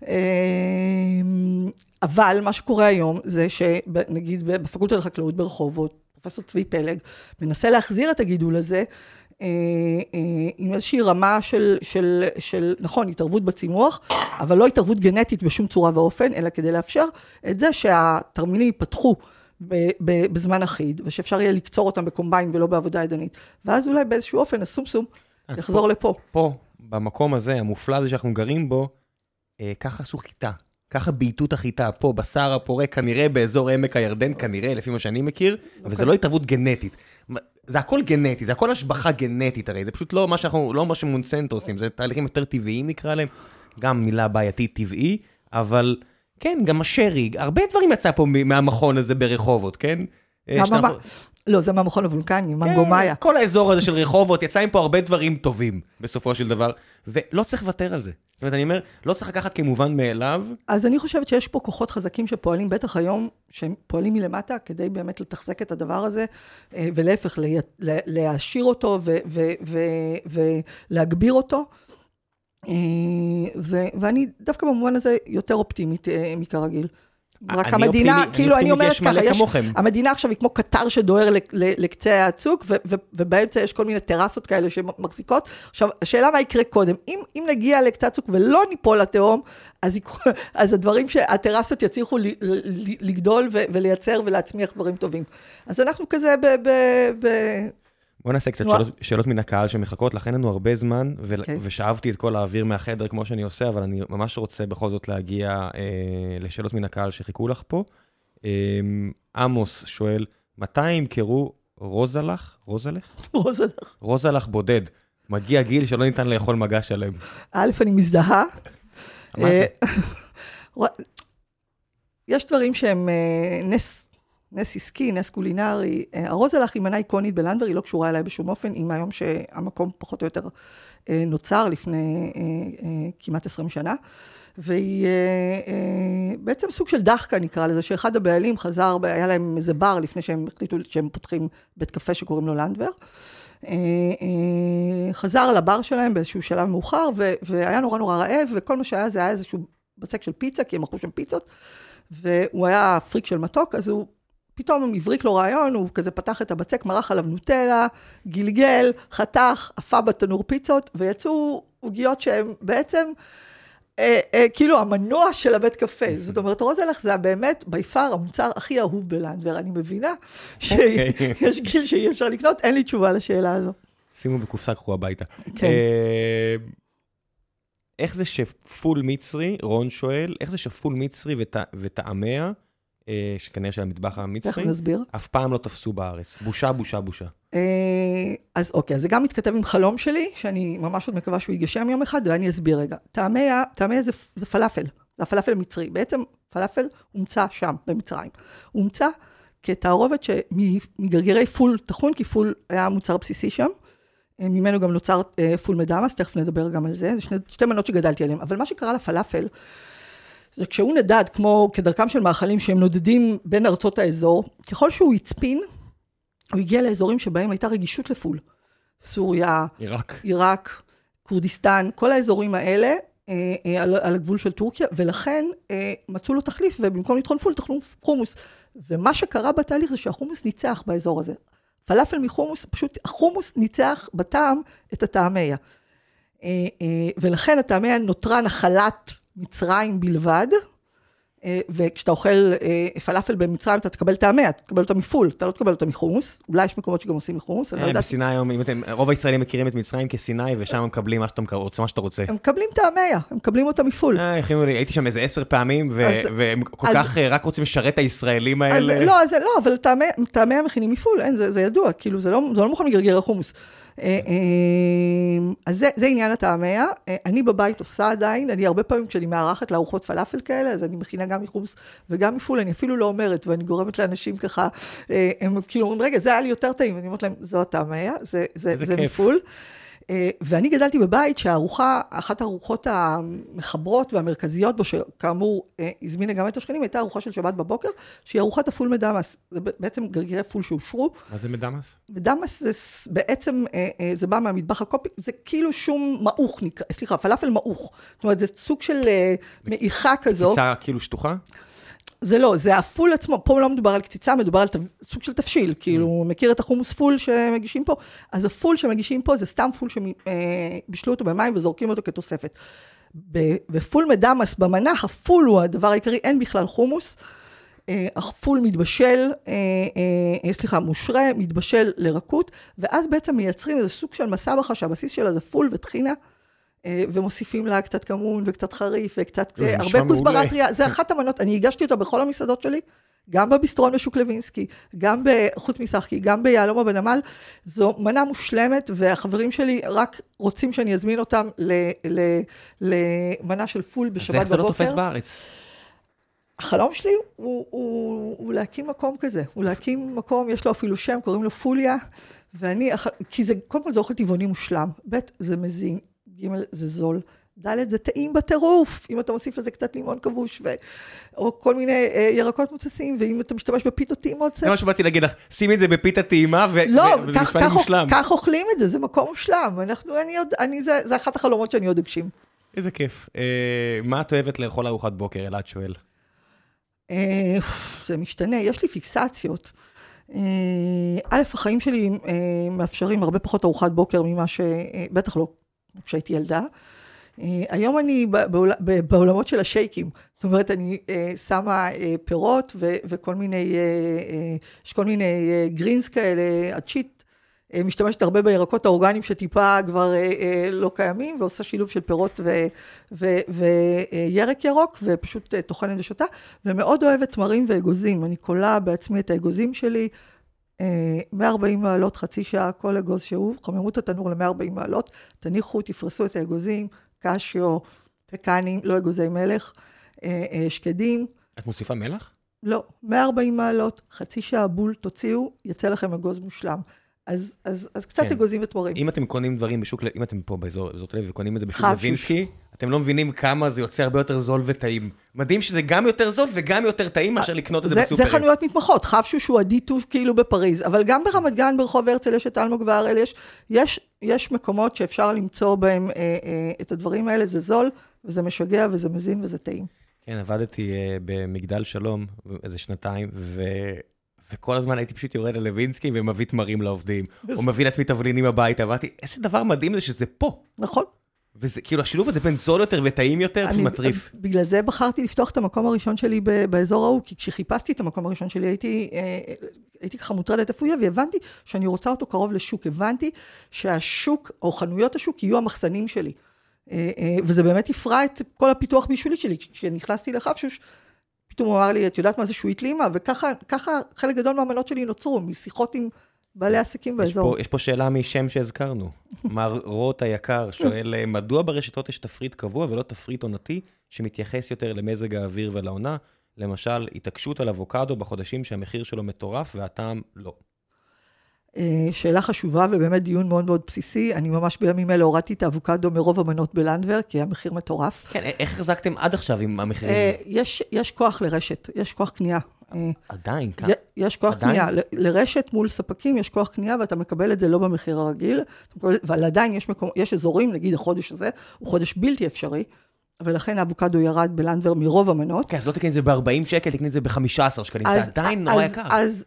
אבל מה שקורה היום זה שנגיד בפקולטה לחקלאות ברחובות, פרופסור צבי פלג, מנסה להחזיר את הגידול הזה, עם איזושהי רמה של, נכון, התערבות בצימוח, אבל לא התערבות גנטית בשום צורה ואופן, אלא כדי לאפשר את זה שהתרמילים ייפתחו בזמן אחיד, ושאפשר יהיה לקצור אותם בקומביין ולא בעבודה ידנית. ואז אולי באיזשהו אופן, הסומסום יחזור לפה. פה, במקום הזה, המופלא הזה שאנחנו גרים בו, ככה עשו חיטה. ככה בעיטו את החיטה פה, בשר הפורה, כנראה באזור עמק הירדן, כנראה, לפי מה שאני מכיר, אבל זה לא התערבות גנטית. זה הכל גנטי, זה הכל השבחה גנטית הרי, זה פשוט לא מה שאנחנו, לא מה שמונסנטו עושים, זה תהליכים יותר טבעיים נקרא להם, גם מילה בעייתית טבעי, אבל כן, גם השרי, הרבה דברים יצא פה מהמכון הזה ברחובות, כן? לא, זה מהמכון הוולקני, מנגומיה. כל האזור הזה של רחובות, יצא עם פה הרבה דברים טובים, בסופו של דבר, ולא צריך לוותר על זה. זאת אומרת, אני אומר, לא צריך לקחת כמובן מאליו. אז אני חושבת שיש פה כוחות חזקים שפועלים בטח היום, שהם פועלים מלמטה, כדי באמת לתחזק את הדבר הזה, ולהפך, להשאיר אותו ולהגביר אותו. ואני דווקא במובן הזה יותר אופטימית מכרגיל. רק המדינה, כאילו אני אומרת ככה, המדינה עכשיו היא כמו קטר שדוהר לקצה הצוק, ובאמצע יש כל מיני טרסות כאלה שמחזיקות. עכשיו, השאלה מה יקרה קודם, אם נגיע לקצה הצוק ולא ניפול לתהום, אז הדברים שהטרסות יצליחו לגדול ולייצר ולהצמיח דברים טובים. אז אנחנו כזה בוא נעשה קצת שאלות מן הקהל שמחכות, לכן לנו הרבה זמן, ושאבתי את כל האוויר מהחדר כמו שאני עושה, אבל אני ממש רוצה בכל זאת להגיע לשאלות מן הקהל שחיכו לך פה. עמוס שואל, מתי ימכרו רוזלך? רוזלך בודד. מגיע גיל שלא ניתן לאכול מגע שלם. א', אני מזדהה. מה זה? יש דברים שהם נס עסקי, נס קולינרי. הרוזלך היא מנה איקונית בלנדבר, היא לא קשורה אליי בשום אופן, היא מהיום שהמקום פחות או יותר נוצר לפני כמעט 20 שנה, והיא בעצם סוג של דחקה נקרא לזה, שאחד הבעלים חזר, היה להם איזה בר לפני שהם החליטו שהם פותחים בית קפה שקוראים לו לנדבר, חזר לבר שלהם באיזשהו שלב מאוחר, והיה נורא נורא רעב, וכל מה שהיה זה היה איזשהו בצק של פיצה, כי הם אכלו שם פיצות, והוא היה פריק של מתוק, אז הוא פתאום הבריק לו רעיון, הוא כזה פתח את הבצק, מרח עליו נוטלה, גלגל, חתך, עפה בתנור פיצות, ויצאו עוגיות שהן בעצם כאילו המנוע של הבית קפה. זאת אומרת, רוזלך זה באמת ביפר המוצר הכי אהוב בלנדבר. אני מבינה שיש גיל שאי אפשר לקנות, אין לי תשובה לשאלה הזו. שימו בקופסה, קחו הביתה. איך זה שפול מצרי, רון שואל, איך זה שפול מצרי וטעמיה, שכנראה של המטבח המצרי, אף פעם לא תפסו בארץ. בושה, בושה, בושה. אז אוקיי, זה גם מתכתב עם חלום שלי, שאני ממש עוד מקווה שהוא יגשם יום אחד, ואני אסביר רגע. טעמיה זה פלאפל, זה הפלאפל המצרי. בעצם פלאפל הומצא שם, במצרים. הוא הומצא כתערובת שמגרגירי פול תחון, כי פול היה מוצר בסיסי שם, ממנו גם נוצר פול מדמס, תכף נדבר גם על זה, זה שתי מנות שגדלתי עליהן. אבל מה שקרה לפלאפל, זה כשהוא נדד, כמו כדרכם של מאכלים שהם נודדים בין ארצות האזור, ככל שהוא הצפין, הוא הגיע לאזורים שבהם הייתה רגישות לפול. סוריה, עיראק, קורדיסטן, כל האזורים האלה על הגבול של טורקיה, ולכן מצאו לו תחליף, ובמקום לטחון פול, תחלו חומוס. ומה שקרה בתהליך זה שהחומוס ניצח באזור הזה. פלאפל מחומוס, פשוט החומוס ניצח בטעם את הטעמיה. ולכן הטעמיה נותרה נחלת מצרים בלבד, וכשאתה אוכל פלאפל במצרים, אתה תקבל טעמיה, אתה תקבל אותה מפול, אתה לא תקבל אותה מחומוס, אולי יש מקומות שגם עושים מחומוס, אני לא יודעת. בסיני היום, רוב הישראלים מכירים את מצרים כסיני, ושם הם מקבלים מה שאתה רוצה. הם מקבלים טעמיה, הם מקבלים אותה מפול. הייתי שם איזה 10 פעמים, והם כל כך רק רוצים לשרת את הישראלים האלה. לא, אבל טעמיה מכינים מפול, זה ידוע, כאילו זה לא מוכן לגרגר החומוס. אז זה עניין הטעמיה. אני בבית עושה עדיין, אני הרבה פעמים כשאני מארחת לארוחות פלאפל כאלה, אז אני מכינה גם מחומוס וגם מפול, אני אפילו לא אומרת, ואני גורמת לאנשים ככה, הם כאילו אומרים, רגע, זה היה לי יותר טעים, ואני אומרת להם, זו הטעמיה, זה מפול. ואני גדלתי בבית שהארוחה, אחת הארוחות המחברות והמרכזיות בו, שכאמור הזמינה גם את השכנים, הייתה ארוחה של שבת בבוקר, שהיא ארוחת הפול מדמס. זה בעצם גרגירי פול שאושרו. מה זה מדמס? מדמס זה בעצם, זה בא מהמטבח הקופי, זה כאילו שום מעוך, סליחה, פלאפל מעוך. זאת אומרת, זה סוג של מעיכה כזו. קציצה כאילו שטוחה? זה לא, זה הפול עצמו, פה לא מדובר על קציצה, מדובר על סוג של תפשיל, כאילו, מכיר את החומוס פול שמגישים פה? אז הפול שמגישים פה זה סתם פול שבישלו אותו במים וזורקים אותו כתוספת. בפול מדמס במנה, הפול הוא הדבר העיקרי, אין בכלל חומוס, הפול מתבשל, מושרה, מתבשל לרקות, ואז בעצם מייצרים איזה סוג של מסבכה, שהבסיס שלה זה פול וטחינה, ומוסיפים לה קצת כמון וקצת חריף וקצת הרבה כוסברה. זה אחת המנות, אני הגשתי אותה בכל המסעדות שלי, גם בביסטרון בשוק לוינסקי, גם בחוץ מסחקי, גם ביהלומה בנמל, זו מנה מושלמת, והחברים שלי רק רוצים שאני אזמין אותם למנה של פול בשבת בבוקר. אז איך זה לא תופס בארץ? החלום שלי הוא להקים מקום כזה, הוא להקים מקום, יש לו אפילו שם, קוראים לו פוליה, כי זה, קודם כל זה אוכל טבעוני מושלם, ב' זה מזין, ג' זה זול, ד' זה טעים בטירוף, אם אתה מוסיף לזה קצת לימון כבוש, או כל מיני ירקות מוצסים, ואם אתה משתמש בפיתות טעימות, זה מה שבאתי להגיד לך, שימי את זה בפיתה טעימה, וזה נשמע לי מושלם. כך אוכלים את זה, זה מקום מושלם, זה אחת החלומות שאני עוד אגשים. איזה כיף. מה את אוהבת לאכול ארוחת בוקר, אלעד שואל? זה משתנה, יש לי פיקסציות. החיים שלי מאפשרים הרבה פחות ארוחת בוקר ממה בטח לא כשהייתי ילדה. היום אני בעולמות של השייקים, זאת אומרת, אני שמה פירות וכל מיני, יש כל מיני גרינס כאלה, הצ'יט, משתמשת הרבה בירקות האורגניים שטיפה כבר לא קיימים, ועושה שילוב של פירות וירק ירוק, ופשוט טוחנת ושותה, ומאוד אוהבת תמרים ואגוזים. אני קולה בעצמי את האגוזים שלי, 140 מעלות, חצי שעה, כל אגוז שהוא, חממו את התנור ל-140 מעלות, תניחו, תפרסו את האגוזים, קשיו, פקנים, לא אגוזי מלך, שקדים. את מוסיפה מלח? לא, 140 מעלות, חצי שעה בול, תוציאו, יצא לכם אגוז מושלם. אז קצת אגוזים ותמרים. אם אתם קונים דברים בשוק, אם אתם פה באזור תל אביב וקונים את זה בשוק לוינסקי, אתם לא מבינים כמה זה יוצא הרבה יותר זול וטעים. מדהים שזה גם יותר זול וגם יותר טעים מאשר לקנות את זה בסופרים. זה חנויות מתמחות, חפשוש הוא עדיטו כאילו בפריז, אבל גם ברמת גן, ברחוב הרצל, יש את אלמוג והראל, יש מקומות שאפשר למצוא בהם את הדברים האלה, זה זול, וזה משגע, וזה מזין, וזה טעים. כן, עבדתי במגדל שלום איזה שנתיים, וכל הזמן הייתי פשוט יורד ללווינסקי ומביא תמרים לעובדים, או מביא לעצמי תבלינים הביתה, ואמרתי, איזה דבר מדהים זה שזה פה. נכון. וזה כאילו השילוב הזה בין זול יותר וטעים יותר, מטריף. בגלל זה בחרתי לפתוח את המקום הראשון שלי באזור ההוא, כי כשחיפשתי את המקום הראשון שלי, הייתי ככה מוטרדת איפה הוא יהיה, והבנתי שאני רוצה אותו קרוב לשוק, הבנתי שהשוק, או חנויות השוק, יהיו המחסנים שלי. וזה באמת יפרע את כל הפיתוח בישולי שלי. כשנכנסתי לחפשוש, פתאום הוא אמר לי, את יודעת מה זה שועית לימה? וככה חלק גדול מהמנות שלי נוצרו, משיחות עם בעלי עסקים באזור. יש פה שאלה משם שהזכרנו. מר רוט היקר שואל, מדוע ברשתות יש תפריט קבוע ולא תפריט עונתי, שמתייחס יותר למזג האוויר ולעונה? למשל, התעקשות על אבוקדו בחודשים שהמחיר שלו מטורף, והטעם לא. שאלה חשובה ובאמת דיון מאוד מאוד בסיסי. אני ממש בימים אלה הורדתי את האבוקדו מרוב המנות בלנדבר, כי המחיר מטורף. כן, איך החזקתם עד עכשיו עם המחירים? יש כוח לרשת, יש כוח קנייה. עדיין, יש כוח קנייה. לרשת מול ספקים יש כוח קנייה, ואתה מקבל את זה לא במחיר הרגיל, אבל עדיין יש אזורים, נגיד החודש הזה, הוא חודש בלתי אפשרי, ולכן האבוקדו ירד בלנדבר מרוב המנות. כן, אז לא תקני את זה ב-40 שקל, תקני את זה ב-15 שקלים, זה עדיין נורא יקר. אז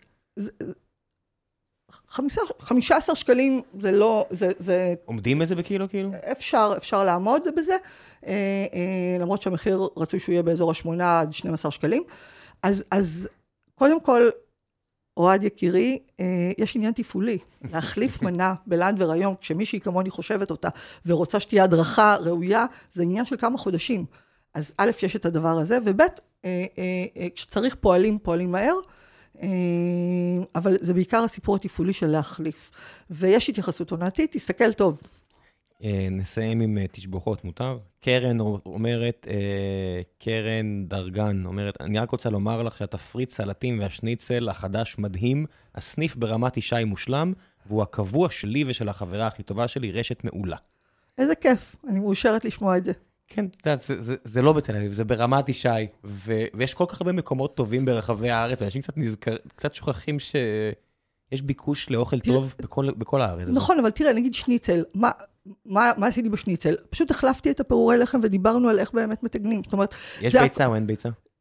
15 שקלים זה לא, זה... עומדים בזה בקילו כאילו? אפשר לעמוד בזה, למרות שהמחיר רצוי שהוא יהיה באזור ה-8 עד 12 שקלים. אז קודם כל, אוהד יקירי, יש עניין תפעולי. להחליף מנה בלנדבר היום, כשמישהי כמוני חושבת אותה, ורוצה שתהיה הדרכה ראויה, זה עניין של כמה חודשים. אז א', יש את הדבר הזה, וב', כשצריך פועלים מהר, אבל זה בעיקר הסיפור התפעולי של להחליף. ויש התייחסות עונתית, תסתכל טוב. נסיים עם תשבוכות, מותר? קרן אומרת, קרן דרגן אומרת, אני רק רוצה לומר לך שהתפריט סלטים והשניצל החדש מדהים, הסניף ברמת ישי מושלם, והוא הקבוע שלי ושל החברה הכי טובה שלי, רשת מעולה. איזה כיף, אני מאושרת לשמוע את זה. כן, זה לא בתל אביב, זה ברמת ישי, ויש כל כך הרבה מקומות טובים ברחבי הארץ, ואנשים קצת שוכחים שיש ביקוש לאוכל טוב בכל הארץ. נכון, אבל תראה, נגיד שניצל, מה עשיתי בשניצל? פשוט החלפתי את הפירורי לחם ודיברנו על איך באמת מתגנים. זאת אומרת, יש ביצה או אין ביצה?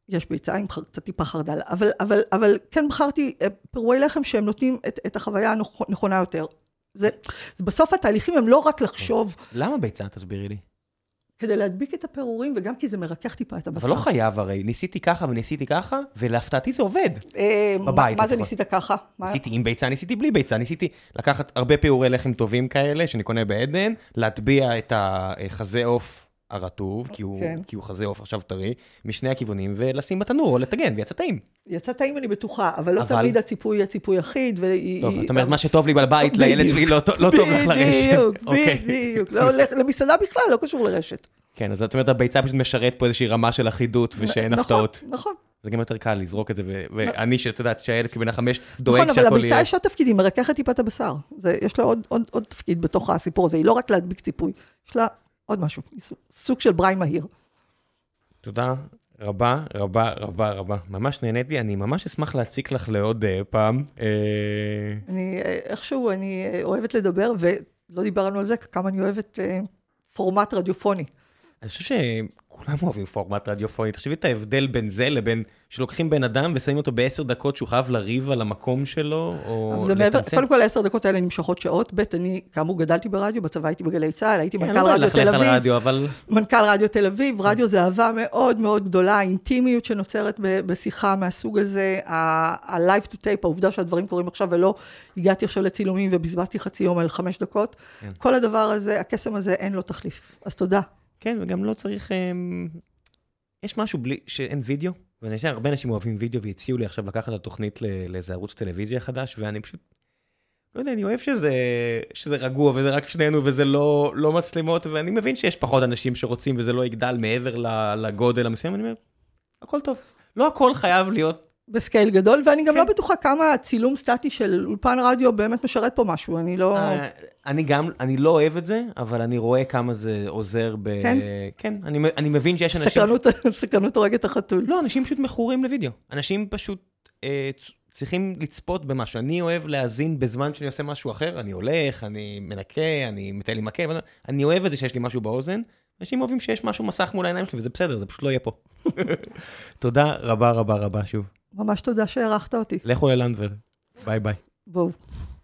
יש ביצה עם קצת טיפה חרדל, אבל כן בחרתי פירורי לחם שהם נותנים את החוויה הנכונה יותר. בסוף התהליכים הם לא רק לחשוב. למה ביצה? תסבירי לי. כדי להדביק את הפירורים, וגם כי זה מרכך טיפה את הבשר. אבל לא חייב הרי, ניסיתי ככה וניסיתי ככה, ולהפתעתי זה עובד. בבית. מה זה ניסית ככה? ניסיתי עם ביצה, ניסיתי בלי ביצה, ניסיתי לקחת הרבה פירורי לחם טובים כאלה, שאני קונה בעדן, להטביע את החזה עוף הרטוב, כי הוא חזה עוף עכשיו טרי, משני הכיוונים, ולשים בתנור או לטגן, ויצא טעים. יצא טעים אני בטוחה, אבל לא תמיד הציפוי יהיה ציפוי אחיד. טוב, זאת אומרת, מה שטוב לי בבית לילד שלי לא טוב לך לרשת. בדיוק, למסעדה בכלל, לא קשור לרשת. כן, אז זאת אומרת, הביצה פשוט משרת פה איזושהי רמה של אחידות ושאין הפתעות. נכון. זה גם יותר קל לזרוק את זה, ואני שאת יודעת שהילד כבן 5 דואג נכון, שהכל יהיה. אבל לביצה יש עוד תפקידים, מרככת טיפת הבשר. יש לה עוד תפקיד בתוך הסיפור הזה, היא לא רק להדביק ציפוי, יש לה עוד משהו, סוג של ברי מהיר. תודה רבה, רבה, רבה, רבה. ממש נהניתי, אני ממש אשמח להציק לך לעוד פעם. איכשהו אני אוהבת לדבר, ולא דיברנו על זה, כמה אני אוהבת פורמט רדיופוני. אני חושב שכולם אוהבים פורמט רדיופוני. תחשבי את ההבדל בין זה לבין שלוקחים בן אדם ושמים אותו ב10 דקות שהוא חייב לריב על המקום שלו, או לתמצם. קודם כל, 10 דקות האלה נמשכות שעות. אני, כאמור, גדלתי ברדיו, בצבא הייתי בגלי צהל, הייתי מנכ"ל רדיו תל אביב. מנכ"ל רדיו תל אביב, רדיו זה אהבה מאוד מאוד גדולה, אינטימיות שנוצרת בשיחה מהסוג הזה, ה-live to tape, העובדה שהדברים קורים עכשיו, ולא הגעתי עכשיו לצילומים ובזבזתי חצי יום על 5 דקות. כל הדבר הזה, הקסם הזה, אין לו תחליף. אז תודה. כן, וגם לא צריך, יש משהו בלי, שאין וידאו, ואני חושב, הרבה אנשים אוהבים וידאו, והציעו לי עכשיו לקחת את התוכנית לאיזה ערוץ טלוויזיה חדש, ואני פשוט, לא יודע, אני אוהב שזה רגוע, וזה רק שנינו, וזה לא מצלמות, ואני מבין שיש פחות אנשים שרוצים, וזה לא יגדל מעבר לגודל המסוים, אני אומר, הכל טוב. לא הכל חייב להיות בסקייל גדול, ואני גם לא בטוחה כמה צילום סטטי של אולפן רדיו באמת משרת פה משהו, אני לא... אני לא אוהב את זה, אבל אני רואה כמה זה עוזר ב... כן? כן, אני מבין שיש אנשים... סקרנות הורגת החתול. לא, אנשים פשוט מכורים לוידאו. אנשים פשוט צריכים לצפות במשהו. אני אוהב להאזין בזמן שאני עושה משהו אחר, אני הולך, אני מנקה, אני מטייל עם מקל, אני אוהב את זה שיש לי משהו באוזן, אנשים אוהבים שיש משהו מסך מול העיניים שלי, וזה בסדר, זה פשוט לא יהיה פה. תודה רבה רבה רבה שוב. ממש תודה שהערכת אותי. לכו ללנדבר. ביי ביי. בואו.